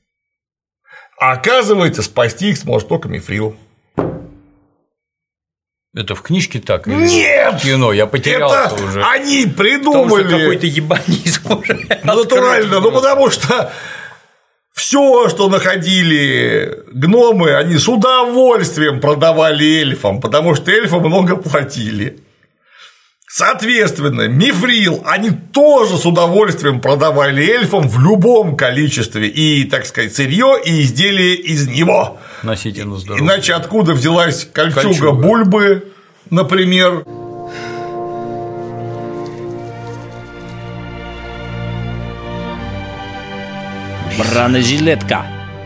[SPEAKER 2] А оказывается, спасти их сможет только мифрил.
[SPEAKER 1] Это в книжке так?
[SPEAKER 2] Нет!
[SPEAKER 1] В кино, я потерялся
[SPEAKER 2] это
[SPEAKER 1] уже.
[SPEAKER 2] Они придумали.
[SPEAKER 1] Какой-то ебанизм уже.
[SPEAKER 2] Натурально, ну потому что все, что находили гномы, они с удовольствием продавали эльфам, потому что эльфам много платили. Соответственно, мифрил они тоже с удовольствием продавали эльфам в любом количестве, и, так сказать, сырье и изделия из него.
[SPEAKER 1] Носите на здоровье.
[SPEAKER 2] Иначе откуда взялась кольчуга,
[SPEAKER 1] кольчуга
[SPEAKER 2] бульбы, например?
[SPEAKER 6] Бронежилетка.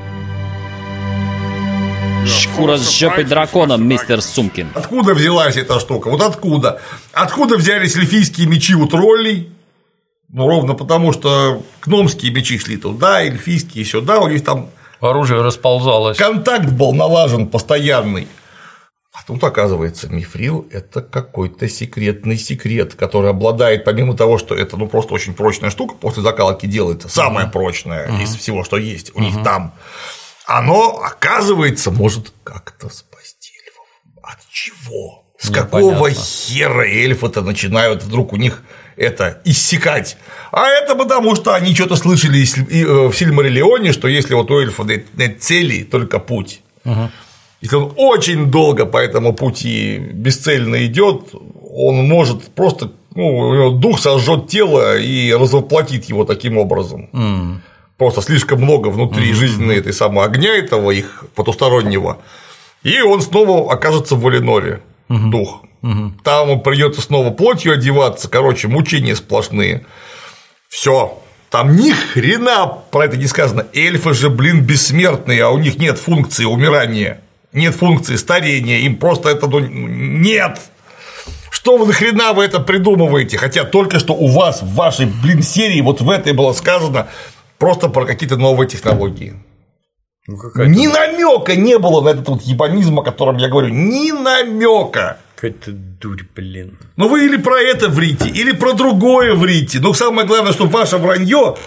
[SPEAKER 6] Шкура с жопой дракона, мистер Сумкин.
[SPEAKER 2] Откуда взялась эта штука? Вот откуда? Откуда взялись эльфийские мечи у троллей? Ну, ровно потому, что гномские мечи шли туда, эльфийские сюда, у них там
[SPEAKER 1] оружие расползалось.
[SPEAKER 2] Контакт был налажен постоянный. А тут, оказывается, мифрил – это какой-то секретный секрет, который обладает, помимо того, что это ну, просто очень прочная штука, после закалки делается, самая uh-huh. прочная uh-huh. из всего, что есть у uh-huh. них там. Оно, оказывается, может как-то спасти эльфов. От чего? С какого хера эльфы-то начинают вдруг у них это иссякать. А это потому, что они что-то слышали в Сильмариллионе, что если вот у эльфа нет цели, только путь. Угу. Если он очень долго по этому пути бесцельно идет, он может просто, ну, дух сожжет тело и развоплотит его таким образом. Mm. Просто слишком много внутри mm-hmm. жизненной этой самой огня этого их потустороннего, и он снова окажется в Валиноре, mm-hmm. дух. Mm-hmm. Там придется снова плотью одеваться, короче, мучения сплошные. Все. Там ни хрена про это не сказано. Эльфы же, блин, бессмертные, а у них нет функции умирания, нет функции старения, им просто это нет. Что вы нахрена вы это придумываете? Хотя только что у вас в вашей, блин, серии вот в этой было сказано просто про какие-то новые технологии. Ну, ни намека не было на этот вот ебанизм, о котором я говорю. Ни намека.
[SPEAKER 1] Какая-то дурь, блин.
[SPEAKER 2] Ну вы или про это врите, или про другое врите. Но самое главное, чтобы ваше вранье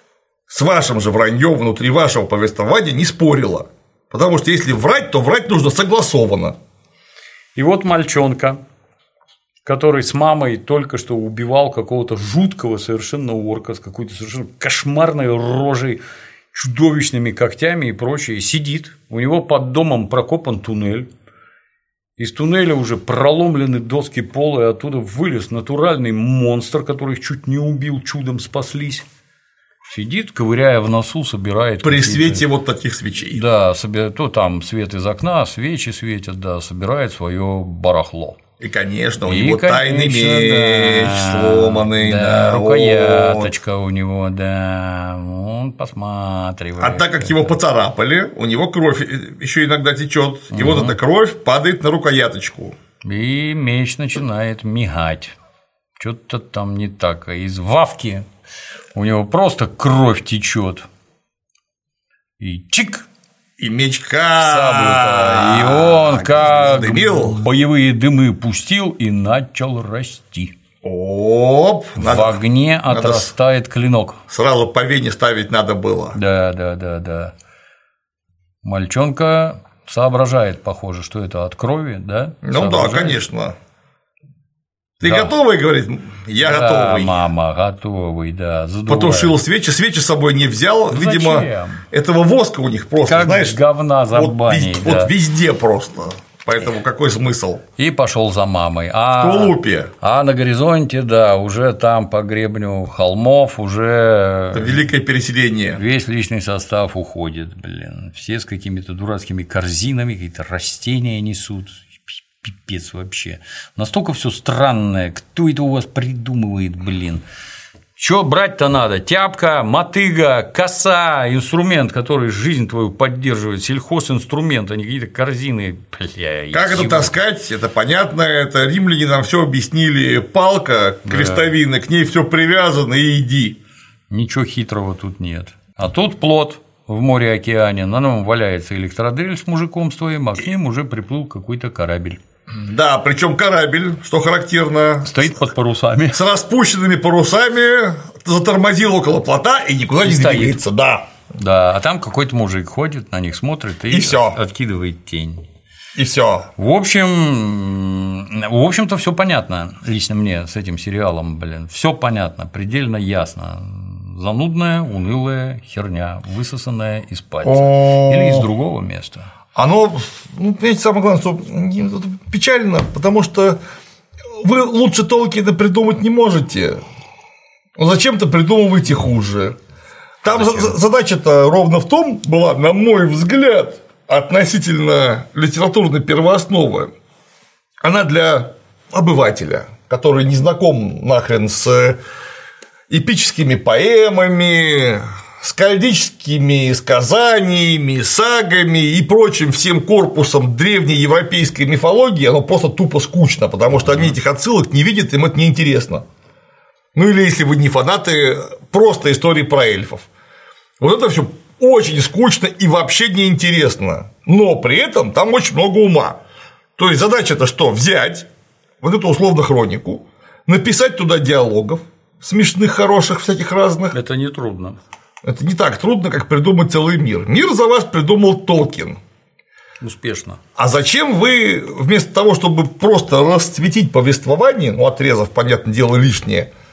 [SPEAKER 2] с вашим же враньем внутри вашего повествования не спорило. Потому что если врать, то врать нужно согласованно.
[SPEAKER 1] И вот мальчонка, который с мамой только что убивал какого-то жуткого совершенно орка с какой-то совершенно кошмарной рожей, чудовищными когтями и прочее, сидит, у него под домом прокопан туннель, из туннеля уже проломлены доски пола, и оттуда вылез натуральный монстр, который их чуть не убил, чудом спаслись. Сидит, ковыряя в носу, собирает.
[SPEAKER 2] При свете вот таких свечей.
[SPEAKER 1] Да, собирает, то там свет из окна, свечи светят, да, собирает свое барахло.
[SPEAKER 2] И, конечно, у
[SPEAKER 1] и,
[SPEAKER 2] него
[SPEAKER 1] конечно,
[SPEAKER 2] тайный меч, да, сломанный,
[SPEAKER 1] да, да, рукояточка вот у него, да, он посматривает.
[SPEAKER 2] А так как его поцарапали, у него кровь еще иногда течет, и угу. вот эта кровь падает на рукояточку.
[SPEAKER 1] И меч начинает мигать. Что-то там не так. А из вавки у него просто кровь течет. И чик!
[SPEAKER 2] И меч как...
[SPEAKER 1] И он как задымил. Боевые дымы пустил и начал расти.
[SPEAKER 2] Оп!
[SPEAKER 1] В надо, огне отрастает клинок.
[SPEAKER 2] Сразу по вене ставить надо было.
[SPEAKER 1] Да, да, да, да. Мальчонка соображает, похоже, что это от крови, да?
[SPEAKER 2] Ну да, конечно. Ты да. готовый, говорит? Я
[SPEAKER 1] да,
[SPEAKER 2] готовый.
[SPEAKER 1] Мама, готовый, да.
[SPEAKER 2] Задувает. Потушил свечи, свечи с собой не взял. Ну, видимо, зачем? Этого воска у них просто,
[SPEAKER 1] как
[SPEAKER 2] знаешь,
[SPEAKER 1] говна за
[SPEAKER 2] вот,
[SPEAKER 1] баней,
[SPEAKER 2] везде,
[SPEAKER 1] да.
[SPEAKER 2] вот везде просто. Поэтому какой смысл?
[SPEAKER 1] И пошел за мамой. А,
[SPEAKER 2] в тулупе.
[SPEAKER 1] А на горизонте, да, уже там по гребню холмов уже.
[SPEAKER 2] Это великое переселение.
[SPEAKER 1] Весь личный состав уходит, блин. Все с какими-то дурацкими корзинами, какие-то растения несут. Пипец вообще. Настолько все странное. Кто это у вас придумывает, блин? Что брать-то надо? Тяпка, мотыга, коса, инструмент, который жизнь твою поддерживает, сельхозинструмент, а не какие-то корзины. Бля,
[SPEAKER 2] как это таскать? Это понятно. Это римляне нам все объяснили. Палка, крестовина, да. К ней все привязано и иди.
[SPEAKER 1] Ничего хитрого тут нет. А тут плот в море-океане, на нем валяется электродель с мужиком с твоим, а к ним уже приплыл какой-то корабль.
[SPEAKER 2] Да, причем корабль, что характерно,
[SPEAKER 1] стоит под парусами.
[SPEAKER 2] С распущенными парусами, затормозил около плота и никуда и не стоит. Двигается. Да.
[SPEAKER 1] Да, а там какой-то мужик ходит, на них смотрит и,
[SPEAKER 2] и всё.
[SPEAKER 1] Откидывает тень.
[SPEAKER 2] И все.
[SPEAKER 1] В общем, в общем-то, все понятно. Лично мне с этим сериалом, блин, все понятно, предельно ясно. Занудная, унылая херня, высосанная из пальца или из другого места.
[SPEAKER 2] Оно, ну, понимаете, самое главное, что печально, потому что вы лучше Толкина придумать не можете. Но зачем-то придумываете хуже. Там задача-то ровно в том была, на мой взгляд, относительно литературной первоосновы. Она для обывателя, который не знаком нахрен с эпическими поэмами, скальдическими сказаниями, сагами и прочим всем корпусом древней европейской мифологии, оно просто тупо скучно, потому что они этих отсылок не видят, им это неинтересно. Ну или если вы не фанаты просто истории про эльфов. Вот это все очень скучно и вообще неинтересно, но при этом там очень много ума. То есть задача-то что? Взять вот эту условно хронику, написать туда диалогов смешных, хороших, всяких разных.
[SPEAKER 1] Это нетрудно.
[SPEAKER 2] Это не так трудно, как придумать целый мир. Мир за вас придумал Толкин.
[SPEAKER 1] Успешно.
[SPEAKER 2] А зачем вы, вместо того, чтобы просто расцветить повествование, ну, отрезав, понятное дело, лишнее,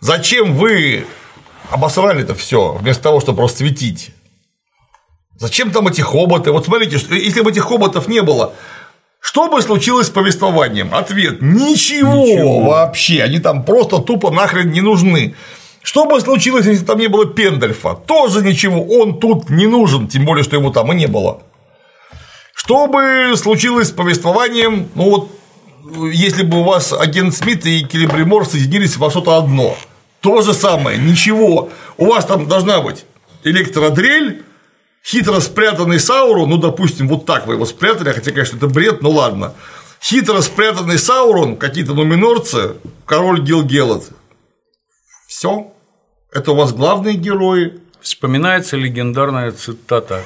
[SPEAKER 2] Зачем вы обосрали-то все, вместо того, чтобы расцветить? Зачем там эти хоботы? Вот смотрите, если бы этих хоботов не было, что бы случилось с повествованием? Ответ – ничего, ничего вообще, они там просто тупо нахрен не нужны. Что бы случилось, если там не было Пендальфа? Тоже ничего, он тут не нужен, тем более, что его там и не было. Что бы случилось с повествованием, ну вот, если бы у вас агент Смит и Келебримор соединились во что-то одно, то же самое, ничего, у вас там должна быть электродрель, хитро спрятанный Саурон, ну, допустим, вот так вы его спрятали, хотя, конечно, это бред, ну ладно, хитро спрятанный Саурон, какие-то нуминорцы, король Гилгелад. Все, это у вас главные герои.
[SPEAKER 1] Вспоминается легендарная цитата.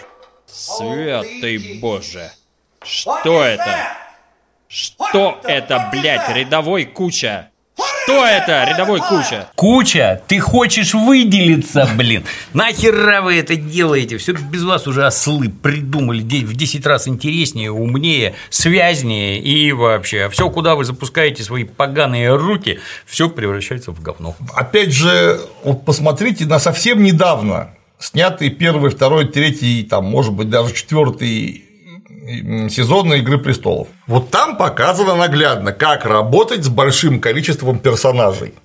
[SPEAKER 6] Святый Боже, что это? Что это, блядь, рядовой Куча? Что это, рядовой Куча?
[SPEAKER 1] Куча, ты хочешь выделиться, блин? Нахера вы это делаете? Все без вас уже ослы придумали в десять раз интереснее, умнее, связнее и вообще. Все, куда вы запускаете свои поганые руки, все превращается в говно.
[SPEAKER 2] Опять же, вот посмотрите на совсем недавно снятый первый, второй, третий, там, может быть, даже четвертый сезона «Игры престолов». Вот там показано наглядно, как работать с большим количеством персонажей.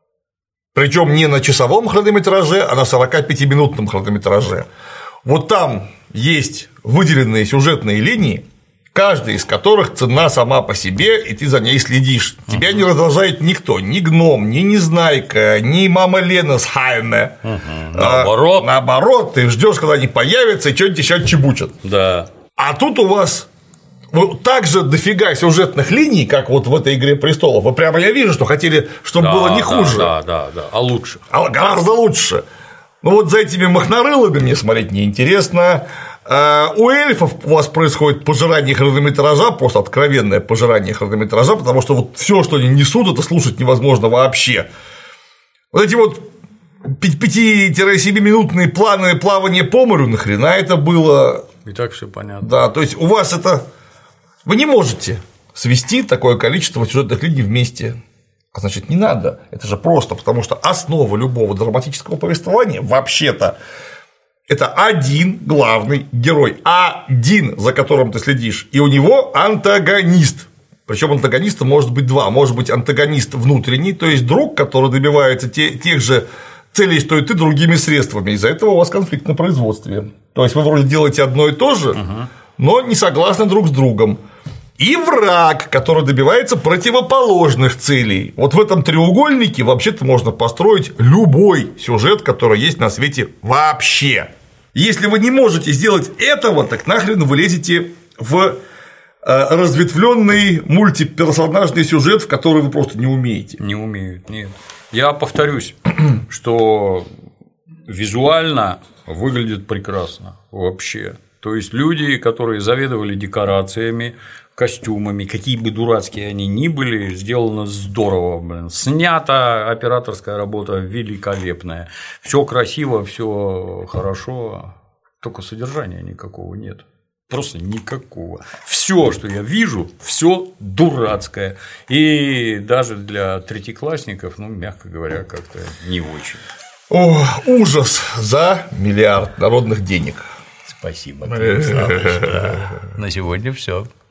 [SPEAKER 2] Причем не на часовом хронометраже, а на сорокапятиминутном хронометраже. Вот там есть выделенные сюжетные линии, каждая из которых ценна сама по себе, и ты за ней следишь. Тебя uh-huh. не раздражает никто, ни гном, ни Незнайка, ни мама Лена с Хайме. Uh-huh. Наоборот. А, наоборот, ты ждешь, когда они появятся и что-нибудь еще отчебучат.
[SPEAKER 1] Да.
[SPEAKER 2] А тут у вас так же дофига сюжетных линий, как вот в этой «Игре престолов». Вы прямо, я вижу, что хотели, чтобы
[SPEAKER 1] да,
[SPEAKER 2] было не
[SPEAKER 1] да,
[SPEAKER 2] хуже.
[SPEAKER 1] Да, да, да, а лучше.
[SPEAKER 2] А гораздо лучше. Ну вот за этими махнорылами мне смотреть неинтересно. У эльфов у вас происходит пожирание хронометража, просто откровенное пожирание хронометража, потому что вот все, что они несут, это слушать невозможно вообще. Вот эти вот пяти-семиминутные планы плавания по морю, нахрена это было?
[SPEAKER 1] И так все понятно.
[SPEAKER 2] Да, то есть у вас это. Вы не можете свести такое количество сюжетных линий вместе. А значит, не надо. Это же просто, потому что основа любого драматического повествования вообще-то это один главный герой, один, за которым ты следишь, и у него антагонист. Причем антагониста может быть два. Может быть антагонист внутренний, то есть друг, который добивается те, тех же целей, что и ты, другими средствами. Из-за этого у вас конфликт на производстве. То есть вы вроде делаете одно и то же, uh-huh. но не согласны друг с другом. И враг, который добивается противоположных целей. Вот в этом треугольнике вообще-то можно построить любой сюжет, который есть на свете вообще. Если вы не можете сделать этого, так нахрен вы лезете в разветвленный мультиперсонажный сюжет, в который вы просто не умеете.
[SPEAKER 1] Не умеют, нет. Я повторюсь, что визуально выглядит прекрасно вообще. То есть люди, которые заведовали декорациями, костюмами, какие бы дурацкие они ни были, сделано здорово, блин. Снята операторская работа великолепная. Все красиво, все хорошо, только содержания никакого нет. Просто никакого. Все, что я вижу, все дурацкое. И даже для третьеклассников, ну, мягко говоря, как-то не очень.
[SPEAKER 2] О, ужас за миллиард народных денег.
[SPEAKER 1] Спасибо, Александр. На сегодня все.